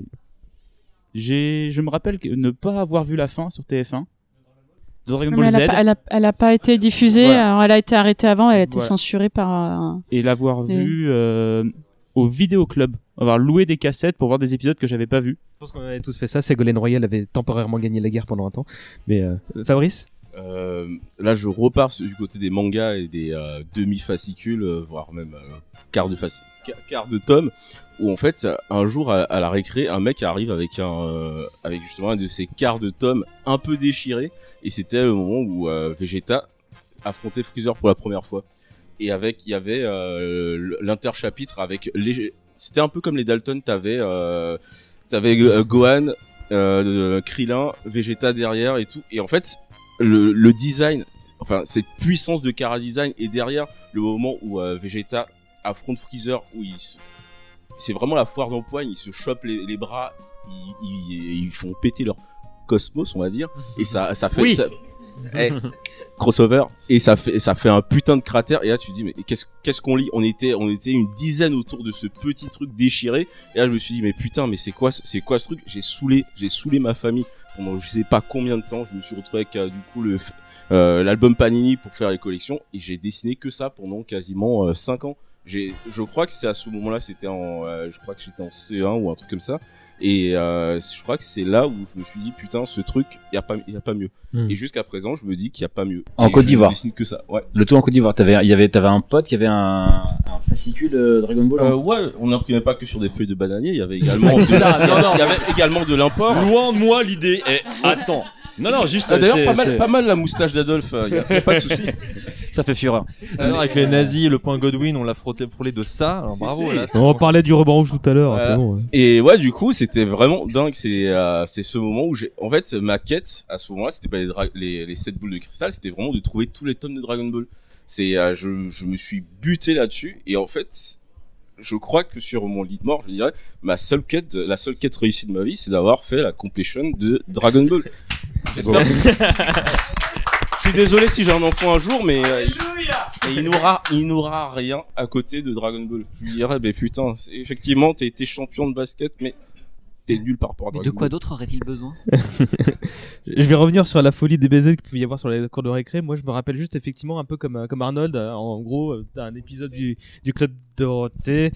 me rappelle ne pas avoir vu la fin sur TF1 de Dragon Ball Z. Elle a pas été diffusée, voilà. Alors elle a été arrêtée avant, elle a été censurée par et l'avoir vue au Vidéo Club, avoir loué des cassettes pour voir des épisodes que j'avais pas vus. Je pense qu'on avait tous fait ça, Ségolène Royal avait temporairement gagné la guerre pendant un temps. Mais Fabrice? Là je repars du côté des mangas et des demi-fascicules, voire même quart de tome, où en fait un jour à la récré un mec arrive avec justement un de ces quarts de tome un peu déchiré, et c'était le moment où Vegeta affrontait Freezer pour la première fois, et il y avait l'interchapitre avec c'était un peu comme les Dalton, t'avais Gohan, Krillin, Vegeta derrière et tout, et en fait le design, enfin cette puissance de chara design, et derrière le moment où Vegeta affronte Freezer, où c'est vraiment la foire d'empoigne, ils se chopent les bras, ils font péter leur cosmos, on va dire, et ça fait oui. Crossover, et ça fait un putain de cratère, et là tu te dis mais qu'est-ce qu'on lit, on était une dizaine autour de ce petit truc déchiré, et là je me suis dit mais putain, mais c'est quoi ce truc. J'ai saoulé ma famille pendant je sais pas combien de temps. Je me suis retrouvé avec du coup l'album Panini pour faire les collections, et j'ai dessiné que ça pendant quasiment 5 ans. Je crois que c'est à ce moment-là, c'était je crois que j'étais en CE1 ou un truc comme ça, et je crois que c'est là où je me suis dit putain, ce truc, y a pas mieux. Et jusqu'à présent je me dis qu'il y a pas mieux. En Côte d'Ivoire. Je dessine que ça. Ouais. Le tout en Côte d'Ivoire. T'avais un pote qui avait un fascicule Dragon Ball. Ouais, on n'imprimait pas que sur des feuilles de bananier, il y avait également il y avait également de l'import. Loin de moi l'idée. Attends. Non, juste. D'ailleurs, pas mal la moustache d'Adolphe, y a pas de souci. Ça fait fureur. Alors, avec les nazis, le point Godwin, on l'a frôlé de ça. Alors, bravo. Là, on parlait du ruban rouge tout à l'heure, c'est bon. Ouais. Et ouais, du coup, c'était vraiment dingue. C'est ce moment où en fait, ma quête, à ce moment-là, c'était pas les 7 boules de cristal, c'était vraiment de trouver tous les tomes de Dragon Ball. Je me suis buté là-dessus, et en fait, je crois que sur mon lit de mort, je dirais, la seule quête réussie de ma vie, c'est d'avoir fait la completion de Dragon Ball. J'espère. Je suis désolé si j'ai un enfant un jour, mais Et il n'aura rien à côté de Dragon Ball. Je lui dirais, mais putain, effectivement, t'es champion de basket, mais t'es nul par rapport à Dragon Ball. De quoi d'autre aurait-il besoin? Je vais revenir sur la folie des baisers qu'il pouvait y avoir sur les cours de récré. Moi, je me rappelle juste effectivement un peu comme Arnold. En gros, t'as un épisode du Club Dorothée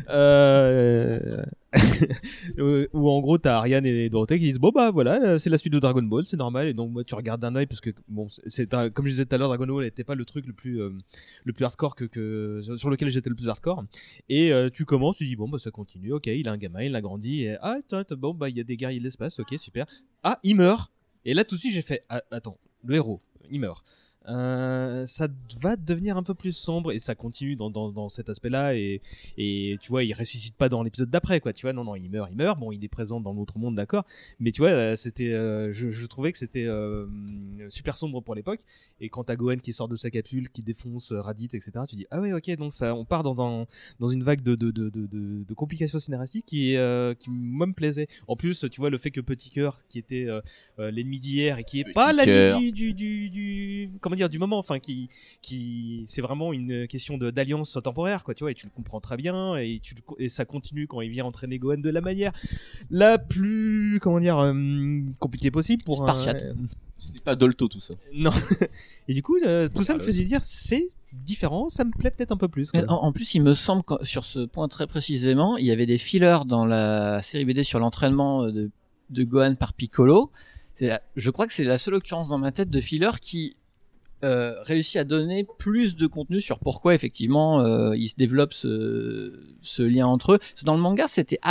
où en gros t'as Ariane et Dorothée qui disent bon bah voilà, c'est la suite de Dragon Ball, c'est normal. Et donc moi tu regardes d'un œil parce que bon, comme je disais tout à l'heure, Dragon Ball n'était pas le truc le plus hardcore que sur lequel j'étais le plus hardcore. Et tu commences, tu dis bon bah ça continue, ok, il a un gamin, il a grandi, et bon bah il y a des guerriers de l'espace, ok super. Ah, il meurt. Et là tout de suite j'ai fait attends, le héros il meurt. Ça va devenir un peu plus sombre et ça continue dans cet aspect-là et tu vois il ressuscite pas dans l'épisode d'après quoi, tu vois, non il meurt, bon il est présent dans l'autre monde, d'accord, mais tu vois c'était je trouvais que c'était super sombre pour l'époque. Et quand t'as Gohan qui sort de sa capsule, qui défonce Raditz, etc., tu dis ah ouais ok, donc ça on part dans une vague de complications scénaristiques qui moi me plaisait. En plus tu vois le fait que Petit Cœur qui était l'ennemi d'hier et qui est pas l'ami du comment dire, du moment, enfin qui c'est vraiment une question d'alliance temporaire quoi, tu vois, et tu le comprends très bien et ça continue quand il vient entraîner Gohan de la manière la plus comment dire compliquée possible pour Spartiate. C'était pas Dolto tout ça. Non. Et du coup tout ça me faisait dire c'est différent, ça me plaît peut-être un peu plus quoi. En plus il me semble que sur ce point très précisément il y avait des fillers dans la série BD sur l'entraînement de Gohan par Piccolo. Je crois que c'est la seule occurrence dans ma tête de filler qui réussit à donner plus de contenu sur pourquoi effectivement il se développe ce lien entre eux. Dans le manga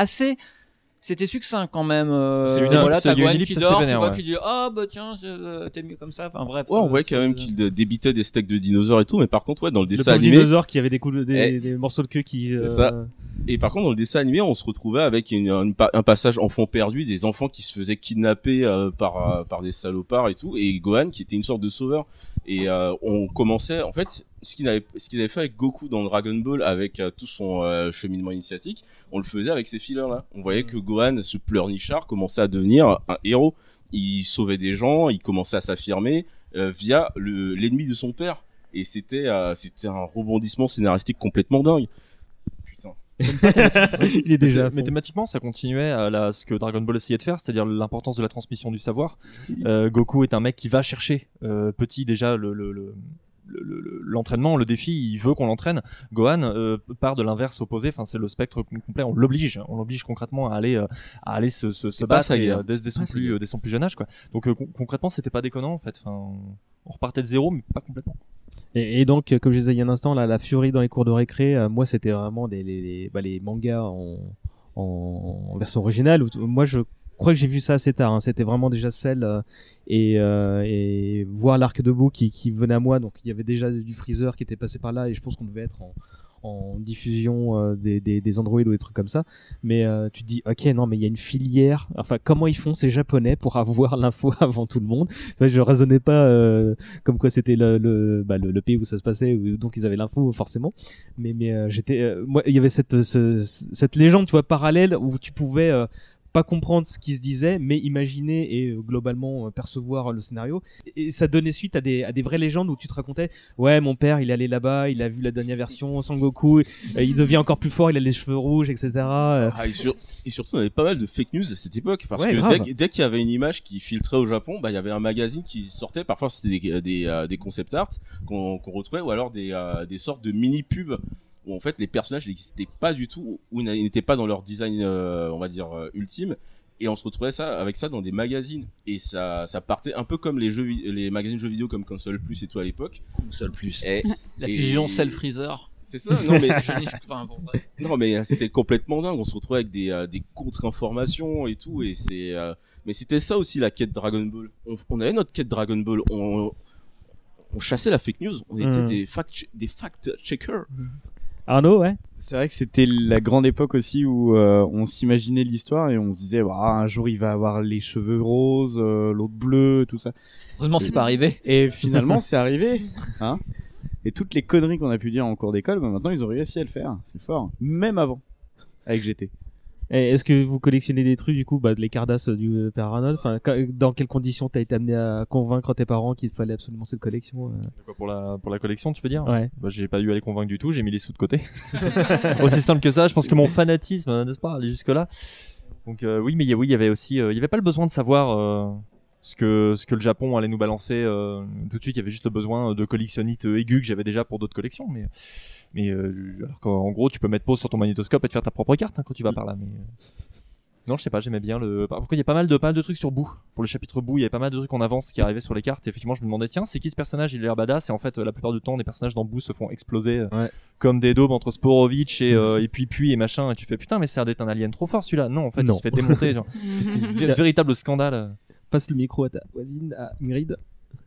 c'était succinct quand même. Voilà, t'as Gohan qui dort, tu vois, qui dit ah bah tiens t'es mieux comme ça. Enfin bref. Ouais, on voit quand même qu'il débitait des steaks de dinosaures et tout, mais par contre ouais dans le dessin animé, dinosaure qui avait des morceaux de queue qui. C'est ça. Et par contre dans le dessin animé, on se retrouvait avec un passage enfant perdu, des enfants qui se faisaient kidnapper par des salopards et tout, et Gohan qui était une sorte de sauveur. Et on commençait en fait ce qu'ils avaient fait avec Goku dans Dragon Ball avec tout son cheminement initiatique, on le faisait avec ces fillers là. On voyait que Gohan, ce pleurnichard, commençait à devenir un héros. Il sauvait des gens, il commençait à s'affirmer via l'ennemi de son père. Et c'était un rebondissement scénaristique complètement dingue. Putain. Il est déjà. Mais thématiquement, ça continuait à ce que Dragon Ball essayait de faire, c'est-à-dire l'importance de la transmission du savoir. Goku est un mec qui va chercher petit déjà l'entraînement, le défi, il veut qu'on l'entraîne. Gohan part de l'inverse opposé, enfin c'est le spectre complet, on l'oblige concrètement à aller se battre dès son plus jeune âge quoi. Donc concrètement c'était pas déconnant en fait, enfin on repartait de zéro mais pas complètement. Et donc comme je disais il y a un instant là, la furie dans les cours de récré, moi c'était vraiment les mangas en version originale où moi je crois que j'ai vu ça assez tard, hein. C'était vraiment déjà Cell et voir l'arc de bout qui venait à moi, donc il y avait déjà du Freezer qui était passé par là et je pense qu'on devait être en diffusion des Android ou des trucs comme ça, mais tu te dis ok non mais il y a une filière, enfin comment ils font ces japonais pour avoir l'info avant tout le monde. Je raisonnais pas comme quoi c'était le pays où ça se passait, donc ils avaient l'info forcément, mais moi il y avait cette légende tu vois parallèle où tu pouvais pas comprendre ce qui se disait, mais imaginer et globalement percevoir le scénario. Et ça donnait suite à des vraies légendes où tu te racontais, ouais, mon père, il est allé là-bas, il a vu la dernière version, Sangoku, il devient encore plus fort, il a les cheveux rouges, etc. Et surtout, on avait pas mal de fake news à cette époque, parce que dès qu'il y avait une image qui filtrait au Japon, bah, il y avait un magazine qui sortait, parfois c'était des concept art qu'on retrouvait, ou alors des sortes de mini-pubs où en fait les personnages n'existaient pas du tout, ou n'étaient pas dans leur design on va dire ultime, et on se retrouvait avec ça dans des magazines, et ça partait un peu comme les magazines jeux vidéo comme Console Plus et tout à l'époque. Console Plus. La fusion Cell Freezer. C'est ça. Non mais non mais c'était complètement dingue. On se retrouvait avec des contre-informations et tout, et mais c'était ça aussi la quête Dragon Ball. On avait notre quête Dragon Ball. On chassait la fake news. On était des fact-checkers. Arnaud, ouais. C'est vrai que c'était la grande époque aussi où on s'imaginait l'histoire et on se disait un jour il va avoir les cheveux roses, l'autre bleu, tout ça. Heureusement c'est pas arrivé. Et finalement c'est arrivé, hein. Et toutes les conneries qu'on a pu dire en cours d'école, maintenant ils ont réussi à le faire. C'est fort. Même avant, avec GT. Et est-ce que vous collectionnez des trucs du coup, les Cardass du Père Arnold? Enfin, dans quelles conditions t'as été amené à convaincre tes parents qu'il fallait absolument cette collection? Pour la collection, tu peux dire? Ouais. J'ai pas eu à les convaincre du tout. J'ai mis les sous de côté. Aussi simple que ça. Je pense que mon fanatisme, n'est-ce pas, allait jusque là. Donc oui, mais il y avait aussi, il y avait pas le besoin de savoir ce que le Japon allait nous balancer tout de suite. Il y avait juste le besoin de collectionnite aigu que j'avais déjà pour d'autres collections, mais alors qu'en gros tu peux mettre pause sur ton magnétoscope et te faire ta propre carte quand tu vas par là. Mais non, je sais pas, j'aimais bien le. Après, il y a pas mal de trucs sur Boo. Pour le chapitre Boo, il y avait pas mal de trucs en avance qui arrivaient sur les cartes. Et effectivement, je me demandais, tiens, c'est qui ce personnage? Il a l'air badass. Et en fait, la plupart du temps, les personnages dans Boo se font exploser comme des daubes entre Sporovitch et puis et machin. Et tu fais putain, mais c'est un alien trop fort celui-là. Non, en fait, il se fait démonter. Genre. Véritable scandale. Passe le micro à ta voisine, à Ingrid.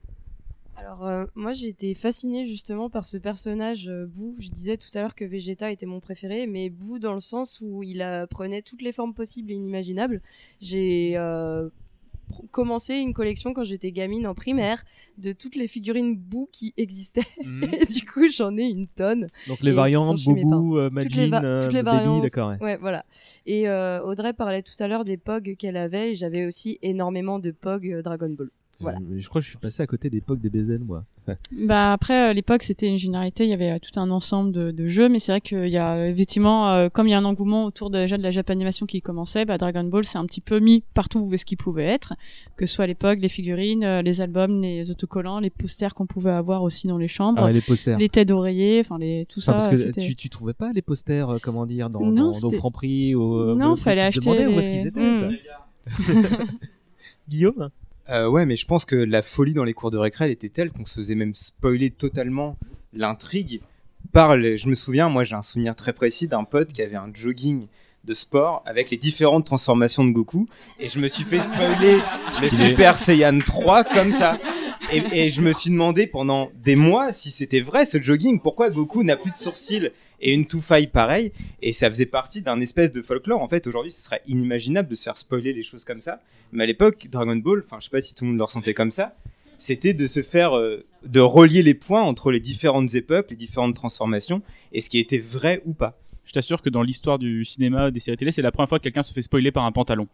Alors moi j'ai été fascinée justement par ce personnage Boo. Je disais tout à l'heure que Vegeta était mon préféré, mais Boo dans le sens où il prenait toutes les formes possibles et inimaginables. J'ai commencé une collection quand j'étais gamine en primaire de toutes les figurines Boo qui existaient. Et du coup j'en ai une tonne. Donc les variantes Boubou, Majin, toutes les variantes, Baby, d'accord. Ouais, voilà. Et Audrey parlait tout à l'heure des POG qu'elle avait, et j'avais aussi énormément de POG Dragon Ball. Voilà. Je crois que je suis passé à côté des POG des BZN, moi. Après, l'époque, c'était une généralité. Il y avait tout un ensemble de jeux, mais c'est vrai qu'il y a effectivement, comme il y a un engouement autour déjà de la Japanimation qui commençait, Dragon Ball s'est un petit peu mis partout où est-ce qu'il pouvait être, que ce soit les POG, les figurines, les albums, les autocollants, les posters qu'on pouvait avoir aussi dans les chambres, les posters, les têtes d'oreiller, tout ça. Parce que tu trouvais pas les posters, dans Franprix ou non, fallait acheter. Où est-ce qu'ils étaient Guillaume? Ouais, mais je pense que la folie dans les cours de récré, elle était telle qu'on se faisait même spoiler totalement l'intrigue. Je me souviens, moi j'ai un souvenir très précis d'un pote qui avait un jogging de sport avec les différentes transformations de Goku, et je me suis fait spoiler le Super Saiyan 3 comme ça. Et je me suis demandé pendant des mois si c'était vrai ce jogging, pourquoi Goku n'a plus de sourcils et une touffaille pareille, et ça faisait partie d'un espèce de folklore. En fait, aujourd'hui, ce serait inimaginable de se faire spoiler les choses comme ça, mais à l'époque, Dragon Ball, je sais pas si tout le monde le ressentait comme ça, c'était de se faire, de relier les points entre les différentes époques, les différentes transformations, et ce qui était vrai ou pas. Je t'assure que dans l'histoire du cinéma, des séries télé, c'est la première fois que quelqu'un se fait spoiler par un pantalon.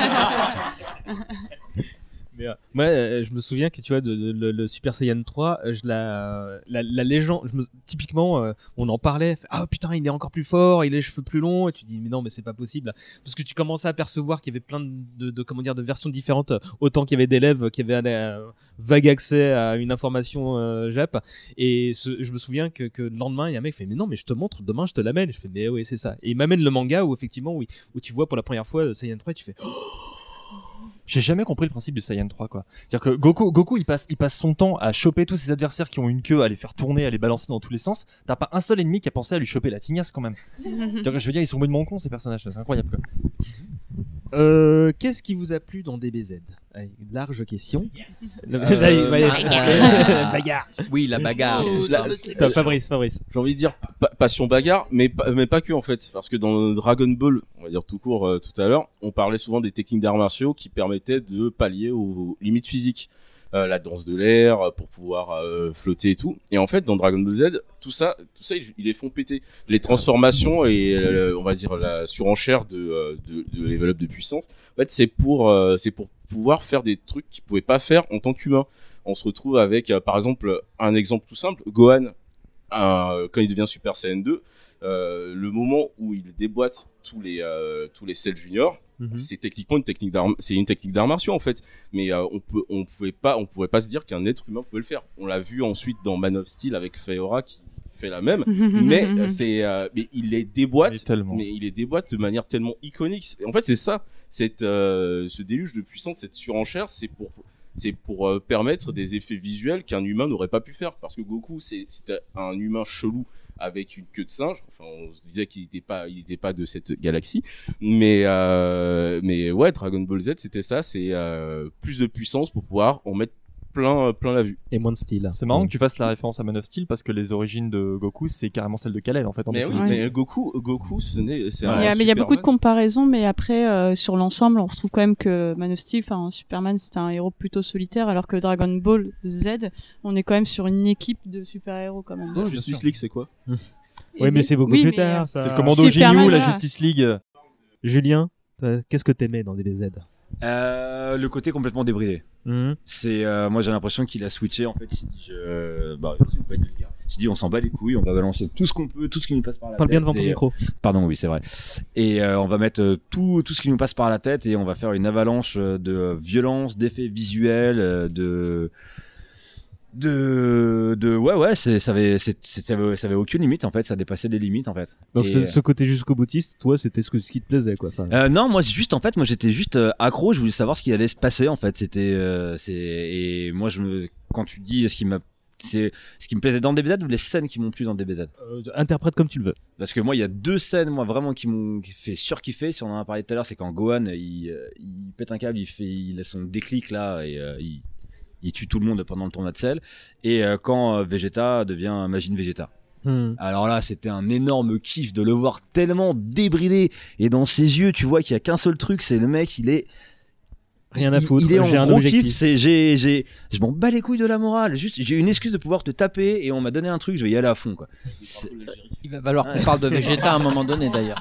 Mais moi, je me souviens que tu vois le Super Saiyan 3, la légende, typiquement, on en parlait. Ah putain, il est encore plus fort, il a les cheveux plus longs, et tu dis mais non, mais c'est pas possible, parce que tu commençais à apercevoir qu'il y avait plein de versions différentes. Autant qu'il y avait d'élèves qui avaient un vague accès à une information Jap, et je me souviens que le lendemain, il y a un mec qui fait mais non, mais je te montre, demain je te l'amène. Je fais mais oui, c'est ça. Et il m'amène le manga où effectivement où tu vois pour la première fois Saiyan 3, et tu fais j'ai jamais compris le principe du Saiyan 3, quoi. C'est-à-dire que Goku, il passe son temps à choper tous ses adversaires qui ont une queue, à les faire tourner, à les balancer dans tous les sens. T'as pas un seul ennemi qui a pensé à lui choper la tignasse, quand même. C'est-à-dire que je veux dire, ils sont complètement cons, ces personnages, c'est incroyable, quoi. Qu'est-ce qui vous a plu dans DBZ? Allez, large question. Bagarre. Oui, la bagarre. Fabrice. J'ai envie de dire passion bagarre, mais pas que en fait, parce que dans Dragon Ball, on va dire tout court tout à l'heure, on parlait souvent des techniques d'arts martiaux qui permettaient de pallier aux limites physiques. La danse de l'air pour pouvoir flotter et tout. Et en fait, dans Dragon Ball Z, tout ça, ils les font péter. Les transformations et on va dire la surenchère de level up de puissance. En fait, c'est pour pouvoir faire des trucs qu'ils pouvaient pas faire en tant qu'humain. On se retrouve avec, par exemple, un exemple tout simple, Gohan, quand il devient Super Saiyan 2, le moment où il déboîte tous les Cell Junior. C'est techniquement une technique d'arts martiaux en fait, mais on pouvait pas se dire qu'un être humain pouvait le faire. On l'a vu ensuite dans Man of Steel avec Faora qui fait la même, mais mais il les déboîte, de manière tellement iconique. En fait, c'est ça, ce déluge de puissance, cette surenchère, c'est pour permettre des effets visuels qu'un humain n'aurait pas pu faire, parce que Goku c'était un humain chelou avec une queue de singe. Enfin, on se disait qu'il était pas de cette galaxie, mais ouais, Dragon Ball Z c'était ça, c'est plus de puissance pour pouvoir en mettre plein la vue. Et moins de style. C'est marrant que tu fasses la référence à Man of Steel, parce que les origines de Goku, c'est carrément celle de Kal-El en fait. Mais oui, mais Goku, c'est un mais il y a beaucoup de comparaisons, mais après sur l'ensemble, on retrouve quand même que Man of Steel, Superman, c'est un héros plutôt solitaire, alors que Dragon Ball Z, on est quand même sur une équipe de super-héros quand même. Non, Justice League, c'est quoi? Oui, mais c'est beaucoup plus tard. Ça. C'est le commando Ginyu, la Justice League. Julien, qu'est-ce que t'aimais dans DBZ? Le côté complètement débridé. C'est moi j'ai l'impression qu'il a switché en fait. Il s'est dit, j'ai dit on s'en bat les couilles, on va balancer tout ce qu'on peut, tout ce qui nous passe par la tête. Parle bien devant ton micro. Pardon, oui c'est vrai. Et on va mettre tout ce qui nous passe par la tête et on va faire une avalanche de violence, d'effets visuels, ça avait aucune limite en fait, ça dépassait les limites en fait. Donc ce côté jusqu'au boutiste, toi c'était ce qui te plaisait quoi. Non, moi j'étais juste accro, je voulais savoir ce qui allait se passer en fait. Et moi quand tu dis ce qui me plaisait dans DBZ ou les scènes qui m'ont plu dans DBZ. Interprète comme tu le veux. Parce que moi il y a 2 scènes moi vraiment qui m'ont fait surkiffer. Si on en a parlé tout à l'heure, c'est quand Gohan il pète un câble, il a son déclic là et il tue tout le monde pendant le tournoi de sel. Et quand Vegeta devient Majin Vegeta. Alors là, c'était un énorme kiff de le voir tellement débridé. Et dans ses yeux, tu vois qu'il y a qu'un seul truc, c'est le mec, il est... Rien à foutre, il est j'ai en un gros objectif. kiff, je m'en bats les couilles de la morale. Juste, j'ai une excuse de pouvoir te taper et on m'a donné un truc, je vais y aller à fond, quoi. Il va falloir qu'on parle de Vegeta à un moment donné, d'ailleurs.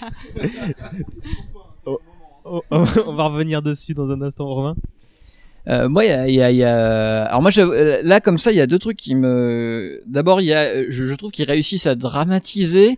On va revenir dessus dans un instant, Romain. Moi, alors moi, là comme ça, il y a 2 trucs qui me. D'abord, je trouve qu'ils réussissent à dramatiser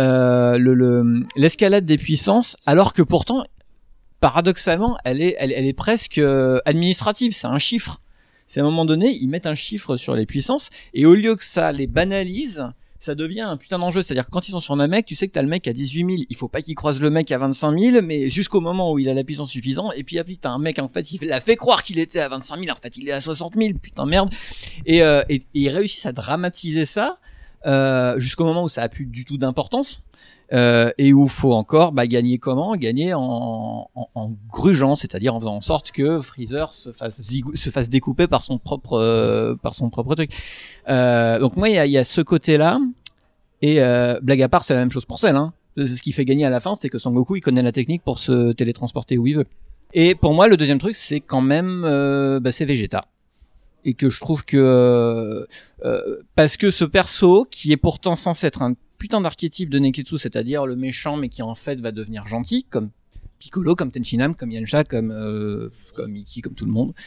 l'escalade des puissances, alors que pourtant, paradoxalement, elle est presque administrative. C'est un chiffre. C'est à un moment donné, ils mettent un chiffre sur les puissances, et au lieu que ça les banalise, ça devient un putain d'enjeu. C'est-à-dire que quand ils sont sur Namek, tu sais que t'as le mec à 18 000. Il faut pas qu'il croise le mec à 25 000, mais jusqu'au moment où il a la puissance suffisante. Et puis après, t'as un mec, en fait, il l'a fait croire qu'il était à 25 000. En fait, il est à 60 000. Putain, merde. Et ils réussissent à dramatiser ça, jusqu'au moment où ça a plus du tout d'importance. Et où faut encore, gagner comment? Gagner en grugeant, c'est-à-dire en faisant en sorte que Freezer se fasse découper par son propre truc. Donc moi, il y a ce côté-là. Et blague à part, c'est la même chose pour Cell. Hein. Ce qui fait gagner à la fin, c'est que Son Goku, il connaît la technique pour se télétransporter où il veut. Et pour moi, le deuxième truc, c'est quand même, c'est Vegeta. Et que je trouve que parce que ce perso, qui est pourtant censé être un putain d'archétype de Neketsu, c'est-à-dire le méchant, mais qui en fait va devenir gentil, comme Piccolo, comme Tenshinhan, comme Yamcha, comme Ikki, comme tout le monde,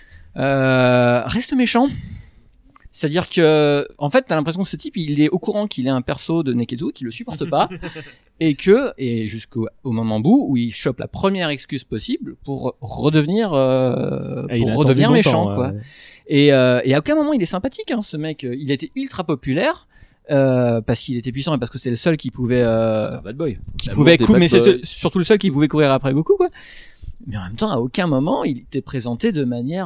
reste méchant. C'est-à-dire que, en fait, t'as l'impression que ce type, il est au courant qu'il est un perso de Neketsu, qu'il le supporte pas, et jusqu'au moment bout où il chope la première excuse possible pour redevenir méchant, quoi. Ouais. Et à aucun moment il est sympathique, hein, ce mec. Il était ultra populaire. Parce qu'il était puissant et parce que c'est le seul qui pouvait bad boy. Mais c'est surtout le seul qui pouvait courir après Goku, quoi. Mais en même temps, à aucun moment il était présenté de manière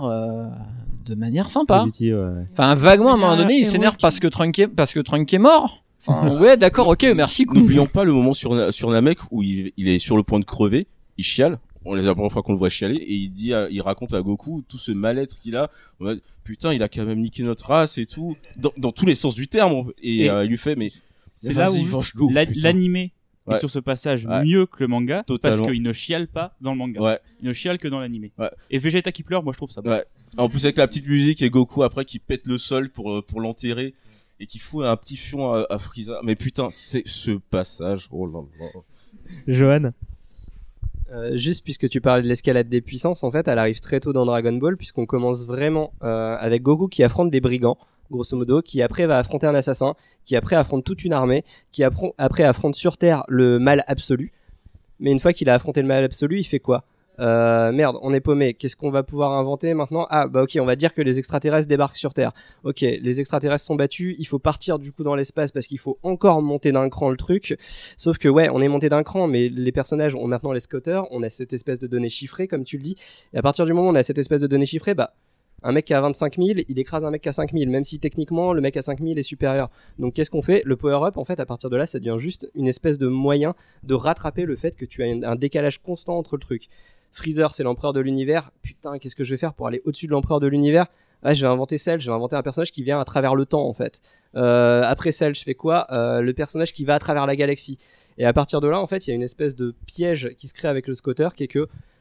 sympa. Positive, ouais. Enfin, vaguement à un moment donné, il s'énerve parce que Trunk est mort. Enfin, ouais, d'accord, ok, merci. Cool. N'oublions pas le moment sur Namek où il est sur le point de crever, il chiale. On les a la première fois qu'on le voit chialer et il raconte à Goku tout ce mal-être qu'il a. Putain, il a quand même niqué notre race et tout, dans tous les sens du terme. Et il lui fait, mais c'est là où l'animé est sur ce passage mieux que le manga, parce qu'il ne chiale pas dans le manga. Ouais. Il ne chiale que dans l'animé. Ouais. Et Vegeta qui pleure, moi je trouve ça bon. Ouais. En plus avec la petite musique et Goku après qui pète le sol pour l'enterrer et qui fout un petit fion à Frieza. Mais putain, c'est ce passage. Oh là là. Johan. Juste puisque tu parlais de l'escalade des puissances, en fait, elle arrive très tôt dans Dragon Ball, puisqu'on commence vraiment avec Goku qui affronte des brigands, grosso modo, qui après va affronter un assassin, qui après affronte toute une armée, qui après affronte sur Terre le mal absolu. Mais une fois qu'il a affronté le mal absolu, il fait quoi? Merde, on est paumé. Qu'est-ce qu'on va pouvoir inventer maintenant? Ah, bah ok, on va dire que les extraterrestres débarquent sur Terre. Ok, les extraterrestres sont battus, il faut partir du coup dans l'espace parce qu'il faut encore monter d'un cran le truc. Sauf que ouais, on est monté d'un cran, mais les personnages ont maintenant les scooters, on a cette espèce de données chiffrées, comme tu le dis. Et à partir du moment où on a cette espèce de données chiffrées, un mec qui a 25 000, il écrase un mec qui a 5 000, même si techniquement le mec à 5 000 est supérieur. Donc qu'est-ce qu'on fait? Le power-up, en fait, à partir de là, ça devient juste une espèce de moyen de rattraper le fait que tu as un décalage constant entre le truc. Freezer, c'est l'empereur de l'univers. Putain, qu'est-ce que je vais faire pour aller au-dessus de l'empereur de l'univers? Ah, je vais inventer Cell, je vais inventer un personnage qui vient à travers le temps, en fait. Après Cell, je fais quoi? Le personnage qui va à travers la galaxie. Et à partir de là, en fait, il y a une espèce de piège qui se crée avec le scooter, qui est que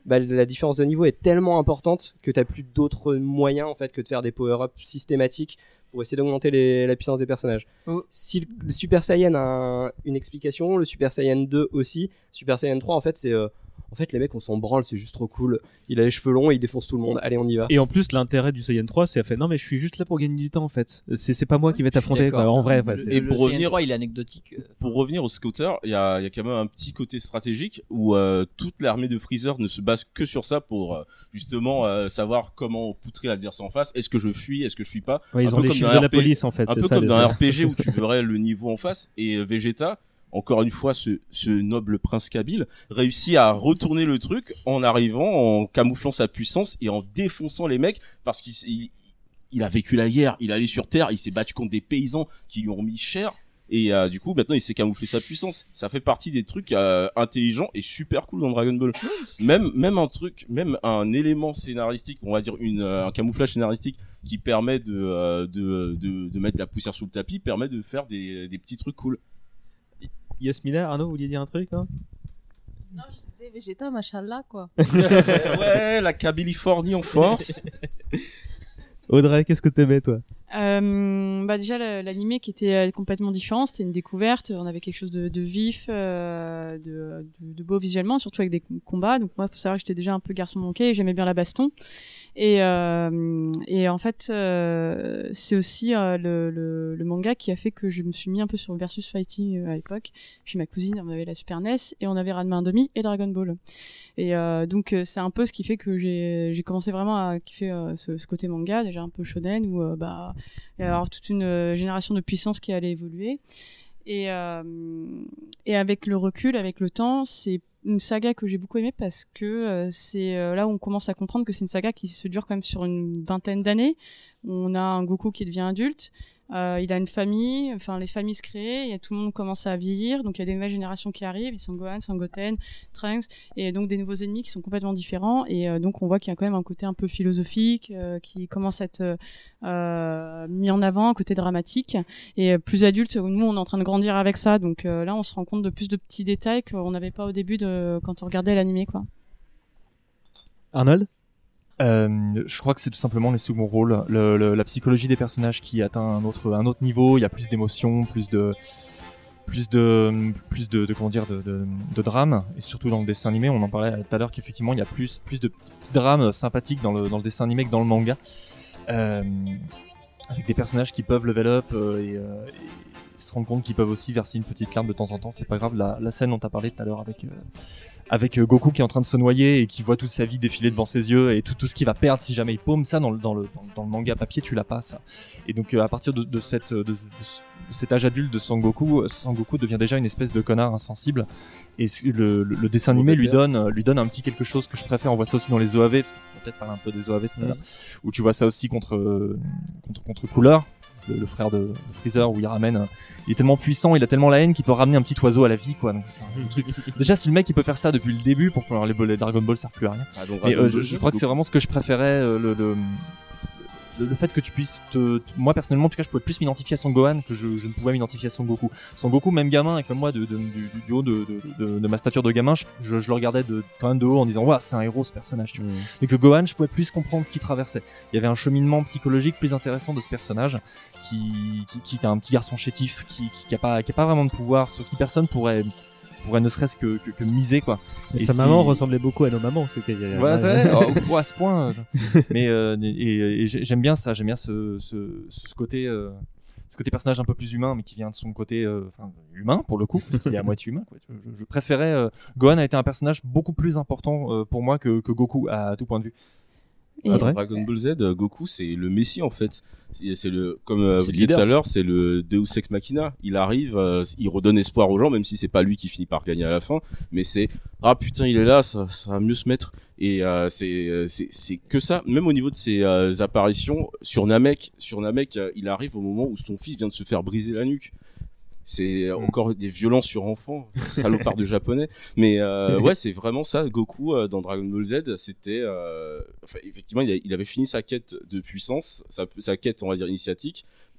bah, la différence de niveau est tellement importante que t'as plus d'autres moyens en fait que de faire des power-ups systématiques pour essayer d'augmenter la puissance des personnages. Si le Super Saiyan a une explication, le Super Saiyan 2 aussi, Super Saiyan 3 en fait c'est en fait les mecs on s'en branle, c'est juste trop cool. Il a les cheveux longs et il défonce tout le monde. Allez on y va. Et en plus l'intérêt du Saiyan 3 c'est à faire non mais je suis juste là pour gagner du temps en fait. C'est pas moi qui vais t'affronter quoi. En vrai. Et pour revenir, il est anecdotique. Pour revenir au scooter, il y a quand même un petit côté stratégique où toute l'armée de Freezer ne se base que sur ça pour justement savoir comment poutrer l'adversaire en face. Est-ce que je fuis, est-ce que je fuis pas. Ouais, ils ont les chiffres de la police en fait. Un peu comme dans un RPG où tu verrais le niveau en face. Et Vegeta, encore une fois, ce noble prince Kabyle réussit à retourner le truc en arrivant, en camouflant sa puissance et en défonçant les mecs parce qu'il a vécu la guerre, il est allé sur Terre, il s'est battu contre des paysans qui lui ont mis cher. Et du coup, maintenant, il sait camoufler sa puissance. Ça fait partie des trucs intelligents et super cool dans Dragon Ball. Même un élément scénaristique, on va dire un camouflage scénaristique qui permet de mettre la poussière sous le tapis, permet de faire des petits trucs cool. Yasmina, Arnaud, vous vouliez dire un truc là? Non, je disais Vegeta, machallah quoi. Ouais, la Kabylifornie en force. Audrey, qu'est-ce que t'aimais toi? Bah déjà l'animé qui était complètement différent, c'était une découverte, on avait quelque chose de vif, de beau visuellement, surtout avec des combats. Donc moi, faut savoir que j'étais déjà un peu garçon manqué et j'aimais bien la baston. Et en fait, c'est aussi le manga qui a fait que je me suis mis un peu sur le versus fighting à l'époque. Chez ma cousine, on avait la Super NES et on avait Ranma 1/2 et Dragon Ball. Et donc c'est un peu ce qui fait que j'ai commencé vraiment à kiffer ce côté manga, déjà un peu shonen où il y a alors toute une génération de puissance qui allait évoluer. Et avec le recul, avec le temps, c'est une saga que j'ai beaucoup aimée parce que c'est là où on commence à comprendre que c'est une saga qui se dure quand même sur une vingtaine d'années. On a un Goku qui devient adulte. Il a une famille, enfin les familles se créent, et tout le monde commence à vieillir, donc il y a des nouvelles générations qui arrivent, ils sont Gohan, Sangoten, Trunks, et donc des nouveaux ennemis qui sont complètement différents, et donc on voit qu'il y a quand même un côté un peu philosophique qui commence à être mis en avant, un côté dramatique, et plus adulte, nous on est en train de grandir avec ça, donc là on se rend compte de plus de petits détails qu'on n'avait pas au début quand on regardait l'animé quoi. Arnold? Je crois que c'est tout simplement les seconds rôles, la psychologie des personnages qui atteint un autre niveau. Il y a plus d'émotions, plus de comment dire de drame, et surtout dans le dessin animé. On en parlait tout à l'heure qu'effectivement il y a plus de petits drames sympathiques dans le dessin animé que dans le manga, avec des personnages qui peuvent level up et se rendre compte qu'ils peuvent aussi verser une petite larme de temps en temps. C'est pas grave. La scène dont t'as parlé tout à l'heure avec Goku qui est en train de se noyer et qui voit toute sa vie défiler devant ses yeux et tout ce qu'il va perdre si jamais il paume ça dans le manga papier, tu l'as pas ça. Et donc à partir de cet âge adulte de Sangoku devient déjà une espèce de connard insensible, et le dessin animé lui donne un petit quelque chose que je préfère. On voit ça aussi dans les OAV, parce qu'on va peut-être parler un peu des OAV tout à l'heure, où tu vois ça aussi contre Cooler, le frère de Freezer, où il est tellement puissant, il a tellement la haine qu'il peut ramener un petit oiseau à la vie quoi. Donc, un truc. Déjà si le mec il peut faire ça depuis le début, pour que les Dragon Ball servent plus à rien. Mais je crois que c'est vraiment ce que je préférais, le fait que tu puisses moi personnellement en tout cas je pouvais plus m'identifier à Son Gohan que je ne pouvais m'identifier à Son Goku. Son Goku, même gamin, et comme moi du haut de ma stature de gamin, je le regardais quand même de haut en disant ouais, c'est un héros ce personnage, tu vois. Mais que Gohan, je pouvais plus comprendre ce qu'il traversait. Il y avait un cheminement psychologique plus intéressant de ce personnage qui est un petit garçon chétif qui a pas vraiment de pouvoir, sur qui personne pourrait ne serait-ce que miser quoi. Et sa maman ressemblait beaucoup à nos mamans, c'était voilà, c'est vrai. À ce point. Mais j'aime bien ça, j'aime bien ce côté personnage un peu plus humain, mais qui vient de son côté humain pour le coup, parce qu'il est à moitié humain quoi. Je préférais Gohan a été un personnage beaucoup plus important pour moi que Goku à tout point de vue. Dragon Ball Z, Goku c'est le messie en fait. C'est comme vous disiez tout à l'heure, c'est le Deus Ex Machina. Il arrive, il redonne espoir aux gens, même si c'est pas lui qui finit par gagner à la fin. Mais c'est putain, il est là, ça va mieux se mettre. Et c'est que ça. Même au niveau de ses apparitions sur Namek, il arrive au moment où son fils vient de se faire briser la nuque. C'est encore des violences sur enfants, salopard de japonais. Mais ouais, c'est vraiment ça. Goku dans Dragon Ball Z, c'était, effectivement, il avait fini sa quête de puissance, sa quête, on va dire initiatique,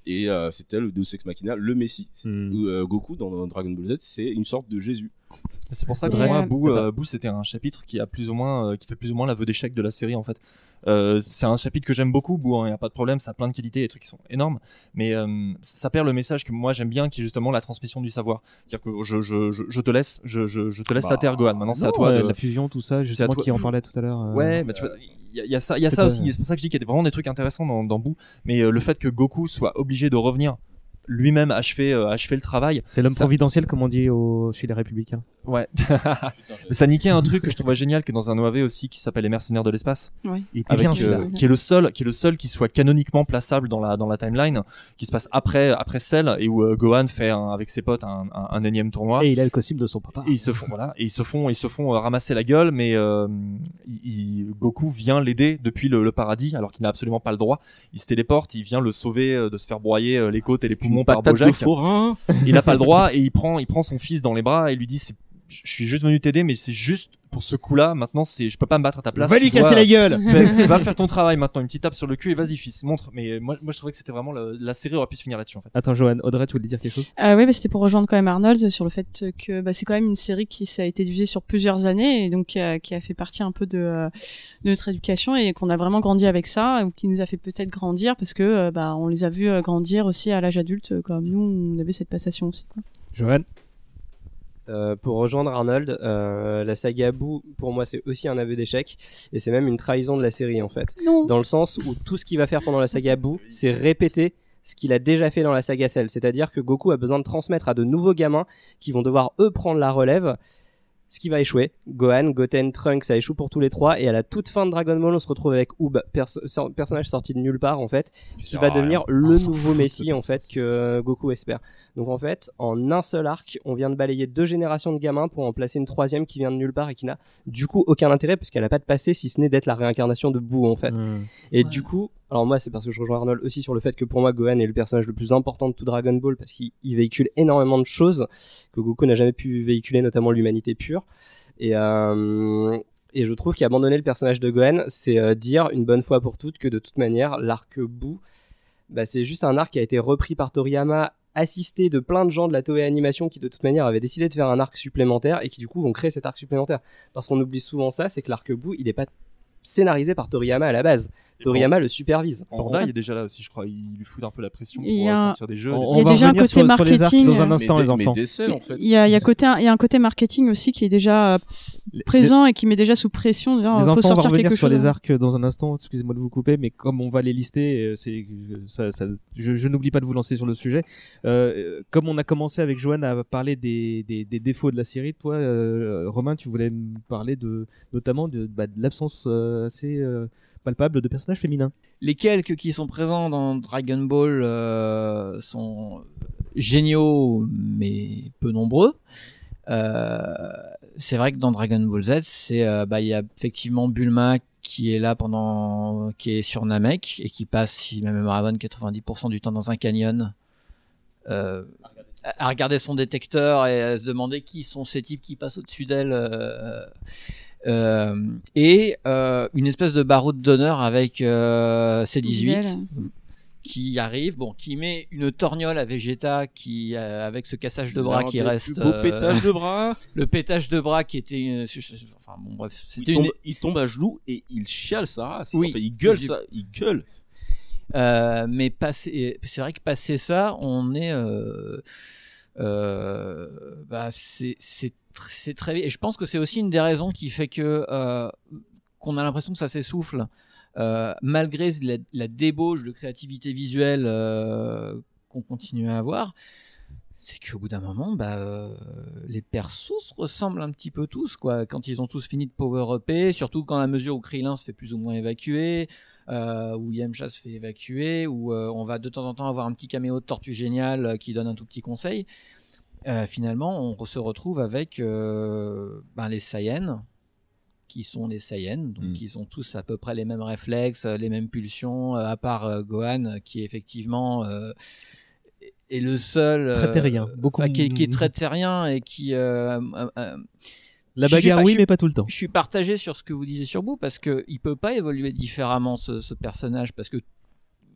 et c'était le Deus Ex Machina, le Messie. Où, Goku dans Dragon Ball Z, c'est une sorte de Jésus. C'est pour ça que pour moi, Boo, c'était un chapitre qui a plus ou moins, qui fait plus ou moins l'aveu d'échec de la série en fait. C'est un chapitre que j'aime beaucoup, Boo, il y a pas de problème, ça a plein de qualités, des trucs qui sont énormes, mais ça perd le message que moi j'aime bien, qui est justement la transmission du savoir. C'est-à-dire que je te laisse, je te laisse la terre, Gohan. Maintenant, c'est à toi de la fusion, tout ça, justement, qui en parlait tout à l'heure. Ouais, mais tu vois. Il y a ça aussi. C'est pour ça que je dis qu'il y a vraiment des trucs intéressants dans Boo, mais le fait que Goku soit obligé de revenir lui-même achever le travail. C'est l'homme providentiel, comme on dit chez les Républicains. Ouais. Ça niquait un truc que je trouvais génial, que dans un OAV aussi, qui s'appelle Les Mercenaires de l'espace. Ouais. Il était bien, qui est le seul qui soit canoniquement plaçable dans la timeline, qui se passe après Cell, et où Gohan fait avec ses potes un énième tournoi. Et il a le costume de son papa. Et ils se font ramasser la gueule, mais Goku vient l'aider depuis le paradis, alors qu'il n'a absolument pas le droit. Il se téléporte, il vient le sauver de se faire broyer les côtes et les poumons par Bojack. Il n'a pas le droit, et il prend son fils dans les bras et lui dit, je suis juste venu t'aider, mais c'est juste pour ce coup-là. Maintenant, je peux pas me battre à ta place. Va lui casser la gueule. Va faire ton travail maintenant. Une petite tape sur le cul et vas-y, fils, montre. Mais moi, je trouvais que c'était vraiment la série aurait pu se finir là-dessus en fait. Attends, Johan, Audrey, tu voulais dire quelque chose? Oui, c'était pour rejoindre quand même Arnold sur le fait que c'est quand même une série ça a été diffusée sur plusieurs années et donc qui a fait partie un peu de notre éducation et qu'on a vraiment grandi avec ça, ou qui nous a fait peut-être grandir parce que on les a vus grandir aussi à l'âge adulte, comme nous on avait cette passation aussi, quoi. Johan? Pour rejoindre Arnold, la saga Boo, pour moi, c'est aussi un aveu d'échec, et c'est même une trahison de la série en fait. Non. Dans le sens où tout ce qu'il va faire pendant la saga Boo, c'est répéter ce qu'il a déjà fait dans la saga Cell. C'est-à-dire que Goku a besoin de transmettre à de nouveaux gamins qui vont devoir eux prendre la relève. Ce qui va échouer. Gohan, Goten, Trunks, ça échoue pour tous les trois. Et à la toute fin de Dragon Ball, on se retrouve avec Oob, personnage sorti de nulle part en fait, qui va devenir le nouveau Messie en fait que Goku espère. Donc en fait, en un seul arc, on vient de balayer 2 générations de gamins pour en placer une 3e qui vient de nulle part et qui n'a du coup aucun intérêt parce qu'elle a pas de passé si ce n'est d'être la réincarnation de Boo en fait. Et du coup, alors moi c'est parce que je rejoins Arnold aussi sur le fait que pour moi Gohan est le personnage le plus important de tout Dragon Ball parce qu'il véhicule énormément de choses que Goku n'a jamais pu véhiculer, notamment l'humanité pure. Et je trouve qu'abandonner le personnage de Gohan, c'est dire une bonne fois pour toutes que de toute manière l'arc Boo, c'est juste un arc qui a été repris par Toriyama, assisté de plein de gens de la Toei Animation qui de toute manière avaient décidé de faire un arc supplémentaire et qui du coup vont créer cet arc supplémentaire. Parce qu'on oublie souvent ça, c'est que l'arc Boo il est pas scénarisé par Toriyama à la base. Toriyama le supervise. Bandai il est déjà là aussi, je crois. Il lui fout un peu la pression pour sortir des jeux. Il y a déjà un côté marketing dans un instant, les enfants. Il y a un côté marketing aussi qui est déjà présent et qui met déjà sous pression. Les enfants, on va revenir sur les arcs dans un instant. Excusez-moi de vous couper, mais comme on va les lister, je n'oublie pas de vous lancer sur le sujet. Comme on a commencé avec Johan à parler des défauts de la série, toi, Romain, tu voulais me parler notamment de l'absence assez palpable de personnages féminins. Les quelques qui sont présents dans Dragon Ball sont géniaux, mais peu nombreux. C'est vrai que dans Dragon Ball Z, il y a effectivement Bulma qui est là qui est sur Namek et qui passe, si ma mémoire est bonne, 90% du temps dans un canyon. À regarder son détecteur et à se demander qui sont ces types qui passent au-dessus d'elle. Et une espèce de baroud d'honneur avec C-18 qui arrive, qui met une torgnole à Vegeta qui avec ce cassage de bras qui reste beau pétage de bras, le pétage de bras qui était bref, c'était il tombe à genoux et il chiale sa race. Oui, il gueule ça, il gueule. Mais c'est vrai que passé ça, on est c'est très, et je pense que c'est aussi une des raisons qui fait que qu'on a l'impression que ça s'essouffle malgré la débauche de créativité visuelle qu'on continue à avoir. C'est qu'au bout d'un moment, les persos se ressemblent un petit peu tous, quoi. Quand ils ont tous fini de power-upper, surtout quand la mesure où Krillin se fait plus ou moins évacuer, où Yamcha se fait évacuer, où on va de temps en temps avoir un petit caméo de Tortue Géniale qui donne un tout petit conseil. Finalement, on se retrouve avec les Saiyans, qui sont les Saiyans, donc ils ont tous à peu près les mêmes réflexes, les mêmes pulsions, à part Gohan, qui effectivement est le seul très terrien, qui est très terrien et qui la bagarre mais pas tout le temps. Je suis partagé sur ce que vous disiez sur Boo parce que il peut pas évoluer différemment ce personnage parce que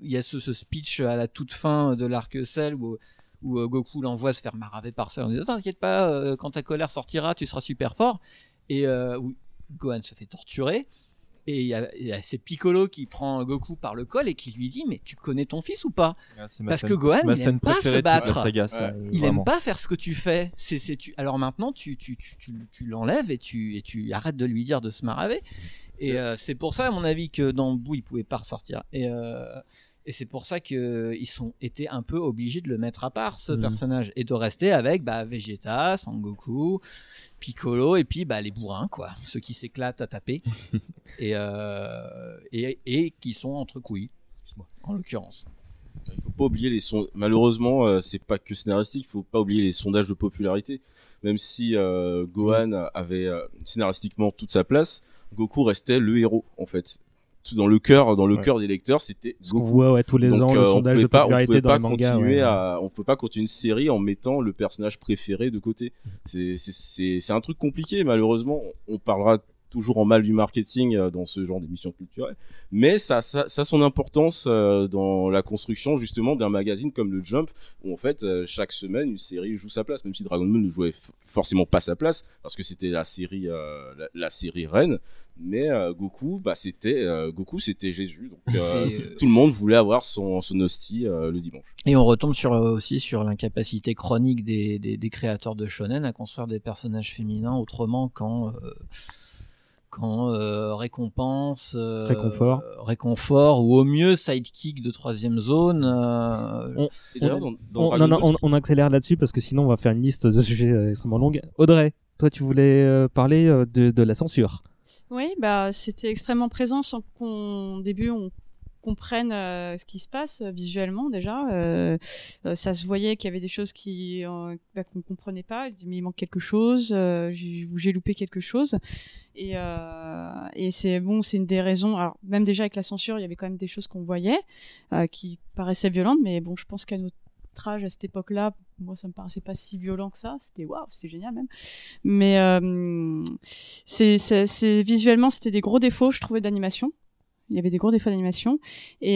il y a ce speech à la toute fin de l'arc Cell où Goku l'envoie se faire maraver par Cell en disant t'inquiète pas, quand ta colère sortira tu seras super fort, et où Gohan se fait torturer. Et il y a c'est Piccolo qui prend Goku par le col et qui lui dit mais tu connais ton fils ou pas? Parce que Gohan il aime pas se battre, il aime pas faire ce que tu fais. Alors maintenant tu l'enlèves et tu arrêtes de lui dire de se maraver. Et c'est pour ça à mon avis que dans Boo il pouvait pas ressortir. Et c'est pour ça qu'ils ont été un peu obligés de le mettre à part, ce personnage, et de rester avec Vegeta, Sangoku, Piccolo, et puis les bourrins, quoi, ceux qui s'éclatent à taper, et qui sont entre couilles, en l'occurrence. Il faut pas oublier les malheureusement, c'est pas que scénaristique, il faut pas oublier les sondages de popularité. Même si Gohan avait scénaristiquement toute sa place, Goku restait le héros, en fait. Tout dans le cœur des lecteurs, c'était Goku. On voit tous les ans le sondage de popularité dans les mangas. On pouvait pas continuer une série en mettant le personnage préféré de côté. C'est un truc compliqué, malheureusement. On parlera toujours en mal du marketing dans ce genre d'émission culturelle, mais ça a son importance dans la construction justement d'un magazine comme le Jump, où en fait chaque semaine une série joue sa place, même si Dragon Ball ne jouait forcément pas sa place parce que c'était la série reine, mais Goku c'était Jésus, donc tout le monde voulait avoir son hostie le dimanche. Et on retombe aussi sur l'incapacité chronique des créateurs de shonen à construire des personnages féminins autrement qu'en récompense, réconfort, ou au mieux sidekick de troisième zone. On accélère là-dessus parce que sinon on va faire une liste de sujets extrêmement longue. Audrey, toi tu voulais parler de la censure. Oui, c'était extrêmement présent sans qu'au début on comprenne ce qui se passe visuellement déjà. Ça se voyait qu'il y avait des choses qu'on comprenait pas, mais il manque quelque chose, j'ai loupé quelque chose. Et c'est une des raisons. Alors même déjà avec la censure, il y avait quand même des choses qu'on voyait qui paraissaient violentes, mais bon, je pense qu'à notre âge à cette époque-là, moi ça me paraissait pas si violent que ça. C'était génial même. Mais c'est visuellement c'était des gros défauts, je trouvais, d'animation. Il y avait des gros défauts d'animation et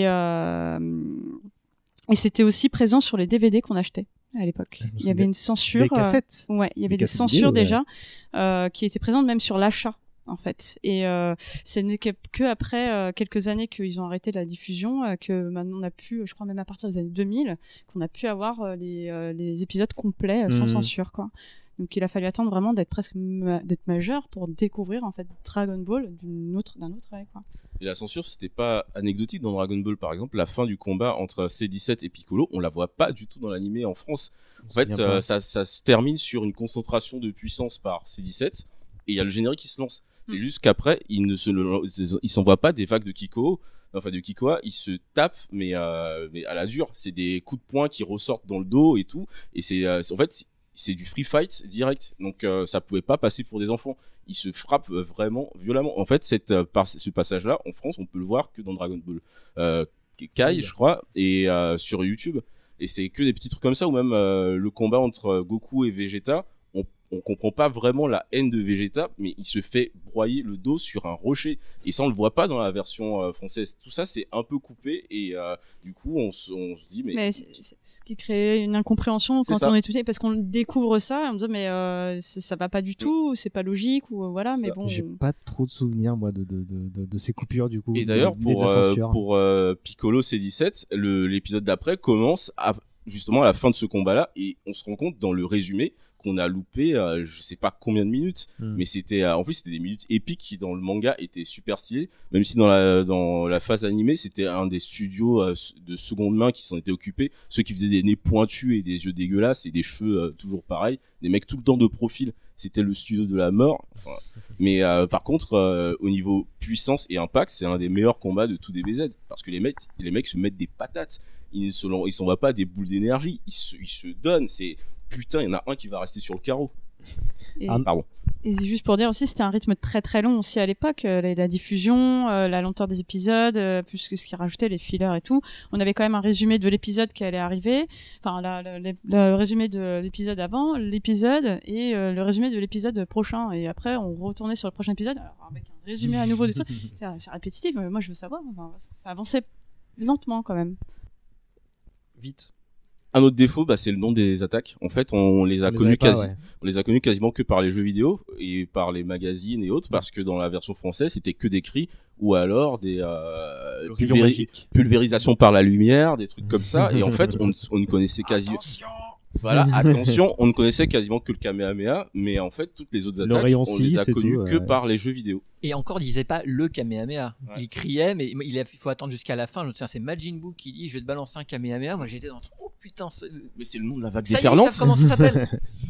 c'était aussi présent sur les DVD qu'on achetait à l'époque. Il y avait une censure. Des cassettes. Il y avait des censures déjà qui étaient présentes même sur l'achat en fait. Et c'est que après quelques années qu'ils ont arrêté la diffusion que maintenant on a pu, je crois même à partir des années 2000, qu'on a pu avoir les épisodes complets sans censure quoi. Donc il a fallu attendre vraiment d'être majeur pour découvrir en fait Dragon Ball d'un autre œil quoi. Et la censure, c'était pas anecdotique dans Dragon Ball par exemple, la fin du combat entre C-17 et Piccolo, on la voit pas du tout dans l'animé en France. En fait, ça se termine sur une concentration de puissance par C-17 et il y a le générique qui se lance. C'est juste qu'après, ils s'envoient pas des vagues de Kikoa, ils se tapent mais à la dure, c'est des coups de poing qui ressortent dans le dos et tout, et en fait c'est du free fight direct, donc ça pouvait pas passer pour des enfants. Ils se frappent vraiment violemment. En fait, ce passage-là, en France, on peut le voir que dans Dragon Ball Kai, je crois, et sur YouTube. Et c'est que des petits trucs comme ça, ou même le combat entre Goku et Vegeta. On comprend pas vraiment la haine de Vegeta, mais il se fait broyer le dos sur un rocher. Et ça, on le voit pas dans la version française. Tout ça, c'est un peu coupé. Et du coup, on se dit... Mais c'est ce qui crée une incompréhension quand on est étudié, parce qu'on découvre ça, on se dit, mais ça va pas du tout, c'est pas logique, ou voilà, mais bon... J'ai pas trop de souvenirs, moi, de ces coupures, du coup. Et d'ailleurs, pour Piccolo C-17, l'épisode d'après commence justement à la fin de ce combat-là, et on se rend compte dans le résumé qu'on a loupé je sais pas combien de minutes, mais c'était en plus c'était des minutes épiques qui dans le manga étaient super stylées, même si dans la phase animée c'était un des studios de seconde main qui s'en étaient occupés, ceux qui faisaient des nez pointus et des yeux dégueulasses et des cheveux toujours pareils, des mecs tout le temps de profil, c'était le studio de la mort. Mais par contre au niveau puissance et impact, c'est un des meilleurs combats de tout DBZ, parce que les mecs se mettent des patates, ils s'envoient pas des boules d'énergie, ils se donnent, c'est putain, il y en a un qui va rester sur le carreau. Pardon. Et juste pour dire aussi, c'était un rythme très très long aussi à l'époque, la diffusion, la lenteur des épisodes, plus que ce qui rajoutait les fillers et tout. On avait quand même un résumé de l'épisode qui allait arriver, enfin le résumé de l'épisode avant, l'épisode et le résumé de l'épisode prochain. Et après, on retournait sur le prochain épisode alors, avec un résumé à nouveau de trucs. C'est répétitif, mais moi je veux savoir. Enfin, ça avançait lentement quand même. Vite. Un autre défaut, c'est le nom des attaques. En fait, on les a connus quasiment que par les jeux vidéo et par les magazines et autres, parce que dans la version française, c'était que des cris ou alors des pulvérisations par la lumière, des trucs comme ça. Et en fait, on ne connaissait quasiment. Voilà, attention, on ne connaissait quasiment que le Kamehameha, mais en fait, toutes les autres attaques, on les a connues que par les jeux vidéo. Et encore, il disait pas le Kamehameha. Ouais. Il criait, mais il faut attendre jusqu'à la fin. Je me souviens, c'est Majin Buu qui dit, je vais te balancer un Kamehameha. Moi, j'étais dans oh putain. Mais c'est le nom de la vague déferlante. Ils savent comment ça s'appelle.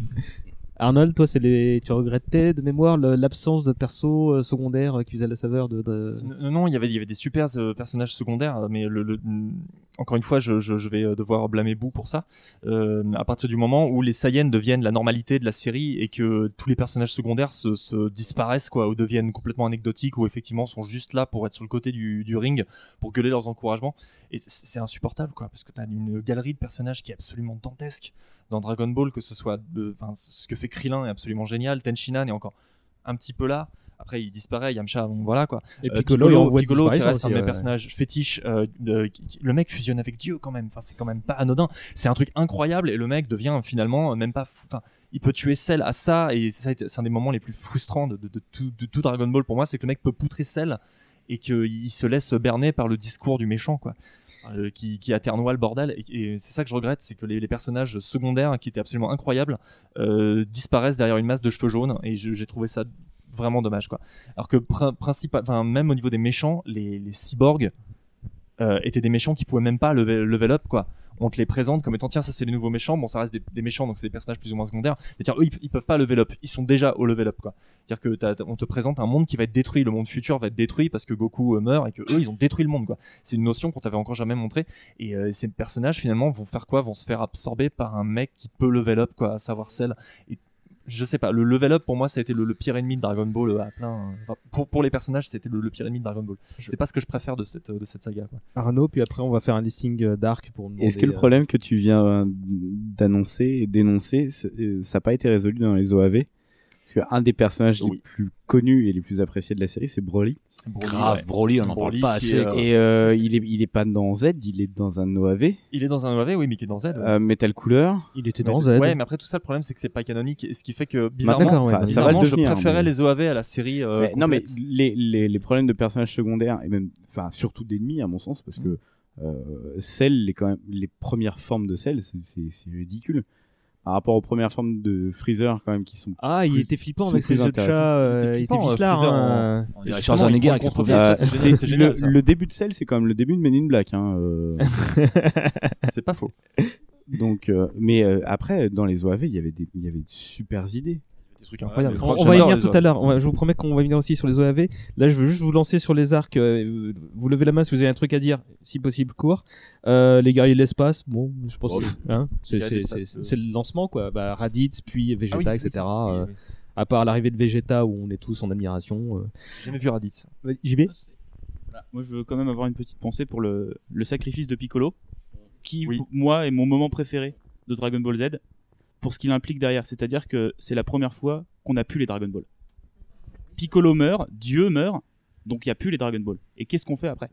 Arnold, toi, tu regrettais de mémoire l'absence de persos secondaires qui faisaient la saveur de... Non, il y avait des super personnages secondaires, mais encore une fois, je vais devoir blâmer Boo pour ça. À partir du moment où les Saiyans deviennent la normalité de la série et que tous les personnages secondaires se disparaissent, quoi, ou deviennent complètement anecdotiques, ou effectivement sont juste là pour être sur le côté du ring, pour gueuler leurs encouragements. Et c'est insupportable, quoi, parce que t'as une galerie de personnages qui est absolument dantesque. Dans Dragon Ball, que ce soit ce que fait Krillin est absolument génial, Tenshinhan est encore un petit peu là, après il disparaît, Yamcha, bon, voilà quoi. Et Piccolo qui reste un de mes personnages fétiches, le mec fusionne avec Dieu quand même, c'est quand même pas anodin, c'est un truc incroyable et le mec devient finalement même pas, il peut tuer Cell à ça, et c'est un des moments les plus frustrants de tout Dragon Ball pour moi, c'est que le mec peut poutrer Cell et qu'il se laisse berner par le discours du méchant, quoi. Qui aternoie le bordel, et c'est ça que je regrette, c'est que les personnages secondaires qui étaient absolument incroyables disparaissent derrière une masse de cheveux jaunes, et j'ai trouvé ça vraiment dommage, quoi. Alors que même au niveau des méchants, les cyborgs étaient des méchants qui pouvaient même pas level up, quoi. On te les présente comme étant tiens, ça c'est les nouveaux méchants, bon ça reste des méchants, donc c'est des personnages plus ou moins secondaires, mais tiens, eux ils peuvent pas level up, ils sont déjà au level up, quoi. C'est-à-dire que on te présente un monde qui va être détruit, le monde futur va être détruit parce que Goku meurt et que eux ils ont détruit le monde, quoi. C'est une notion qu'on t'avait encore jamais montrée, et ces personnages finalement vont faire quoi, vont se faire absorber par un mec qui peut level up, quoi, à savoir Cell. Et je sais pas, le level up pour moi ça a été le pire ennemi de Dragon Ball à plein. Pour les personnages c'était le pire ennemi de Dragon Ball. C'est pas ce que je préfère de cette saga, quoi. Arnaud, puis après on va faire un listing d'arc pour demander. Est-ce que le problème que tu viens d'annoncer et d'énoncer, ça n'a pas été résolu dans les OAV? Parce qu'un des personnages les plus connus et les plus appréciés de la série, c'est Broly. Grave, ouais. Broly, on n'en parle pas assez. Et il est pas dans Z, il est dans un OAV. Il est dans un OAV, oui, mais qui est dans Z. Ouais. Metal Cooler. Il était dans Z. Ouais, mais après tout ça, le problème, c'est que c'est pas canonique. Ce qui fait que, bizarrement, je préférais les OAV à la série. Non, mais les problèmes de personnages secondaires, et même, surtout d'ennemis, à mon sens, parce que Cell, les premières formes de Cell, c'est ridicule. Par rapport aux premières formes de Freezer, quand même, qui sont. Ah, il était flippant avec ses yeux de chat. Il était vicelard. On dirait Schwarzenegger avec le début de Cell, c'est quand même le début de Men in Black. C'est pas faux. Donc, mais après, dans les OAV, il y avait de super idées. Des trucs incroyables. On va y venir tout à l'heure. Je vous promets qu'on va venir aussi sur les OAV. Là, je veux juste vous lancer sur les arcs. Vous levez la main si vous avez un truc à dire, si possible court. Les guerriers de l'espace, bon, je pense que c'est le lancement, quoi. Raditz, puis Vegeta, etc. À part l'arrivée de Vegeta où on est tous en admiration. J'ai jamais vu Raditz. JB. Moi, je veux quand même avoir une petite pensée pour le sacrifice de Piccolo, qui pour moi est mon moment préféré de Dragon Ball Z. Pour ce qu'il implique derrière, c'est-à-dire que c'est la première fois qu'on n'a plus les Dragon Ball. Piccolo meurt, Dieu meurt, donc il n'y a plus les Dragon Ball. Et qu'est-ce qu'on fait après?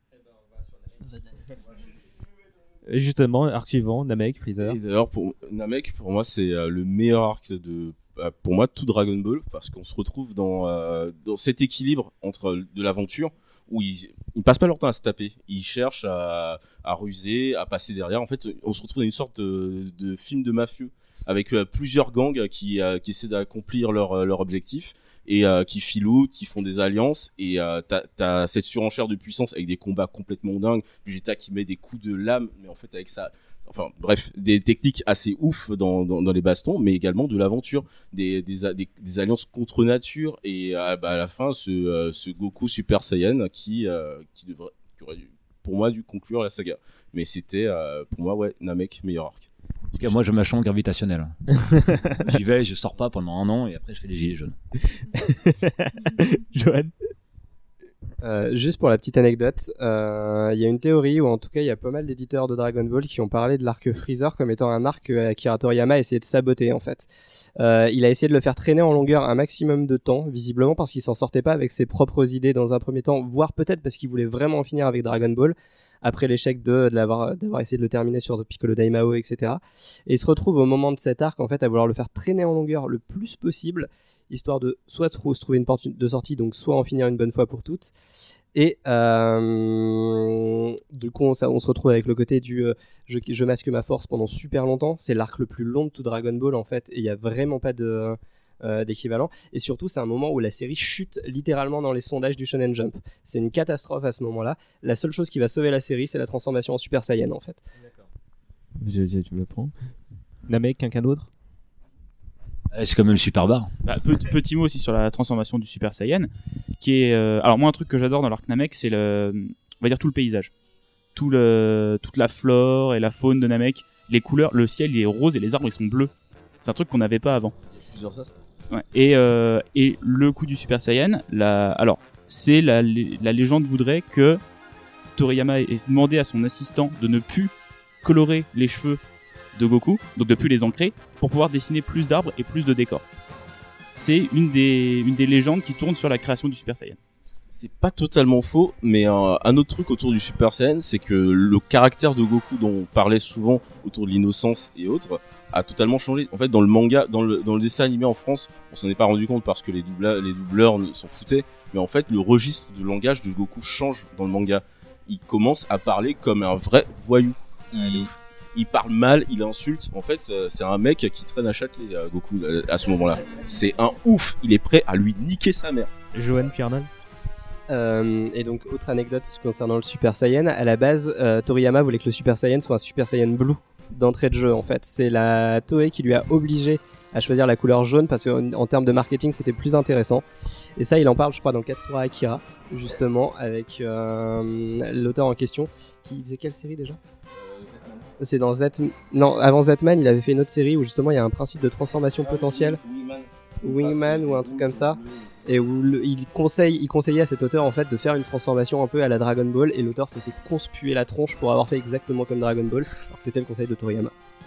Et justement, arc suivant, Namek, Freezer. Et d'ailleurs, pour Namek, pour moi, c'est le meilleur arc pour moi, tout Dragon Ball, parce qu'on se retrouve dans cet équilibre entre de l'aventure, où ils passent pas leur temps à se taper, ils cherchent à ruser, à passer derrière. En fait, on se retrouve dans une sorte de film de mafieux, avec plusieurs gangs qui essaient d'accomplir leur objectif et qui filoutent, qui font des alliances, et t'as cette surenchère de puissance avec des combats complètement dingues, Vegeta qui met des coups de lame, mais en fait avec ça, enfin bref, des techniques assez ouf dans les bastons, mais également de l'aventure, des alliances contre nature, et à la fin ce Goku Super Saiyan qui aurait pour moi dû conclure la saga, mais c'était pour moi Namek meilleur arc. En tout cas, moi, je mâche en gravitationnel. J'y vais, je sors pas pendant un an et après, je fais des gilets jaunes. Johan. Juste pour la petite anecdote, il y a une théorie, ou en tout cas il y a pas mal d'éditeurs de Dragon Ball qui ont parlé de l'arc Freezer comme étant un arc que Akira Toriyama a essayé de saboter en fait. Il a essayé de le faire traîner en longueur un maximum de temps, visiblement parce qu'il s'en sortait pas avec ses propres idées dans un premier temps, voire peut-être parce qu'il voulait vraiment en finir avec Dragon Ball, après l'échec d'avoir essayé de le terminer sur Piccolo Daimao, etc. Et il se retrouve au moment de cet arc en fait à vouloir le faire traîner en longueur le plus possible, histoire de soit se trouver une porte de sortie, donc soit en finir une bonne fois pour toutes. Et du coup, on se retrouve avec le côté du je masque ma force pendant super longtemps. C'est l'arc le plus long de tout Dragon Ball en fait, et il n'y a vraiment pas d'équivalent. Et surtout, c'est un moment où la série chute littéralement dans les sondages du Shonen Jump. C'est une catastrophe à ce moment-là. La seule chose qui va sauver la série, c'est la transformation en Super Saiyan en fait. D'accord. Tu me le prends. Namek, quelqu'un d'autre? C'est quand même le super bar. Petit mot aussi sur la transformation du Super Saiyan, qui est alors moi un truc que j'adore dans l'arc Namek, c'est on va dire tout le paysage, toute la flore et la faune de Namek, les couleurs, le ciel il est rose et les arbres ils sont bleus. C'est un truc qu'on n'avait pas avant. Il y a plusieurs astres. Ouais. Et le coup du Super Saiyan, alors c'est la légende voudrait que Toriyama ait demandé à son assistant de ne plus colorer les cheveux de Goku, donc de plus les ancrer, pour pouvoir dessiner plus d'arbres et plus de décors. C'est une des légendes qui tourne sur la création du Super Saiyan. C'est pas totalement faux, mais un autre truc autour du Super Saiyan, c'est que le caractère de Goku dont on parlait souvent autour de l'innocence et autres a totalement changé. En fait, dans le manga, dans le dessin animé en France, on s'en est pas rendu compte parce que les doubleurs s'en foutaient, mais en fait, le registre du langage de Goku change dans le manga. Il commence à parler comme un vrai voyou. Il parle mal, il insulte. En fait, c'est un mec qui traîne à Châtelet, Goku, à ce moment-là. C'est un ouf. Il est prêt à lui niquer sa mère. Johan Fiernal. Et donc, autre anecdote concernant le Super Saiyan. À la base, Toriyama voulait que le Super Saiyan soit un Super Saiyan Blue d'entrée de jeu, en fait. C'est la Toei qui lui a obligé à choisir la couleur jaune parce qu'en termes de marketing, c'était plus intéressant. Et ça, il en parle, je crois, dans Katsura Akira, justement, avec l'auteur en question. Qui faisait quelle série déjà ? C'est dans Non, avant Zetman, il avait fait une autre série où justement il y a un principe de transformation potentielle. Wingman ou un truc comme ça. Et où il conseillait à cet auteur en fait de faire une transformation un peu à la Dragon Ball, et l'auteur s'est fait conspuer la tronche pour avoir fait exactement comme Dragon Ball, alors que c'était le conseil de Toriyama.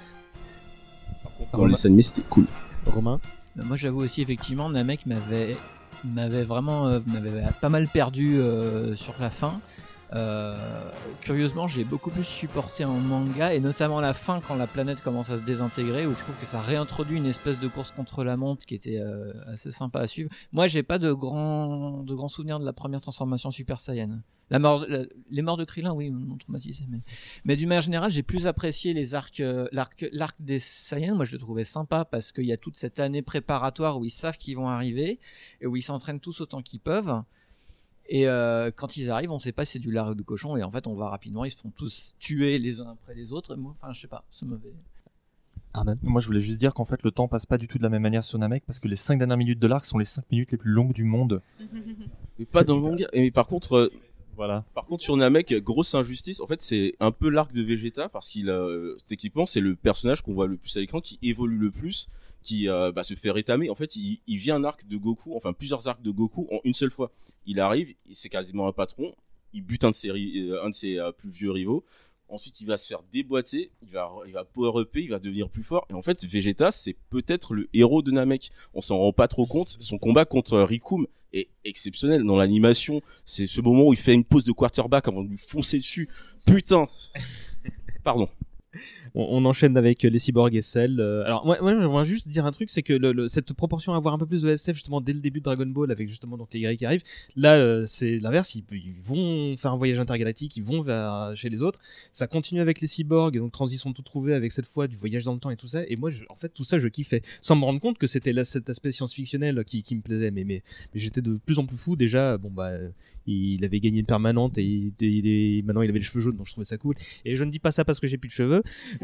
Dans les animés, c'était cool. Romain. Moi j'avoue aussi effectivement Namek m'avait vraiment pas mal perdu sur la fin. Curieusement, j'ai beaucoup plus supporté en manga, et notamment la fin quand la planète commence à se désintégrer, où je trouve que ça réintroduit une espèce de course contre la montre qui était assez sympa à suivre. Moi, j'ai pas de grands souvenirs de la première transformation Super Saiyan. Les morts de Krillin, oui, m'ont traumatisé, mais d'une manière générale, j'ai plus apprécié l'arc des Saiyans. Moi, je le trouvais sympa parce qu'il y a toute cette année préparatoire où ils savent qu'ils vont arriver et où ils s'entraînent tous autant qu'ils peuvent. Et quand ils arrivent, on sait pas si c'est du lard ou du cochon, et en fait on va rapidement, ils se font tous tuer les uns après les autres. Et moi, enfin je sais pas, c'est mauvais. Moi je voulais juste dire qu'en fait le temps passe pas du tout de la même manière sur Namek, parce que les 5 dernières minutes de l'arc sont les 5 minutes les plus longues du monde. Mais pas dans le manga. Et par contre, voilà. Par contre sur Namek, grosse injustice. En fait, c'est un peu l'arc de Vegeta parce qu'il techniquement c'est le personnage qu'on voit le plus à l'écran, qui évolue le plus, qui se fait rétamer. En fait, il vit un arc de Goku, enfin plusieurs arcs de Goku en une seule fois. Il arrive, c'est quasiment un patron. Il bute un de ses plus vieux rivaux. Ensuite, il va se faire déboîter, il va power up, il va devenir plus fort. Et en fait, Vegeta, c'est peut-être le héros de Namek. On s'en rend pas trop compte. Son combat contre Rikum est exceptionnel. Dans l'animation, c'est ce moment où il fait une pose de quarterback avant de lui foncer dessus. Putain. Pardon. On enchaîne avec les cyborgs et Cell. Alors moi j'aimerais juste dire un truc, c'est que cette proportion à avoir un peu plus de SF justement dès le début de Dragon Ball, avec justement donc les guerriers qui arrivent, là c'est l'inverse, ils vont faire un voyage intergalactique, ils vont chez les autres, ça continue avec les cyborgs, donc transition tout trouvé avec cette fois du voyage dans le temps et tout ça, et moi en fait tout ça je kiffais, sans me rendre compte que c'était là cet aspect science-fictionnel qui me plaisait, mais j'étais de plus en plus fou déjà. Il avait gagné une permanente et maintenant il avait les cheveux jaunes, donc je trouvais ça cool. Et je ne dis pas ça parce que j'ai plus de cheveux.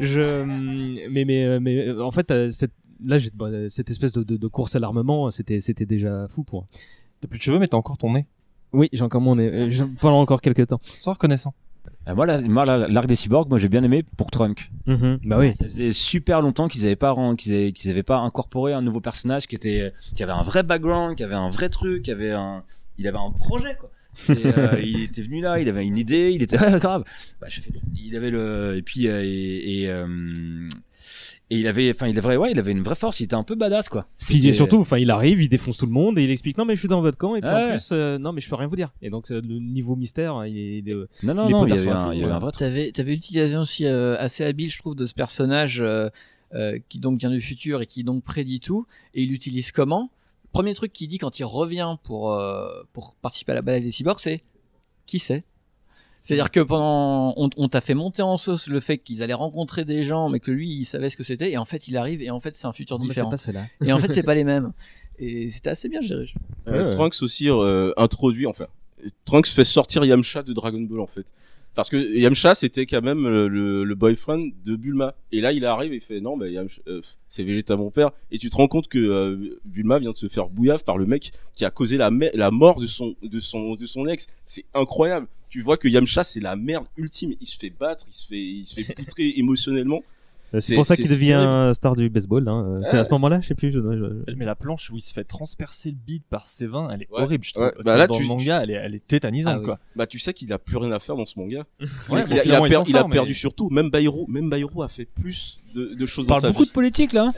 Mais en fait, cette espèce de course à l'armement, c'était déjà fou pour moi. T'as plus de cheveux, mais t'as encore ton nez. Oui, j'ai encore mon nez. Pendant encore quelques temps. Sois reconnaissant. Moi, l'arc des cyborgs, moi j'ai bien aimé pour Trunk. Bah oui. Ça faisait super longtemps qu'ils avaient pas incorporé un nouveau personnage qui avait un vrai background, qui avait un vrai truc, il avait un projet quoi. Il était venu là, il avait une idée, il était grave. Bah, il avait le, et puis et il avait, enfin, il avait une vraie force. Il était un peu badass, quoi. Puis surtout, enfin, il arrive, il défonce tout le monde et il explique non mais je suis dans votre camp et puis en plus non mais je peux rien vous dire. Et donc le niveau mystère, il est non, il y avait un vrai. T'avais l'utilisation aussi assez habile, je trouve, de ce personnage qui donc vient du futur et qui donc prédit tout. Et il l'utilise comment? Premier truc qu'il dit quand il revient pour participer à la bataille des cyborgs, c'est qui c'est? C'est-à-dire que pendant, on t'a fait monter en sauce le fait qu'ils allaient rencontrer des gens, mais que lui, il savait ce que c'était, et en fait, il arrive, et en fait, c'est un futur différent. C'est pas cela. Et en fait, c'est pas les mêmes. Et c'était assez bien géré. Trunks aussi introduit, enfin, Trunks fait sortir Yamcha de Dragon Ball, en fait. Parce que Yamcha, c'était quand même le boyfriend de Bulma. Et là, il arrive et il fait, non, bah, Yamcha, c'est Vegeta mon père. Et tu te rends compte que Bulma vient de se faire bouillave par le mec qui a causé la mort de son ex. C'est incroyable. Tu vois que Yamcha, c'est la merde ultime. Il se fait battre, il se fait poutrer émotionnellement. C'est pour ça qu'il devient star du baseball. Hein. C'est à ce moment-là, je sais plus. Mais la planche où il se fait transpercer le bide par Sévin, elle est horrible, je trouve. Bah là, dans le manga, elle est tétanisante, quoi. Bah tu sais qu'il a plus rien à faire dans ce manga. Ouais, il a perdu surtout. Même Bayrou a fait plus de choses dans sa vie. On parle beaucoup de politique là.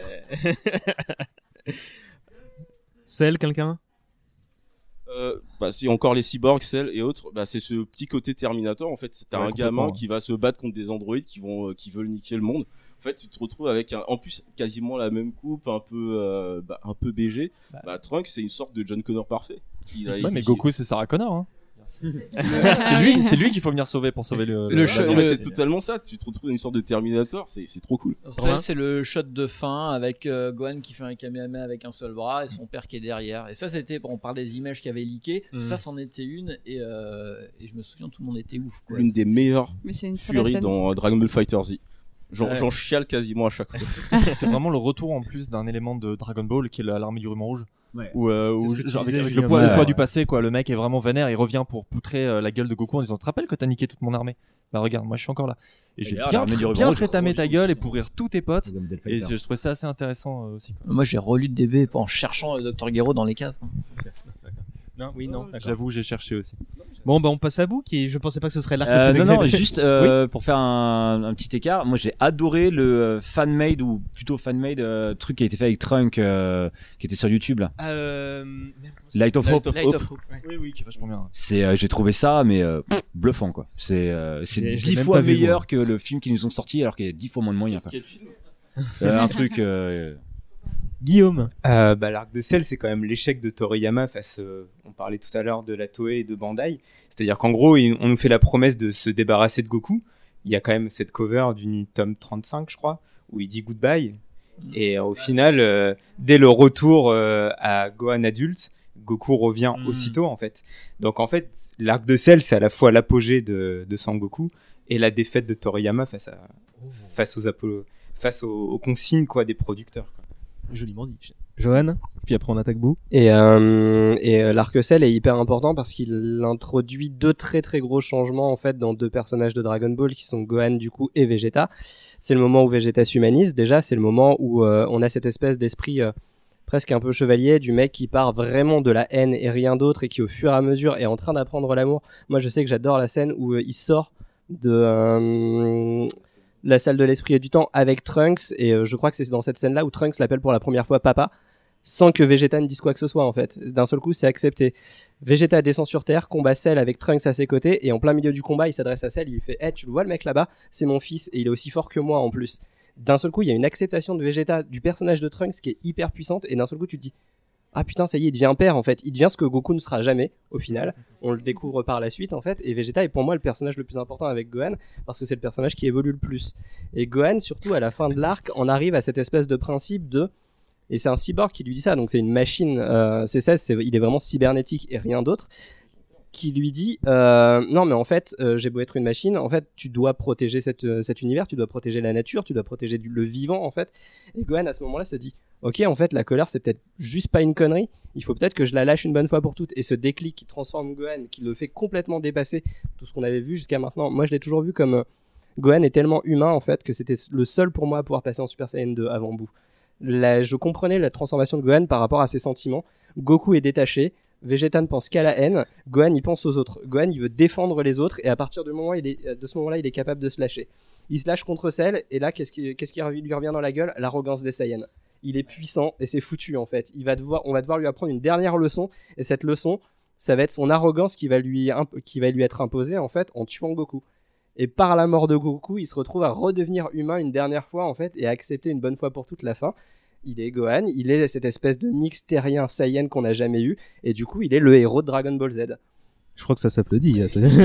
Cell, quelqu'un? Bah c'est encore les cyborgs, Cell et autres. Bah c'est ce petit côté Terminator en fait. T'as un gamin qui va se battre contre des androïdes qui veulent niquer le monde. En fait, tu te retrouves avec en plus quasiment la même coupe, un peu BG. Bah Trunks, c'est une sorte de John Connor parfait. Mais Goku, c'est Sarah Connor. Hein. c'est lui qu'il faut venir sauver pour sauver le shot. Mais c'est totalement ça. Tu te retrouves dans une sorte de Terminator. C'est trop cool. C'est le shot de fin avec Gohan qui fait un Kamehameha avec un seul bras et son père qui est derrière. Et ça, c'était, on parle des images qui avaient leaké. Ça, c'en était une. Et je me souviens, tout le monde était ouf. Une des meilleures furies dans Dragon Ball FighterZ. J'en chiale quasiment à chaque fois. C'est vraiment le retour en plus d'un élément de Dragon Ball qui est l'armée du ruban rouge. Ouais. Où avec le poids du passé, quoi, le mec est vraiment vénère, il revient pour poutrer la gueule de Goku en disant: tu te rappelles que t'as niqué toute mon armée? Bah regarde, moi je suis encore là. Et je vais bien fait tamer ta gueule et pourrir tous tes potes. Et je trouvais ça assez intéressant aussi, quoi. Moi j'ai relu le DB en cherchant le Dr Gero dans les cases. Non, oui, non. J'avoue, j'ai cherché aussi. Bon, bah on passe à bout. Je pensais pas que ce serait l'arc. Non, juste pour faire un petit écart. Moi, j'ai adoré le fan-made ou plutôt fan-made truc qui a été fait avec Trunk, qui était sur YouTube là. Light of Hope. Oui, qui est vachement bien. J'ai trouvé ça, mais bluffant quoi. C'est 10 fois meilleur que le film qu'ils nous ont sorti, alors qu'il y a 10 fois moins de moyens. Quoi. Quel film Un truc. Guillaume. L'arc de Cell, c'est quand même l'échec de Toriyama face. On parlait tout à l'heure de la Toei et de Bandai. C'est-à-dire qu'en gros, on nous fait la promesse de se débarrasser de Goku. Il y a quand même cette cover du tome 35, je crois, où il dit goodbye. Et au final, dès le retour à Gohan adulte, Goku revient aussitôt, en fait. Donc, en fait, l'arc de Cell, c'est à la fois l'apogée de Sangoku et la défaite de Toriyama face aux consignes, quoi, des producteurs, quoi. Joliment dit. Johan, puis après on attaque Boo. Et l'arc Cell est hyper important parce qu'il introduit deux très très gros changements en fait dans deux personnages de Dragon Ball qui sont Gohan du coup et Vegeta. C'est le moment où Vegeta s'humanise. Déjà, c'est le moment où on a cette espèce d'esprit presque un peu chevalier du mec qui part vraiment de la haine et rien d'autre et qui au fur et à mesure est en train d'apprendre l'amour. Moi, je sais que j'adore la scène où il sort de la salle de l'esprit et du temps avec Trunks et je crois que c'est dans cette scène là où Trunks l'appelle pour la première fois papa sans que Vegeta ne dise quoi que ce soit en fait. D'un seul coup c'est accepté. Vegeta descend sur terre, combat Cell avec Trunks à ses côtés et en plein milieu du combat il s'adresse à Cell, il lui fait hey, tu le vois le mec là-bas, c'est mon fils et il est aussi fort que moi en plus. D'un seul coup il y a une acceptation de Vegeta du personnage de Trunks qui est hyper puissante et d'un seul coup tu te dis ah putain ça y est il devient père en fait, il devient ce que Goku ne sera jamais au final, on le découvre par la suite en fait et Vegeta est pour moi le personnage le plus important avec Gohan parce que c'est le personnage qui évolue le plus et Gohan surtout à la fin de l'arc on arrive à cette espèce de principe de et c'est un cyborg qui lui dit ça donc c'est une machine il est vraiment cybernétique et rien d'autre qui lui dit non mais en fait j'ai beau être une machine en fait tu dois protéger cet univers, tu dois protéger la nature, tu dois protéger le vivant en fait et Gohan à ce moment là se dit ok en fait la colère c'est peut-être juste pas une connerie, il faut peut-être que je la lâche une bonne fois pour toutes et ce déclic qui transforme Gohan, qui le fait complètement dépasser tout ce qu'on avait vu jusqu'à maintenant. Moi je l'ai toujours vu comme Gohan est tellement humain en fait que c'était le seul pour moi à pouvoir passer en Super Saiyan 2 avant Boo. Je comprenais la transformation de Gohan par rapport à ses sentiments. Goku est détaché, Vegeta ne pense qu'à la haine, Gohan il pense aux autres. Gohan il veut défendre les autres et à partir de ce moment-là il est capable de se lâcher. Il se lâche contre Cell et là qu'est-ce qui lui revient dans la gueule? L'arrogance des Saiyans. Il est puissant et c'est foutu en fait. On va devoir lui apprendre une dernière leçon et cette leçon ça va être son arrogance qui va lui être imposée en fait en tuant Goku. Et par la mort de Goku il se retrouve à redevenir humain une dernière fois en fait et à accepter une bonne fois pour toutes la fin. Il est Gohan, il est cette espèce de mix terrien Saiyan qu'on n'a jamais eu, et du coup, il est le héros de Dragon Ball Z. Je crois que ça s'applaudit.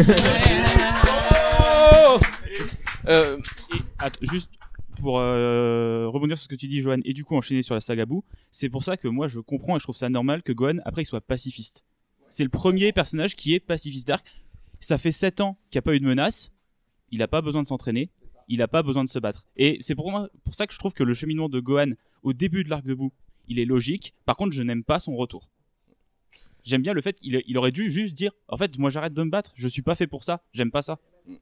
Juste pour rebondir sur ce que tu dis, Johan, et du coup enchaîner sur la saga Boo, c'est pour ça que moi je comprends et je trouve ça normal que Gohan, après, il soit pacifiste. C'est le premier personnage qui est pacifiste. Dark. Ça fait 7 ans qu'il n'y a pas eu de menace, il n'a pas besoin de s'entraîner, il n'a pas besoin de se battre. Et c'est pour ça que je trouve que le cheminement de Gohan au début de l'arc de Boo, il est logique. Par contre, je n'aime pas son retour. J'aime bien le fait qu'il aurait dû juste dire en fait, moi j'arrête de me battre, je suis pas fait pour ça, j'aime pas ça.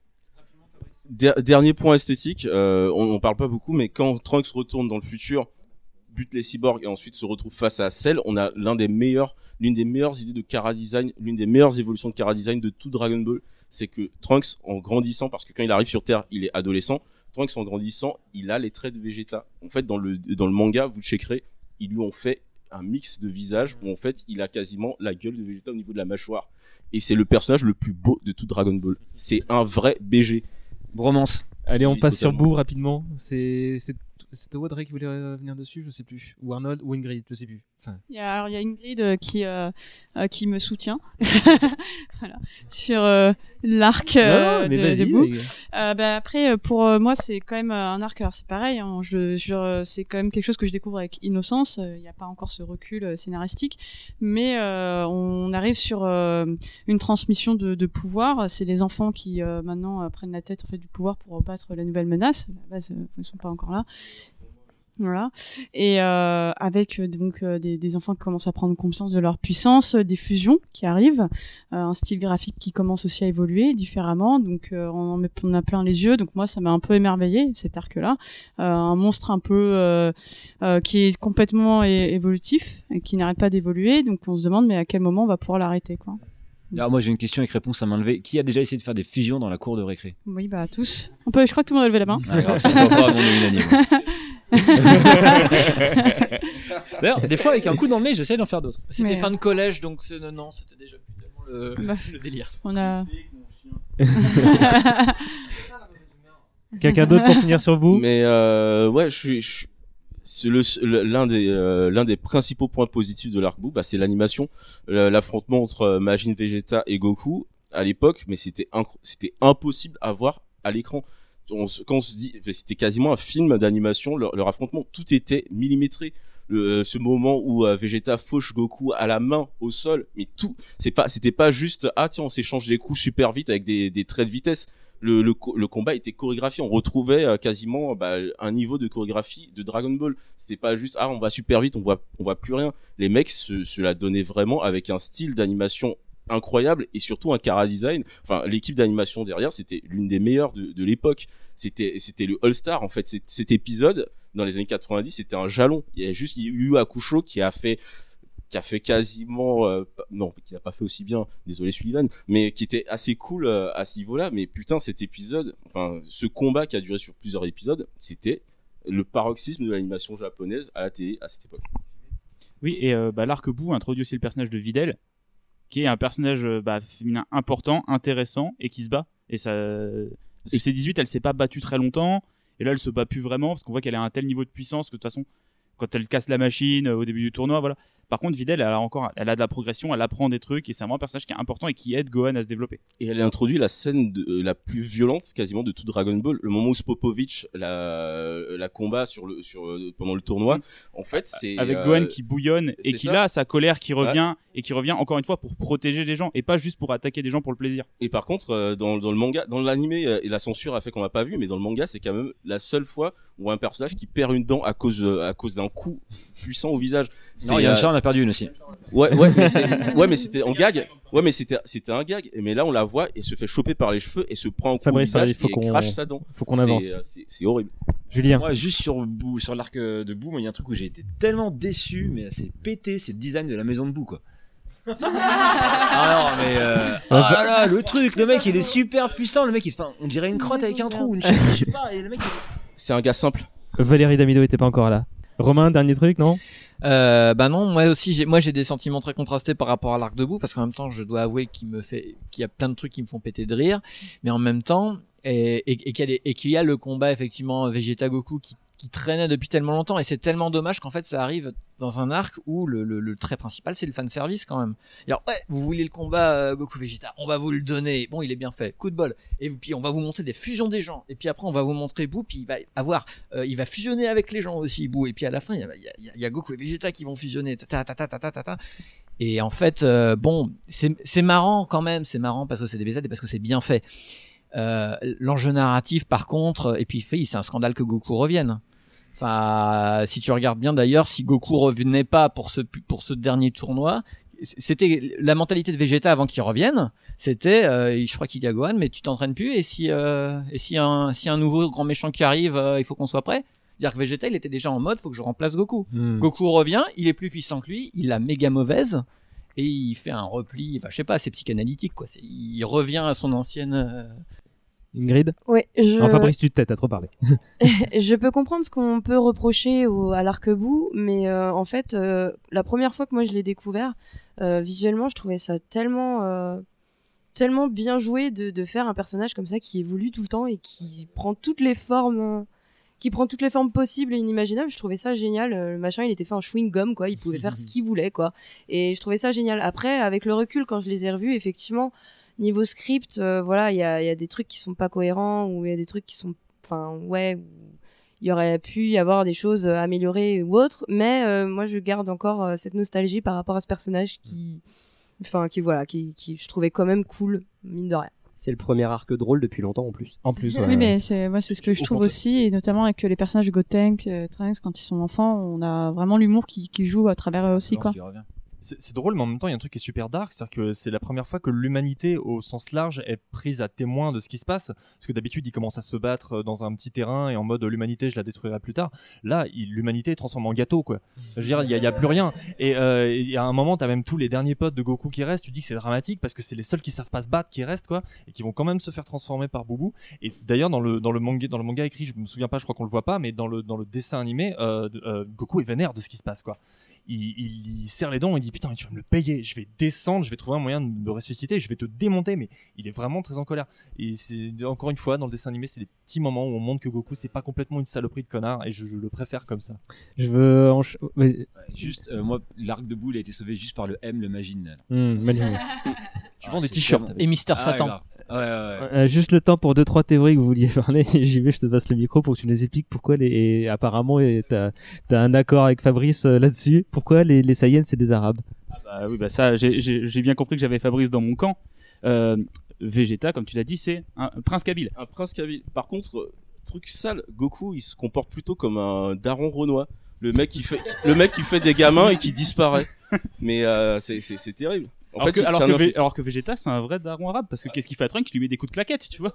Dernier point esthétique, on parle pas beaucoup, mais quand Trunks retourne dans le futur, bute les cyborgs et ensuite se retrouve face à Cell, on a l'une des meilleures idées de chara design, l'une des meilleures évolutions de chara design de tout Dragon Ball. C'est que Trunks, en grandissant, parce que quand il arrive sur Terre, il est adolescent, Trunks en grandissant, il a les traits de Vegeta. En fait, dans le manga, vous le checkerez, ils lui ont fait un mix de visage où en fait, il a quasiment la gueule de Vegeta au niveau de la mâchoire. Et c'est le personnage le plus beau de tout Dragon Ball. C'est un vrai BG. Bromance. Allez, on passe sur Boo rapidement. C'était Audrey qui voulait venir dessus, je sais plus. Ou Arnold ou Ingrid, je sais plus. Enfin... Il y a Ingrid qui me soutient voilà, sur l'arc de Boo. Après, pour moi, c'est quand même un arc. Alors c'est pareil, hein, c'est quand même quelque chose que je découvre avec innocence. Il n'y a pas encore ce recul scénaristique, mais on arrive sur une transmission de pouvoir. C'est les enfants qui maintenant prennent la tête en fait du pouvoir pour battre la nouvelle menace. À la base, ils sont pas encore là. Voilà. Et avec donc des enfants qui commencent à prendre conscience de leur puissance, des fusions qui arrivent, un style graphique qui commence aussi à évoluer différemment, donc on a plein les yeux, donc moi ça m'a un peu émerveillé cet arc-là, un monstre un peu qui est complètement évolutif et qui n'arrête pas d'évoluer, donc on se demande mais à quel moment on va pouvoir l'arrêter quoi. Alors moi j'ai une question avec réponse à main levée. Qui a déjà essayé de faire des fusions dans la cour de récré? Oui bah tous. Je crois que tout le monde a levé la main. Ah, grave, ça se voit pas, on est unanime. D'ailleurs, des fois avec un coup dans le nez, j'essaie d'en faire d'autres. C'était fin de collège, donc non, c'était déjà plus tellement le délire. On a. Quelqu'un d'autre pour finir sur vous? Mais ouais, c'est l'un des principaux points positifs de l'arc Boo, c'est l'animation, l'affrontement entre Majin Vegeta et Goku à l'époque, mais c'était impossible à voir à l'écran. Quand on se dit, c'était quasiment un film d'animation, leur affrontement, tout était millimétré. Ce moment où Vegeta fauche Goku à la main au sol, mais tout, c'était pas juste tiens on s'échange des coups super vite avec des traits de vitesse. Le combat était chorégraphié, on retrouvait quasiment un niveau de chorégraphie de Dragon Ball. C'était pas juste on va super vite, on voit plus rien. Les mecs se la donnaient vraiment avec un style d'animation incroyable et surtout un chara design. Enfin, l'équipe d'animation derrière, c'était l'une des meilleures de l'époque. C'était le All Star en fait. Cet épisode dans les années 90, c'était un jalon. Il y a juste Yu Hakusho qui a fait quasiment non, qui n'a pas fait aussi bien, désolé Sullivan, mais qui était assez cool à ce niveau-là. Mais putain, cet épisode, enfin ce combat qui a duré sur plusieurs épisodes, c'était le paroxysme de l'animation japonaise à la télé à cette époque. Oui, et l'arc Boo introduit aussi le personnage de Videl, qui est un personnage féminin important, intéressant et qui se bat. Et ça, parce que C18, elle s'est pas battue très longtemps, et là elle se bat plus vraiment parce qu'on voit qu'elle a un tel niveau de puissance que de toute façon, quand elle casse la machine au début du tournoi, voilà. Par contre, Videl, elle a de la progression, elle apprend des trucs, et c'est vraiment un personnage qui est important et qui aide Gohan à se développer. Et elle a introduit la scène la plus violente quasiment de tout Dragon Ball, le moment où Spopovich la combat pendant le tournoi. En fait, c'est avec Gohan qui bouillonne et qui a sa colère qui revient et qui revient encore une fois pour protéger les gens et pas juste pour attaquer des gens pour le plaisir. Et par contre, dans le manga, dans l'animé, et la censure a fait qu'on l'a pas vu, mais dans le manga, c'est quand même la seule fois où on voit un personnage qui perd une dent à cause d'un coup puissant au visage. Non, il y a ça, on a perdu une aussi. Ouais, mais c'était en gag. Ouais, mais c'était un gag. Mais là, on la voit et se fait choper par les cheveux et se prend un coup au visage et crache sa dent. Faut qu'on avance. C'est horrible. Julien. Moi, juste sur l'arc de Boo, il y a un truc où j'ai été tellement déçu, mais c'est pété, c'est le design de la maison de Boo, quoi. Ah non, mais ah là, le truc, le mec il est super puissant, le mec on dirait une crotte avec un trou, je sais pas, et le mec C'est un gars simple. Valérie Damido était pas encore là. Romain, dernier truc, non? Bah non, moi aussi j'ai des sentiments très contrastés par rapport à l'arc de boue, parce qu'en même temps je dois avouer qu'il y a plein de trucs qui me font péter de rire, mais en même temps qu'il y a le combat effectivement Vegeta Goku qui traînait depuis tellement longtemps, et c'est tellement dommage qu'en fait ça arrive dans un arc où le trait principal c'est le fanservice quand même. Alors ouais, vous voulez le combat Goku Vegeta, on va vous le donner, bon il est bien fait, coup de bol, et puis on va vous montrer des fusions des gens, et puis après on va vous montrer Boo, puis il va fusionner avec les gens aussi Boo, et puis à la fin il y a Goku et Vegeta qui vont fusionner, et en fait bon c'est marrant quand même, c'est marrant parce que c'est des BZ et parce que c'est bien fait. L'enjeu narratif par contre, et puis c'est un scandale que Goku revienne. Enfin, si tu regardes bien d'ailleurs, si Goku revenait pas pour ce dernier tournoi, c'était la mentalité de Vegeta avant qu'il revienne, c'était je crois qu'il dit à Gohan, mais tu t'entraînes plus, et si un nouveau grand méchant qui arrive, il faut qu'on soit prêt. C'est-à-dire que Vegeta il était déjà en mode faut que je remplace Goku. Goku revient, il est plus puissant que lui, il la méga mauvaise, et il fait un repli, enfin je sais pas, c'est psychanalytique quoi, il revient à son ancienne Ingrid? Ouais, Enfin, Brice, tu te têtes à trop parler. Je peux comprendre ce qu'on peut reprocher à l'arc-bout, mais en fait, la première fois que moi je l'ai découvert, visuellement, je trouvais ça tellement bien joué de faire un personnage comme ça qui évolue tout le temps et qui prend toutes les formes. Qui prend toutes les formes possibles et inimaginables. Je trouvais ça génial. Le machin, il était fait en chewing-gum, quoi. Il pouvait faire ce qu'il voulait, quoi. Et je trouvais ça génial. Après, avec le recul, quand je les ai revus, effectivement, niveau script, voilà, il y a des trucs qui sont pas cohérents, ou il y a des trucs qui sont, enfin, ouais, où il y aurait pu y avoir des choses améliorées ou autres. Mais moi, je garde encore cette nostalgie par rapport à ce personnage qui je trouvais quand même cool, mine de rien. C'est le premier arc drôle depuis longtemps en plus. Ouais. Oui, mais c'est ce que je trouve aussi, et notamment avec les personnages de Gotenk, Trunks, quand ils sont enfants, on a vraiment l'humour qui joue à travers eux aussi, quoi. C'est drôle, mais en même temps, il y a un truc qui est super dark, c'est-à-dire que c'est la première fois que l'humanité, au sens large, est prise à témoin de ce qui se passe. Parce que d'habitude, ils commencent à se battre dans un petit terrain et en mode l'humanité, je la détruirai plus tard. Là, l'humanité est transformée en gâteau, quoi. Je veux dire, il y a plus rien. Et à un moment, t'as même tous les derniers potes de Goku qui restent. Tu dis que c'est dramatique parce que c'est les seuls qui savent pas se battre qui restent, quoi, et qui vont quand même se faire transformer par Boubou. Et d'ailleurs, dans le manga écrit, je me souviens pas, je crois qu'on le voit pas, mais dans le dessin animé, Goku est vénère de ce qui se passe, quoi. Il serre les dents, il dit putain mais tu vas me le payer, je vais descendre, je vais trouver un moyen de me ressusciter, je vais te démonter, mais il est vraiment très en colère. Et c'est encore une fois dans le dessin animé, c'est des petits moments où on montre que Goku c'est pas complètement une saloperie de connard, et je le préfère comme ça. Je veux juste moi l'arc de boule a été sauvé juste par le M, le Magine. Tu vends des t-shirts et Mister Satan. Ouais. Juste le temps pour 2-3 théories que vous vouliez parler. J'y vais, je te passe le micro pour que tu nous expliques pourquoi apparemment t'as un accord avec Fabrice là-dessus. Pourquoi les Saiyans c'est des Arabes? Oui, bah ça, j'ai bien compris que j'avais Fabrice dans mon camp. Vegeta, comme tu l'as dit, c'est un prince kabyle. Un prince kabyle. Par contre, truc sale, Goku, il se comporte plutôt comme un daron renois. Le mec qui fait des gamins et qui disparaît. Mais c'est terrible. Alors que Vegeta, c'est un vrai daron arabe, parce que qu'est-ce qu'il fait à Trunks? Il lui met des coups de claquette, tu vois.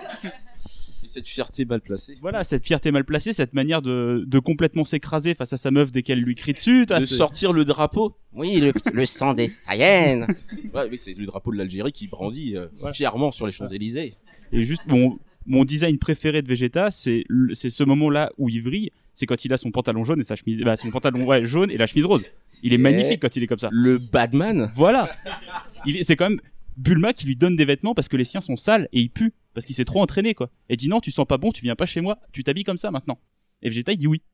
Et cette fierté mal placée. Voilà, cette fierté mal placée, cette manière de complètement s'écraser face à sa meuf dès qu'elle lui crie dessus. De sortir le drapeau. Oui, le sang des Saiyans. Ouais, mais c'est le drapeau de l'Algérie qui brandit fièrement sur les Champs-Élysées. Et juste, mon design préféré de Vegeta, c'est ce moment-là où il vrille. C'est quand il a son pantalon jaune et sa chemise, son pantalon jaune et la chemise rose. Il est magnifique quand il est comme ça. Le Batman. Voilà. C'est quand même Bulma qui lui donne des vêtements parce que les siens sont sales et il pue parce qu'il s'est trop entraîné, quoi. Et dit non, tu sens pas bon, tu viens pas chez moi, tu t'habilles comme ça maintenant. Et Vegeta il dit oui.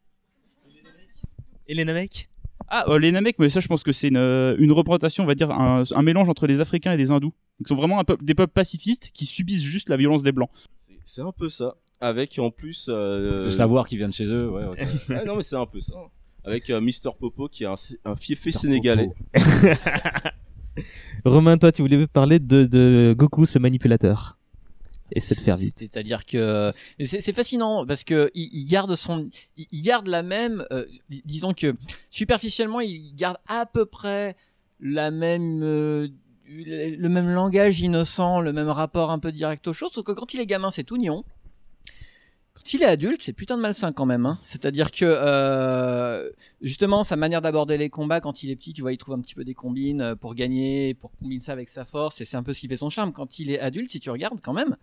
Et les Namek? Les Namek, mais ça je pense que c'est une représentation, on va dire un mélange entre les Africains et les Hindous. Donc, ils sont vraiment des peuples pacifistes qui subissent juste la violence des Blancs. C'est un peu ça. Avec en plus le savoir qui vient de chez eux, ouais. Ah non mais c'est un peu ça. Avec Mister Popo qui est un fiefé sénégalais. Romain, toi tu voulais parler de Goku, ce manipulateur, et cette faire vite. C'est-à-dire que c'est fascinant parce que il garde la même, disons que superficiellement il garde à peu près la même le même langage innocent, le même rapport un peu direct aux choses, sauf que quand il est gamin c'est tout nion. Quand il est adulte, c'est putain de malsain quand même. Hein. C'est-à-dire que justement, sa manière d'aborder les combats quand il est petit, tu vois, il trouve un petit peu des combines pour gagner, pour combiner ça avec sa force, et c'est un peu ce qui fait son charme. Quand il est adulte, si tu regardes quand même,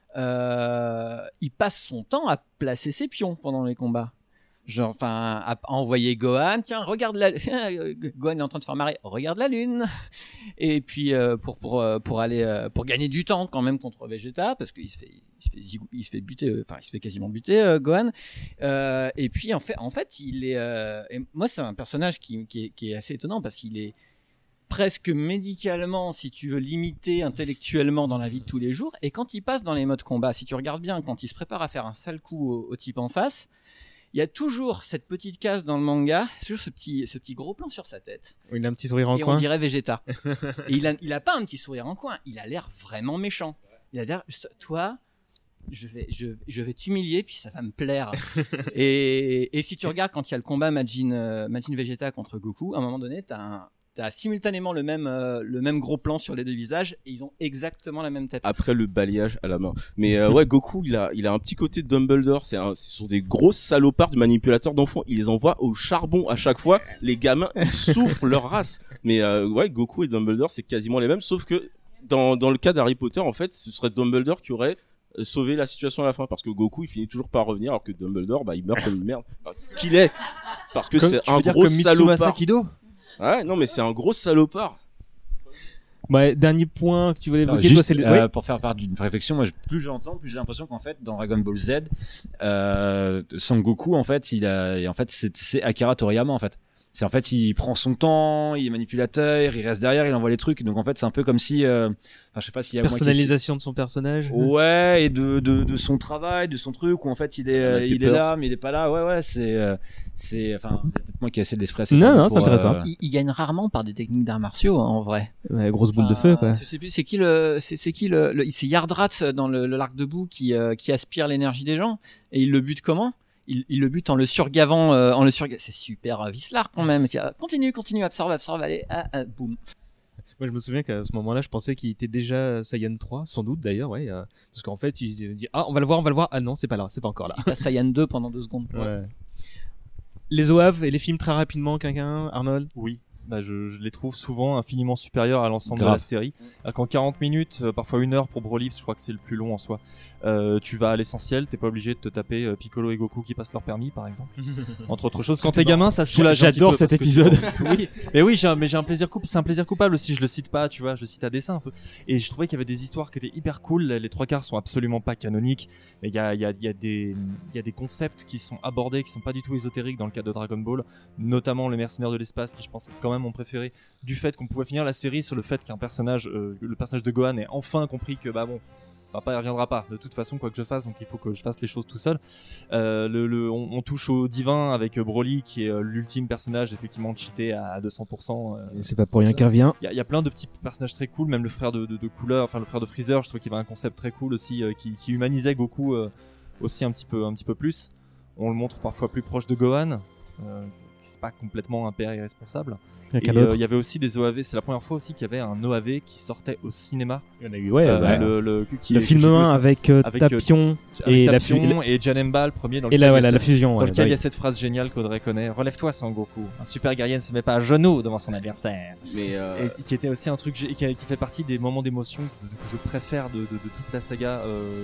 il passe son temps à placer ses pions pendant les combats. Genre, enfin, à envoyer Gohan, tiens, regarde la Gohan est en train de faire marrer, regarde la lune. Et puis pour aller pour gagner du temps quand même contre Vegeta, parce qu'il se fait buter, enfin il se fait quasiment buter Gohan. Et puis en fait il est et moi c'est un personnage qui est assez étonnant parce qu'il est presque médicalement, si tu veux, limité intellectuellement dans la vie de tous les jours. Et quand il passe dans les modes combat, si tu regardes bien, quand il se prépare à faire un sale coup au type en face, il y a toujours cette petite case dans le manga, toujours ce petit gros plan sur sa tête. Il a un petit sourire en et coin. Et on dirait Vegeta. Et il a pas un petit sourire en coin, il a l'air vraiment méchant. Il a l'air, toi, je vais t'humilier, puis ça va me plaire. et si tu regardes quand il y a le combat Majin Vegeta contre Goku, à un moment donné, t'as simultanément le même gros plan sur les deux visages et ils ont exactement la même tête. Après le balayage à la main. Mais ouais, Goku, il a un petit côté Dumbledore. Ce sont des grosses salopards de manipulateurs d'enfants. Il les envoie au charbon à chaque fois. Les gamins, ils souffrent leur race. Mais ouais, Goku et Dumbledore, c'est quasiment les mêmes. Sauf que dans le cas d'Harry Potter, en fait, ce serait Dumbledore qui aurait sauvé la situation à la fin. Parce que Goku, il finit toujours par revenir. Alors que Dumbledore, il meurt comme une merde. Enfin, qu'il est. Parce que c'est un gros salopard. Ouais, non, mais c'est un gros salopard. Ouais, dernier point que tu voulais évoquer, toi, c'est pour faire part d'une réflexion, moi, plus j'entends, plus j'ai l'impression qu'en fait, dans Dragon Ball Z, Son Goku, en fait, c'est Akira Toriyama, en fait. C'est en fait, il prend son temps, il est manipulateur, il reste derrière, il envoie les trucs. Donc en fait, c'est un peu comme si, je sais pas s'il y a personnalisation de son personnage. Ouais, et de son travail, de son truc où en fait il est là, mais il est pas là. Ouais, c'est, enfin, peut-être moi qui essaie de l'expresser. Non, c'est intéressant. Il gagne rarement par des techniques d'arts martiaux, en vrai. Ouais, grosse boule de feu, quoi. Je sais plus, c'est Yardrat dans l'arc de boue qui aspire l'énergie des gens et il le bute comment? Il le bute en le surgavant, c'est super vicelard quand même. Continue, absorbe, allez, boum. Moi, je me souviens qu'à ce moment-là, je pensais qu'il était déjà Saiyan 3, sans doute d'ailleurs, ouais. Parce qu'en fait, il se dit, on va le voir. Ah non, c'est pas là, c'est pas encore là. Il passe Saiyan 2 pendant 2 secondes. Ouais. Les OAV et les films très rapidement, quelqu'un, Arnold? Oui. Je les trouve souvent infiniment supérieurs à l'ensemble de la série. Qu'en 40 minutes, parfois 1 heure pour Broly, je crois que c'est le plus long en soi. Tu vas à l'essentiel, t'es pas obligé de te taper Piccolo et Goku qui passent leur permis, par exemple. Entre autres choses. Quand t'es gamin, ça soulage. J'adore cet épisode. Oui, mais oui, j'ai un plaisir coupable. C'est un plaisir coupable aussi. Je le cite pas, tu vois, je le cite à dessein un peu. Et je trouvais qu'il y avait des histoires qui étaient hyper cool. Les 3/4 sont absolument pas canoniques, mais il y a des concepts qui sont abordés, qui sont pas du tout ésotériques dans le cas de Dragon Ball, notamment le mercenaire de l'espace, qui je pense quand même mon préféré, du fait qu'on pouvait finir la série sur le fait qu'un personnage, le personnage de Gohan ait enfin compris que papa il reviendra pas de toute façon quoi que je fasse, donc il faut que je fasse les choses tout seul. On touche au divin avec Broly qui est l'ultime personnage effectivement cheaté à 200%. Et c'est pas pour rien qu'il revient. Il y a plein de petits personnages très cool, même le frère de couleur, enfin le frère de Freezer, je trouvais qu'il y avait un concept très cool aussi qui humanisait Goku aussi un petit peu plus. On le montre parfois plus proche de Gohan. C'est pas complètement un père irresponsable. Et il y avait aussi des OAV, c'est la première fois aussi qu'il y avait un OAV qui sortait au cinéma. Il y en a eu, le film 1 avec Tapion et Janemba, le premier dans lequel la fusion. Dans lequel il y a cette phrase géniale qu'Audrey connaît: relève-toi Sangoku, un super guerrier ne se met pas à genoux devant son adversaire. Mais et qui était aussi un truc qui fait partie des moments d'émotion que je préfère de toute la saga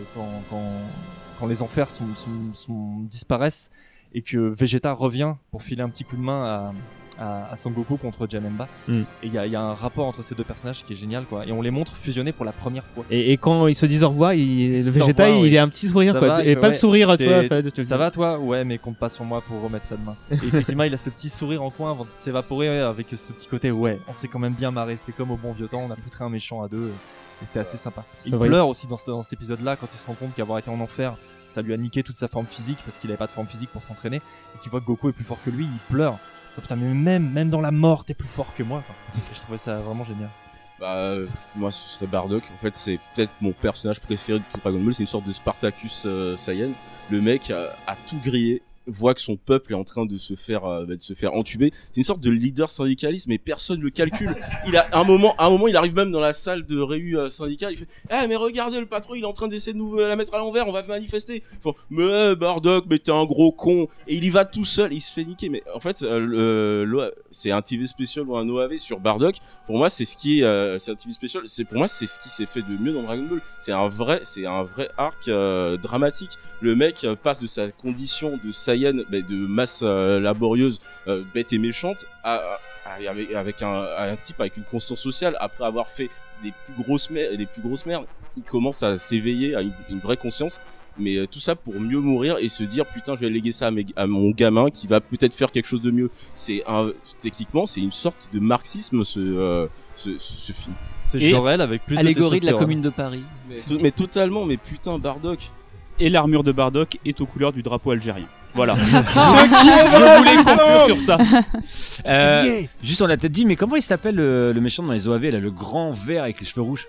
quand les enfers disparaissent et que Vegeta revient pour filer un petit coup de main à Sangoku contre Janemba. Et il y a un rapport entre ces deux personnages qui est génial, quoi. Et on les montre fusionnés pour la première fois. Et quand ils se disent au revoir, le Vegeta, il a un petit sourire, quoi. Et pas le sourire, toi. Ça va, toi? Ouais, mais compte pas sur moi pour remettre ça demain. Et effectivement, il a ce petit sourire en coin avant de s'évaporer avec ce petit côté, ouais, on s'est quand même bien marré. C'était comme au bon vieux temps, on a poutré un méchant à deux. Et c'était assez sympa. Il pleure aussi dans cet épisode-là quand il se rend compte qu'avoir été en enfer, ça lui a niqué toute sa forme physique parce qu'il avait pas de forme physique pour s'entraîner. Et qu'il voit que Goku est plus fort que lui, il pleure. Putain, mais même dans la mort, t'es plus fort que moi, quoi. Et je trouvais ça vraiment génial. Moi, ce serait Bardock. En fait, c'est peut-être mon personnage préféré de tout Dragon Ball. C'est une sorte de Spartacus Saiyan. Le mec a tout grillé. voit que son peuple est en train de se faire entuber. C'est une sorte de leader syndicaliste, mais personne le calcule. Il a un moment, il arrive même dans la salle de réu syndicale. Il fait mais regardez, le patron, il est en train d'essayer de nous la mettre à l'envers. On va manifester. Ils font mais Bardock, mais t'es un gros con. Et il y va tout seul. Et il se fait niquer. Mais en fait, c'est un TV spécial ou un OAV sur Bardock. Pour moi, c'est un TV spécial. Pour moi, c'est ce qui s'est fait de mieux dans Dragon Ball. C'est un vrai arc dramatique. Le mec passe de sa condition de Saiyan, de masse laborieuse, bête et méchante, avec un type avec une conscience sociale. Après avoir fait les plus grosses merdes, il commence à s'éveiller à une vraie conscience. Mais tout ça pour mieux mourir et se dire putain, je vais léguer ça à mon gamin qui va peut-être faire quelque chose de mieux. Techniquement, c'est une sorte de marxisme ce film. C'est Jorel avec plus allégorie de la Commune de Paris. Mais totalement, mais putain, Bardock. Et l'armure de Bardock est aux couleurs du drapeau algérien. Voilà. Je voulais conclure sur ça. Juste, on l'a peut-être dit, mais comment il s'appelle le méchant dans les OAV, là, le grand vert avec les cheveux rouges?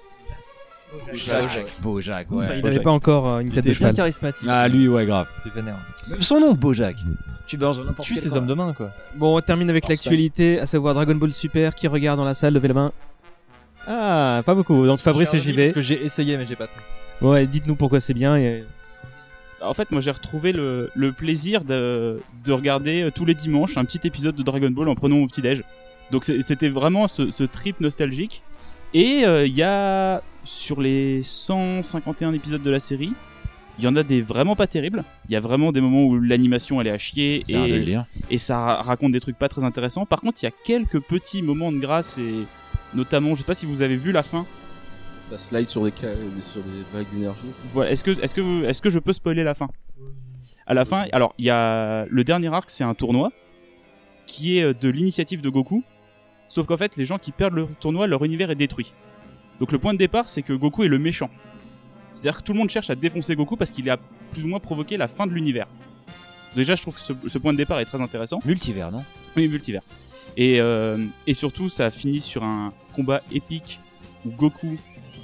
Bojack, ouais. Il n'avait pas encore une tête de cheval. Charismatique. Ah, lui, ouais, grave. C'est vénère. Même son nom, Bojack. Tu balances n'importe Tue ces hommes de main, quoi. Bon, on termine avec l'actualité, à savoir Dragon Ball Super. Qui regarde dans la salle? Levez la main. Ah, pas beaucoup. Donc Fabrice et JB. Parce que j'ai essayé, mais j'ai pas tenu. Ouais, dites-nous pourquoi c'est bien. En fait, moi j'ai retrouvé le plaisir de regarder tous les dimanches un petit épisode de Dragon Ball en prenant mon petit-déj. Donc c'était vraiment ce trip nostalgique. Et il y a, sur les 151 épisodes de la série, il y en a des vraiment pas terribles. Il y a vraiment des moments où l'animation elle est à chier et ça raconte des trucs pas très intéressants. Par contre, il y a quelques petits moments de grâce et notamment, je sais pas si vous avez vu la fin. Ça slide sur des vagues d'énergie. Voilà. Est-ce que je peux spoiler la fin? À la fin, alors il y a le dernier arc, c'est un tournoi qui est de l'initiative de Goku. Sauf qu'en fait, les gens qui perdent le tournoi, leur univers est détruit. Donc le point de départ, c'est que Goku est le méchant. C'est-à-dire que tout le monde cherche à défoncer Goku parce qu'il a plus ou moins provoqué la fin de l'univers. Déjà, je trouve que ce point de départ est très intéressant. Multivers, non? Oui, multivers. Et surtout, ça finit sur un combat épique où Goku,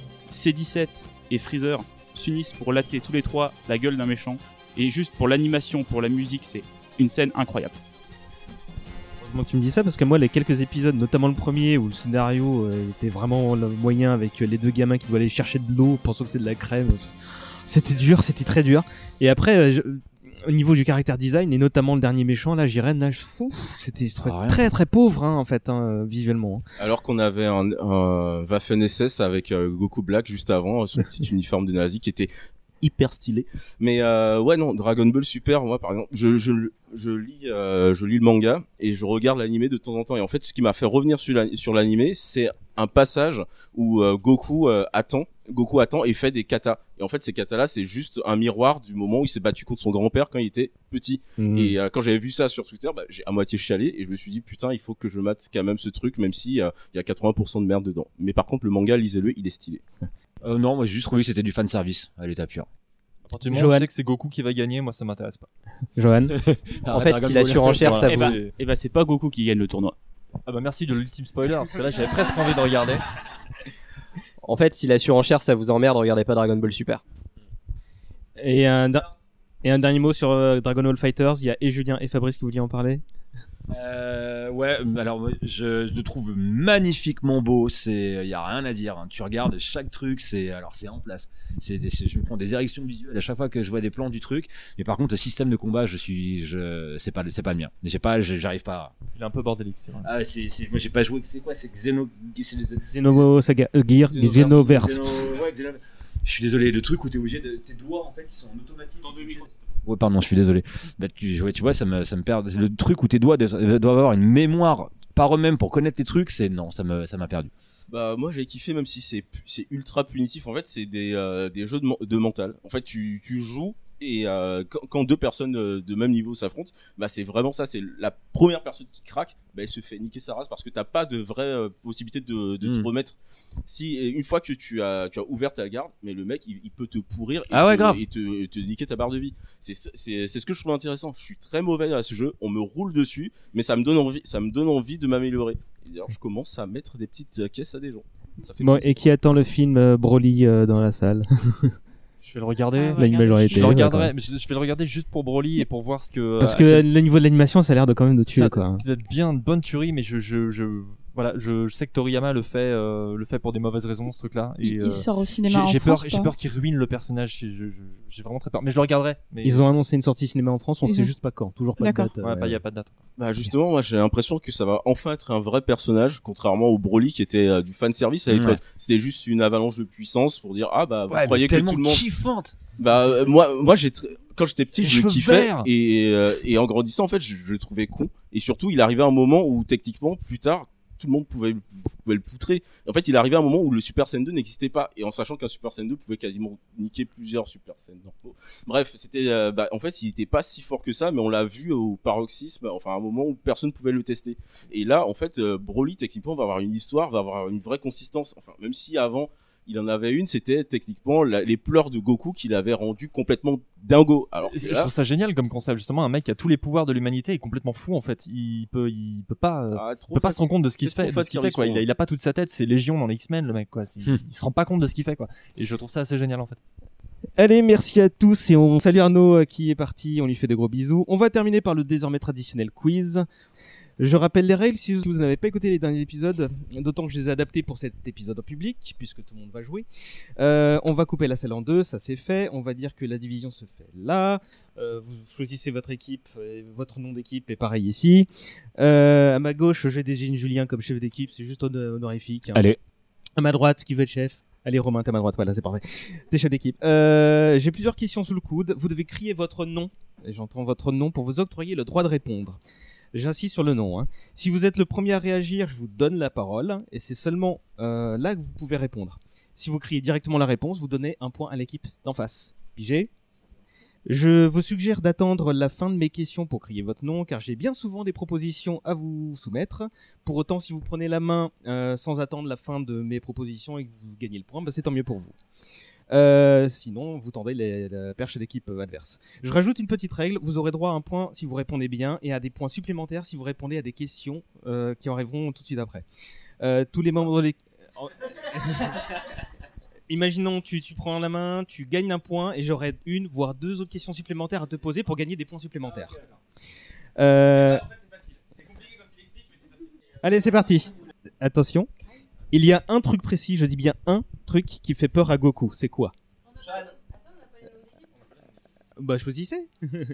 C17 et Freezer s'unissent pour latter tous les trois la gueule d'un méchant. Et juste pour l'animation, pour la musique, c'est une scène incroyable. Heureusement que tu me dis ça, parce que moi, les quelques épisodes, notamment le premier, où le scénario était vraiment le moyen avec les deux gamins qui doivent aller chercher de l'eau, pensant que c'est de la crème, c'était dur, c'était très dur. Et après, au niveau du caractère design, et notamment le dernier méchant, là, Jiren, là, c'était très très pauvre, hein, en fait, visuellement. Alors qu'on avait un Waffen SS avec Goku Black juste avant, son petit uniforme de nazi qui était hyper stylé. Mais ouais, non, Dragon Ball Super, moi par exemple, je lis le manga et je regarde l'animé de temps en temps. Et en fait, ce qui m'a fait revenir sur l'animé, c'est un passage où Goku attend et fait des katas. Et en fait, ces katas-là, c'est juste un miroir du moment où il s'est battu contre son grand-père quand il était petit. Et quand j'avais vu ça sur Twitter, j'ai à moitié chialé et je me suis dit putain, il faut que je mate quand même ce truc, même si il y a 80% de merde dedans. Mais par contre, le manga, lisez-le, il est stylé. Non, moi j'ai juste trouvé que c'était du fanservice à l'état pur. À partir du moment où tu sais que c'est Goku qui va gagner, moi ça m'intéresse pas. Johan. En fait, si la surenchère, ça vous... Eh ben, c'est pas Goku qui gagne le tournoi. Ah bah merci de l'ultime spoiler, parce que là j'avais presque envie de regarder. En fait, si la surenchère ça vous emmerde, regardez pas Dragon Ball Super. Et un dernier mot sur Dragon Ball Fighters. Il y a et Julien et Fabrice qui vouliez en parler. Ouais, alors je le trouve magnifiquement beau. Il y a rien à dire. Hein. Tu regardes chaque truc, c'est en place. Je me prends des érections visuelles à chaque fois que je vois des plans du truc. Mais par contre, le système de combat, c'est pas le mien. J'arrive pas. Il est un peu bordélique, c'est vrai. Ah, moi j'ai pas joué. C'est quoi? C'est Xenoverse. Je suis désolé, le truc où t'es obligé tes doigts en fait ils sont en automatique. Ouais, pardon, je suis désolé. Bah, tu vois, ça me perd. Le truc où tes doigts doivent avoir une mémoire par eux-mêmes pour connaître les trucs, non, ça m'a perdu. Bah moi j'ai kiffé, même si c'est ultra punitif. En fait, c'est des jeux de mental. En fait, tu joues. Et quand deux personnes de même niveau s'affrontent, bah c'est vraiment ça, c'est la première personne qui craque, bah elle se fait niquer sa race parce que t'as pas de vraie possibilité de te remettre. Si une fois que tu as ouvert ta garde, mais le mec il peut te pourrir et te niquer ta barre de vie. C'est ce que je trouve intéressant. Je suis très mauvais à ce jeu, on me roule dessus, mais ça me donne envie de m'améliorer. Et d'ailleurs je commence à mettre des petites caisses à des gens. Ça fait bon, et qui attend le film Broly dans la salle? Je vais le regarder. L'animation aurait été. Je le regarderai, mais je vais le regarder juste pour Broly et pour voir ce que. Parce que le niveau de l'animation, ça a l'air de quand même de tuer, quoi. Ça doit être bien de bonne tuerie, mais voilà, je sais que Toriyama le fait pour des mauvaises raisons, ce truc-là. Et, il sort au cinéma en j'ai France, j'ai peur qu'il ruine le personnage. J'ai vraiment très peur, mais je le regarderai. Mais... Ils ont annoncé une sortie cinéma en France, on sait juste pas quand, toujours pas de date. Ouais, il y a pas de date. Bah justement, moi j'ai l'impression que ça va enfin être un vrai personnage, contrairement au Broly qui était du fan service à l'époque. Ouais. C'était juste une avalanche de puissance pour dire vous Ouais, croyez mais que tout tellement le monde. kiffante. Bah moi quand j'étais petit, Les je le cheveux kiffais verts. et en grandissant en fait, je le trouvais con. Et surtout, il arrivait un moment où techniquement plus tard tout le monde pouvait le poutrer. En fait, il arrivait un moment où le Super Saiyan 2 n'existait pas, et en sachant qu'un Super Saiyan 2 pouvait quasiment niquer plusieurs Super Saiyan normaux. Bref, c'était, en fait, il était pas si fort que ça, mais on l'a vu au paroxysme, enfin, à un moment où personne pouvait le tester. Et là, en fait, Broly, techniquement, va avoir une histoire, va avoir une vraie consistance. Enfin, même si avant, il en avait une, c'était techniquement les pleurs de Goku qui l'avaient rendu complètement dingo. Alors Je trouve ça génial comme concept, justement, un mec qui a tous les pouvoirs de l'humanité est complètement fou en fait. Il peut pas se rendre compte de ce qu'il fait, quoi. Il a pas toute sa tête, c'est Légion dans les X-Men le mec quoi. Il se rend pas compte de ce qu'il fait quoi. Et je trouve ça assez génial en fait. Allez, merci à tous et on salue Arnaud qui est parti, on lui fait de gros bisous. On va terminer par le désormais traditionnel quiz. Je rappelle les règles si vous n'avez pas écouté les derniers épisodes, d'autant que je les ai adaptés pour cet épisode en public, puisque tout le monde va jouer. On va couper la salle en deux, ça c'est fait. On va dire que la division se fait là. Vous choisissez votre équipe, votre nom d'équipe est pareil ici. À ma gauche, j'ai désigné Julien comme chef d'équipe, c'est juste honorifique. Hein. Allez. À ma droite, qui veut être chef? Allez Romain, t'es à ma droite, voilà c'est parfait. T'es chef d'équipe. J'ai plusieurs questions sous le coude. Vous devez crier votre nom, et j'entends votre nom, pour vous octroyer le droit de répondre. J'insiste sur le nom. Hein. Si vous êtes le premier à réagir, je vous donne la parole et c'est seulement là que vous pouvez répondre. Si vous criez directement la réponse, vous donnez un point à l'équipe d'en face. Pigé ? Je vous suggère d'attendre la fin de mes questions pour crier votre nom, car j'ai bien souvent des propositions à vous soumettre. Pour autant, si vous prenez la main sans attendre la fin de mes propositions et que vous gagnez le point, c'est tant mieux pour vous. Sinon, vous tendez la perche d'équipe adverse. Je rajoute une petite règle, vous aurez droit à un point si vous répondez bien et à des points supplémentaires si vous répondez à des questions qui arriveront tout de suite après. Tous les membres de l'équipe... Imaginons, tu prends la main, tu gagnes un point et j'aurai une, voire deux autres questions supplémentaires à te poser pour gagner des points supplémentaires. En fait, c'est facile. C'est compliqué quand tu l'expliques, mais c'est facile. Allez, c'est parti. Attention. Il y a un truc précis, je dis bien un truc qui fait peur à Goku. C'est quoi? Bah choisissez.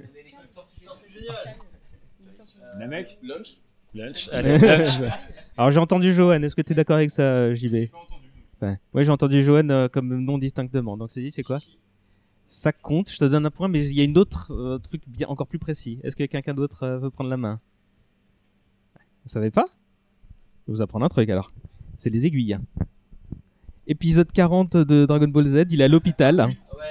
Namek. Lunch. Allez, lunch. Alors j'ai entendu Johan, est-ce que tu es d'accord avec ça, JB? Ouais, j'ai entendu Johan comme nom distinctement. Donc c'est quoi? Ça compte, je te donne un point, mais il y a une autre truc bien encore plus précis. Est-ce que quelqu'un d'autre veut prendre la main? Vous savez pas? Je vais vous apprendre un truc alors. C'est les aiguilles. Épisode 40 de Dragon Ball Z, il est à l'hôpital.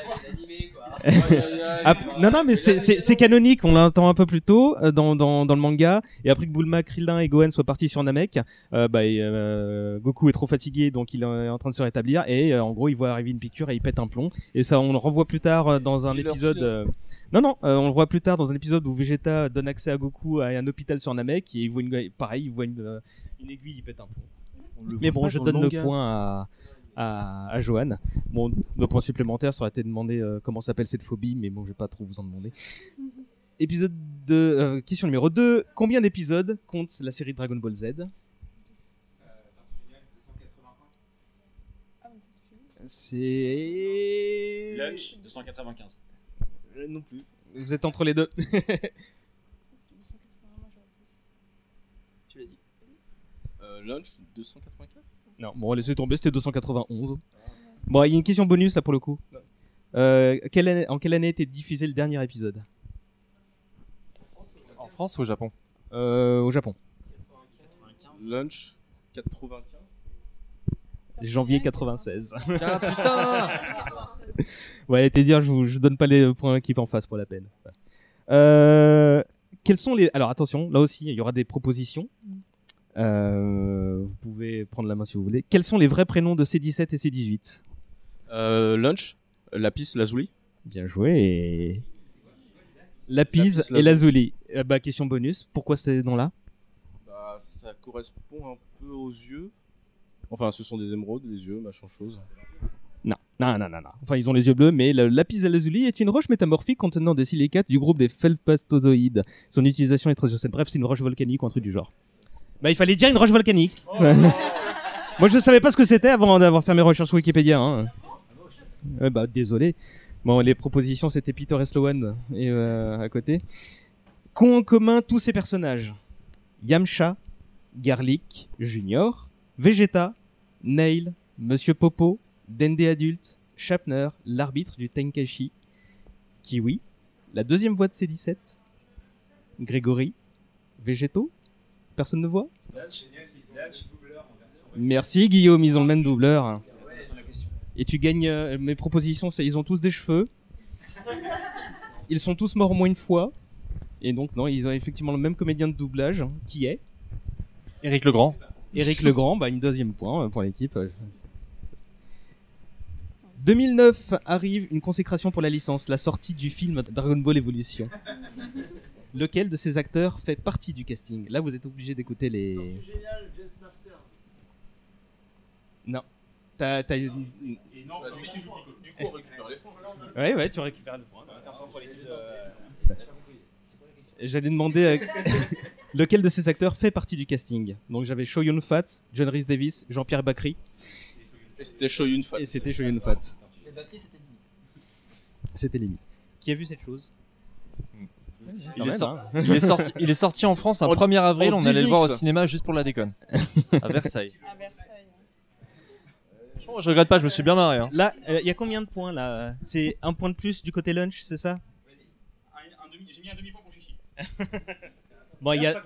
Non, mais c'est canonique, on l'entend un peu plus tôt dans le manga. Et après que Bulma, Krillin et Gohan soient partis sur Namek, Goku est trop fatigué, donc il est en train de se rétablir. Et en gros, il voit arriver une piqûre et il pète un plomb. Et ça, on le revoit plus tard dans un épisode. On le voit plus tard dans un épisode où Vegeta donne accès à Goku à un hôpital sur Namek et il voit une aiguille, il pète un plomb. Mais bon, je donne le point à Johan. Bon, le point supplémentaire, ça aurait été de demander comment s'appelle cette phobie, mais bon, je vais pas trop vous en demander. Épisode 2, question numéro 2. Combien d'épisodes compte la série Dragon Ball Z? C'est... Lunch, 295. Non plus. Vous êtes entre les deux. Tu l'as dit. Lunch, 284. Non, bon, laissez tomber, c'était 291. Bon, il y a une question bonus là pour le coup. En quelle année était diffusé le dernier épisode? En France ou au Japon? Au Japon. Lunch, 95. Janvier 96. Ah putain. Ouais, t'es dire, je vous donne pas les points équipe en face pour la peine. Quels sont les... Alors attention, là aussi, il y aura des propositions. Vous pouvez prendre la main si vous voulez. Quels sont les vrais prénoms de C17 et C18? Lunch, Lapis, Lazuli. Bien joué. Lapis et Lazuli. Question bonus. Pourquoi ces noms-là? Ça correspond un peu aux yeux. Enfin, ce sont des émeraudes, les yeux, machin chose. Non. Non. Enfin, ils ont les yeux bleus, mais le lapis lazuli est une roche métamorphique contenant des silicates du groupe des feldspathtozoïdes. Son utilisation est très ancienne. Bref, c'est une roche volcanique ou un truc du genre. Bah, il fallait dire une roche volcanique. Moi, je savais pas ce que c'était avant d'avoir fait mes recherches sur Wikipédia. Hein. Bah, désolé. Bon, les propositions, c'était Peter et Sloan et à côté. Qu'ont en commun tous ces personnages? Yamcha, Garlic, Junior, Vegeta, Nail, Monsieur Popo, Dende adulte, Schaffner, l'arbitre du Tenkaichi, Kiwi, la deuxième voix de C17, Grégory, Végéto, personne ne voit? Merci Guillaume, ils ont le même doubleur. Et tu gagnes mes propositions, c'est ils ont tous des cheveux. Ils sont tous morts au moins une fois. Et donc non, ils ont effectivement le même comédien de doublage qui est Éric Legrand. Éric Legrand, une deuxième point pour l'équipe. 2009 arrive une consécration pour la licence, la sortie du film Dragon Ball Evolution. Lequel de ces acteurs fait partie du casting? Là, vous êtes obligé d'écouter les... Non. T'as une... Et non, du coup, on récupère les points. Ouais, tu récupères le point. J'allais demander lequel de ces acteurs fait partie du casting. Donc j'avais Chow Yun-fat, John Rhys Davis, Jean-Pierre Bacri. Et c'était Chow Yun-fat. Et c'était Chow Yun-fat. Les Bacri, c'était limite. C'était limite. Qui a vu cette chose? Il est sorti en France un 1er avril, on allait le voir au cinéma juste pour la déconne. À Versailles. Franchement, je regrette pas, je me suis bien marré. Hein. Là, il y a combien de points là? C'est un point de plus du côté lunch, c'est ça? J'ai mis un demi-point pour Chichi. Bon, il y a...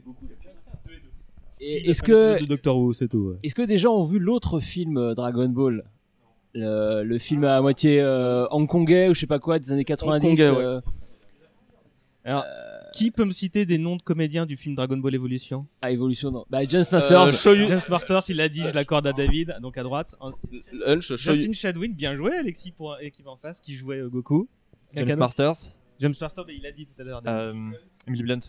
Et est-ce que Doctor Who, c'est tout. Ouais. Est-ce que des gens ont vu l'autre film Dragon Ball, le film à moitié hongkongais ou je sais pas quoi des années 90? Alors, qui peut me citer des noms de comédiens du film Dragon Ball Evolution? Ah, Evolution, non. Bah, James Masters. James Masters, il l'a dit, je l'accorde à David, donc à droite. Justin Chadwick, bien joué, Alexis, pour l'équipe en face, qui jouait Goku. James Masters. James Masters, il a dit tout à l'heure. Emily Blunt.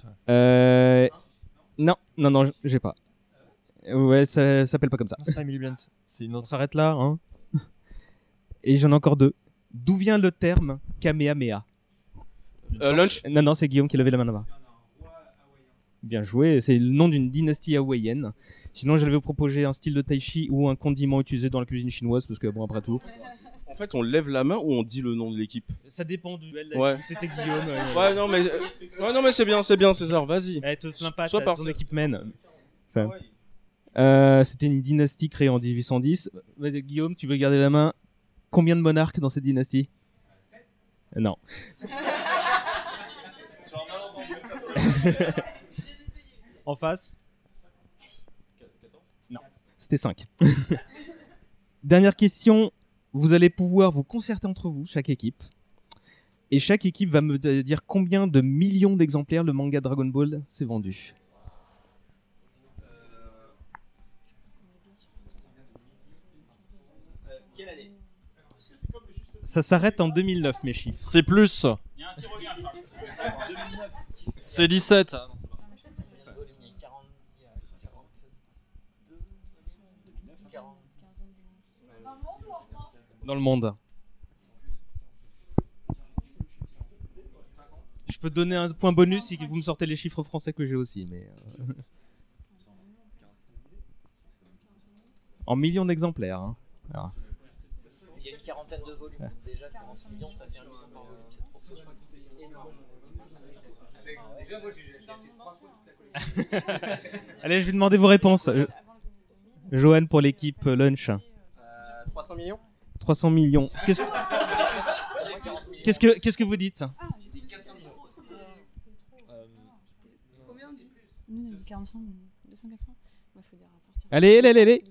Non, j'ai pas. Ouais, ça s'appelle pas comme ça. Non, c'est pas Emily Blunt, c'est une autre. On s'arrête là, hein. Et j'en ai encore deux. D'où vient le terme Kamehameha? Lunch? Non, c'est Guillaume qui levait la main là-bas. Bien joué, c'est le nom d'une dynastie hawaïenne. Sinon, j'allais vous proposer un style de tai chi ou un condiment utilisé dans la cuisine chinoise, parce que bon, après tout. En fait, on lève la main ou on dit le nom de l'équipe? Ça dépend du duel. Ouais. C'était Guillaume. Ouais, non, mais c'est bien, César, vas-y. Te plains pas, Soit par ton équipe mène. Enfin, c'était une dynastie créée en 1810. Guillaume, tu veux garder la main? Combien de monarques dans cette dynastie? Non. En face? Non. C'était 5. Dernière question. Vous allez pouvoir vous concerter entre vous, chaque équipe. Et chaque équipe va me dire combien de millions d'exemplaires le manga Dragon Ball s'est vendu. Quelle année? Ça s'arrête en 2009, mes chiffres. C'est plus. Il y a un tyrolien, Charles. C'est 17. Dans le monde. Je peux te donner un point bonus si vous me sortez les chiffres français que j'ai aussi, mais en millions d'exemplaires. Hein. Alors. Il y a une quarantaine de volumes, donc déjà 40 millions, ça fait 1 million par volume, c'est trop énorme. Déjà, moi j'ai acheté 3 fois toute la collection. Allez, je vais demander vos réponses. Johan pour l'équipe Lunch. 300 millions 300 millions. Qu'est-ce que vous dites? Nous, on a eu 45, 280. Il faut dire à partir. Allez.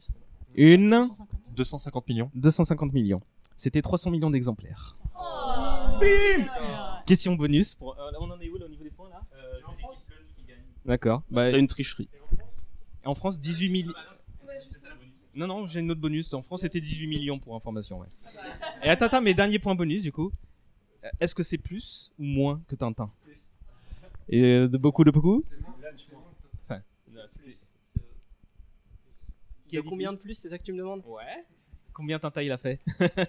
250 millions. 250 millions. C'était 300 millions d'exemplaires. Bim. Question bonus. On en est où là au niveau des points là? D'accord. T'as une tricherie. En France, 18 millions. Non, j'ai une autre bonus. En France, c'était 18 millions pour information. Ouais. Et attends, mes derniers points bonus du coup. Est-ce que c'est plus ou moins que Tintin? Et de beaucoup? Enfin, combien de plus, c'est ça que tu me demandes? Ouais. Combien Tintin il a fait?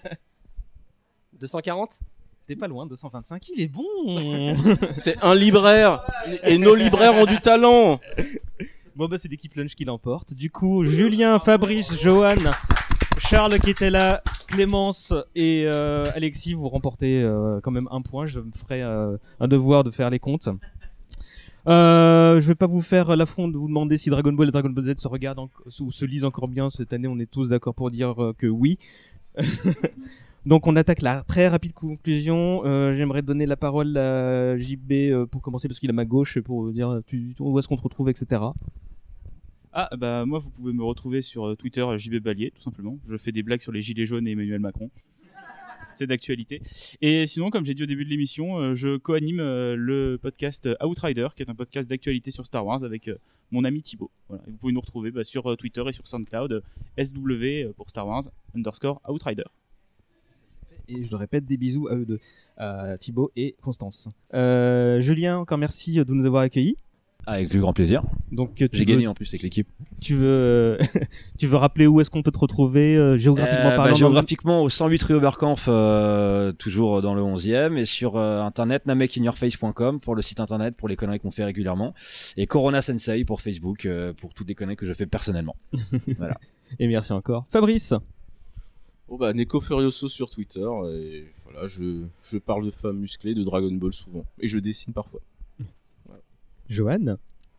240. T'es pas loin, 225. Il est bon. C'est un libraire. Et nos libraires ont du talent. Bon bah c'est l'équipe Lunch qui l'emporte. Du coup, Julien, Fabrice, Johan, Charles qui était là, Clémence et Alexis, vous remportez quand même un point. Je me ferai un devoir de faire les comptes. Je vais pas vous faire l'affront de vous demander si Dragon Ball et Dragon Ball Z se regardent ou se lisent encore bien cette année. On est tous d'accord pour dire que oui. Donc on attaque la très rapide conclusion. J'aimerais donner la parole à JB pour commencer parce qu'il est à ma gauche pour dire où est-ce qu'on te retrouve, etc. Ah bah moi vous pouvez me retrouver sur Twitter JB Balier tout simplement. Je fais des blagues sur les gilets jaunes et Emmanuel Macron. C'est d'actualité. Et sinon, comme j'ai dit au début de l'émission, je co-anime le podcast Outrider, qui est un podcast d'actualité sur Star Wars avec mon ami Thibaut. Voilà. Et vous pouvez nous retrouver sur Twitter et sur SoundCloud, SW pour Star Wars _Outrider. Et je le répète, des bisous à eux deux, à Thibaut et Constance. Julien, encore merci de nous avoir accueillis. Avec le grand plaisir. Donc j'ai gagné en plus avec l'équipe. Tu veux rappeler où est-ce qu'on peut te retrouver géographiquement parlant? Géographiquement au 108 rue Oberkampf, toujours dans le 11e, et sur internet namekinyourface.com pour le site internet pour les conneries qu'on fait régulièrement, et Corona Sensei pour Facebook pour toutes les conneries que je fais personnellement. Voilà. Et merci encore. Fabrice. Bon bah Neko Furioso sur Twitter, et voilà, je parle de femmes musclées, de Dragon Ball souvent, et je dessine parfois. Johan.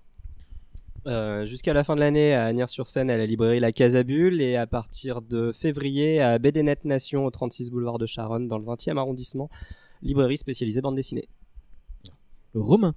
Jusqu'à la fin de l'année à Agnières-sur-Seine à la librairie La Casabule, et à partir de février à BDNet Nation au 36 boulevard de Charonne dans le 20e arrondissement, librairie spécialisée bande dessinée. Romain.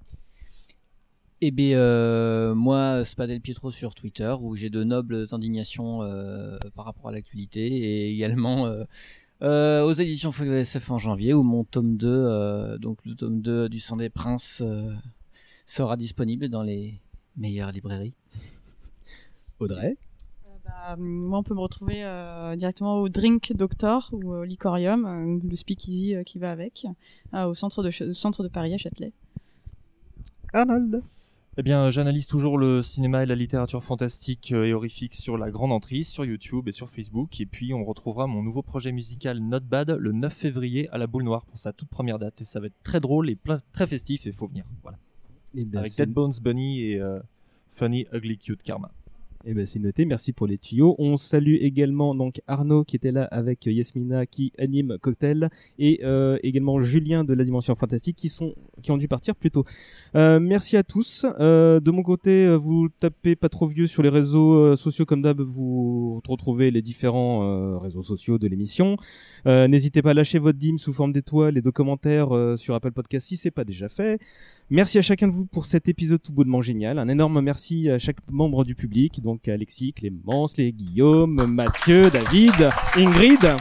Eh bien, moi, Spadel Pietro sur Twitter, où j'ai de nobles indignations par rapport à l'actualité, et également aux éditions Folio SF en janvier, où mon tome 2, donc le tome 2 du Sang des Princes, sera disponible dans les meilleures librairies. Audrey. Moi, on peut me retrouver directement au Drink Doctor ou au Licorium, le speakeasy qui va avec, au centre de Paris à Châtelet. Arnold. Eh bien, j'analyse toujours le cinéma et la littérature fantastique et horrifique sur La Grande Emprise, sur YouTube et sur Facebook. Et puis, on retrouvera mon nouveau projet musical Not Bad le 9 février à la Boule Noire pour sa toute première date. Et ça va être très drôle et très festif, et il faut venir. Voilà. Avec Dead Bones Bunny et Funny Ugly Cute Karma. Eh ben c'est noté, merci pour les tuyaux. On salue également donc Arnaud qui était là avec Yasmina qui anime Cocktail, et également Julien de la Dimension Fantastique qui ont dû partir plus tôt. Merci à tous. De mon côté, vous tapez Pas Trop Vieux sur les réseaux sociaux comme d'hab, vous retrouvez les différents réseaux sociaux de l'émission. N'hésitez pas à lâcher votre dîme sous forme d'étoiles et de commentaires sur Apple Podcast si c'est pas déjà fait. Merci à chacun de vous pour cet épisode tout bonnement génial. Un énorme merci à chaque membre du public, donc à Alexis, Clémence, Guillaume, Mathieu, David, Ingrid.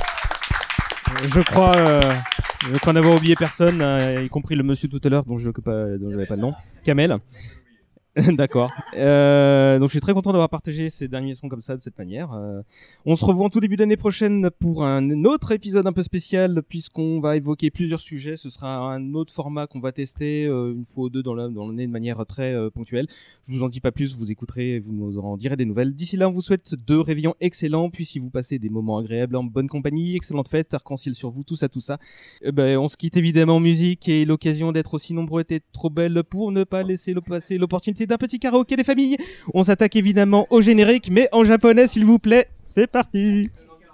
Je crois qu'on n'avait oublié personne, y compris le monsieur tout à l'heure dont je n'avais pas le nom, Kamel. D'accord. Donc je suis très content d'avoir partagé ces derniers sons comme ça, de cette manière. On se revoit en tout début d'année prochaine pour un autre épisode un peu spécial, puisqu'on va évoquer plusieurs sujets. Ce sera un autre format qu'on va tester une fois ou deux dans l'année de manière très ponctuelle. Je vous en dis pas plus, vous écouterez et vous nous en direz des nouvelles. D'ici là, on vous souhaite 2 réveillons excellents, puis si vous passez des moments agréables en bonne compagnie, excellente fête, arc-en-ciel sur vous, tout ça. On se quitte évidemment en musique, et l'occasion d'être aussi nombreux était trop belle pour ne pas laisser passer l'opportunité d'un petit karaoké des familles. On s'attaque évidemment au générique, mais en japonais s'il vous plaît. C'est parti.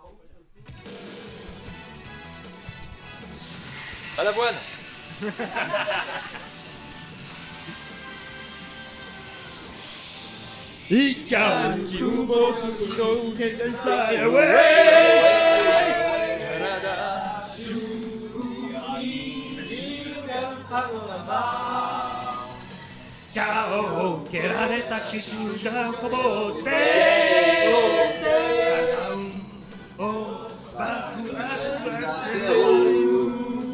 À l'avoine. Fly away. Cao, kerareta kishu ga kobotte, kazan o bakuratsu saseu,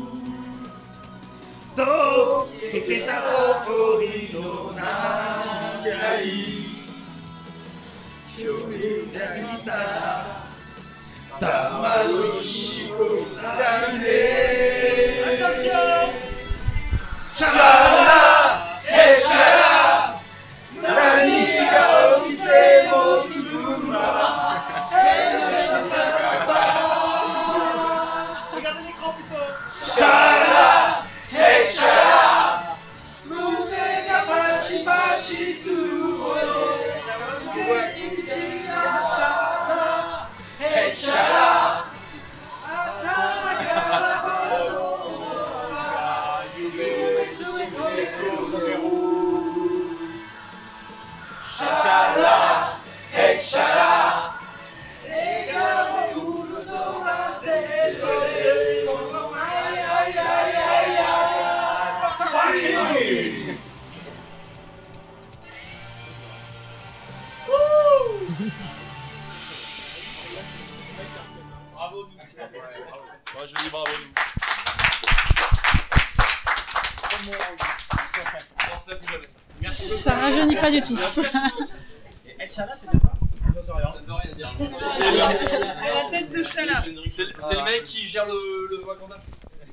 to keketa okori no nagai, shuri ga itara, tamaru shikotai ne. Attention! Shala! Nani ga okite mo kuduma? Bravo, nous. Moi, je dis bravo, nous. Ça rajeunit pas du tout. Et El Chala, c'est bien quoi? Ça ne veut rien dire. C'est la tête de Chala. C'est le mec qui gère le Wakanda.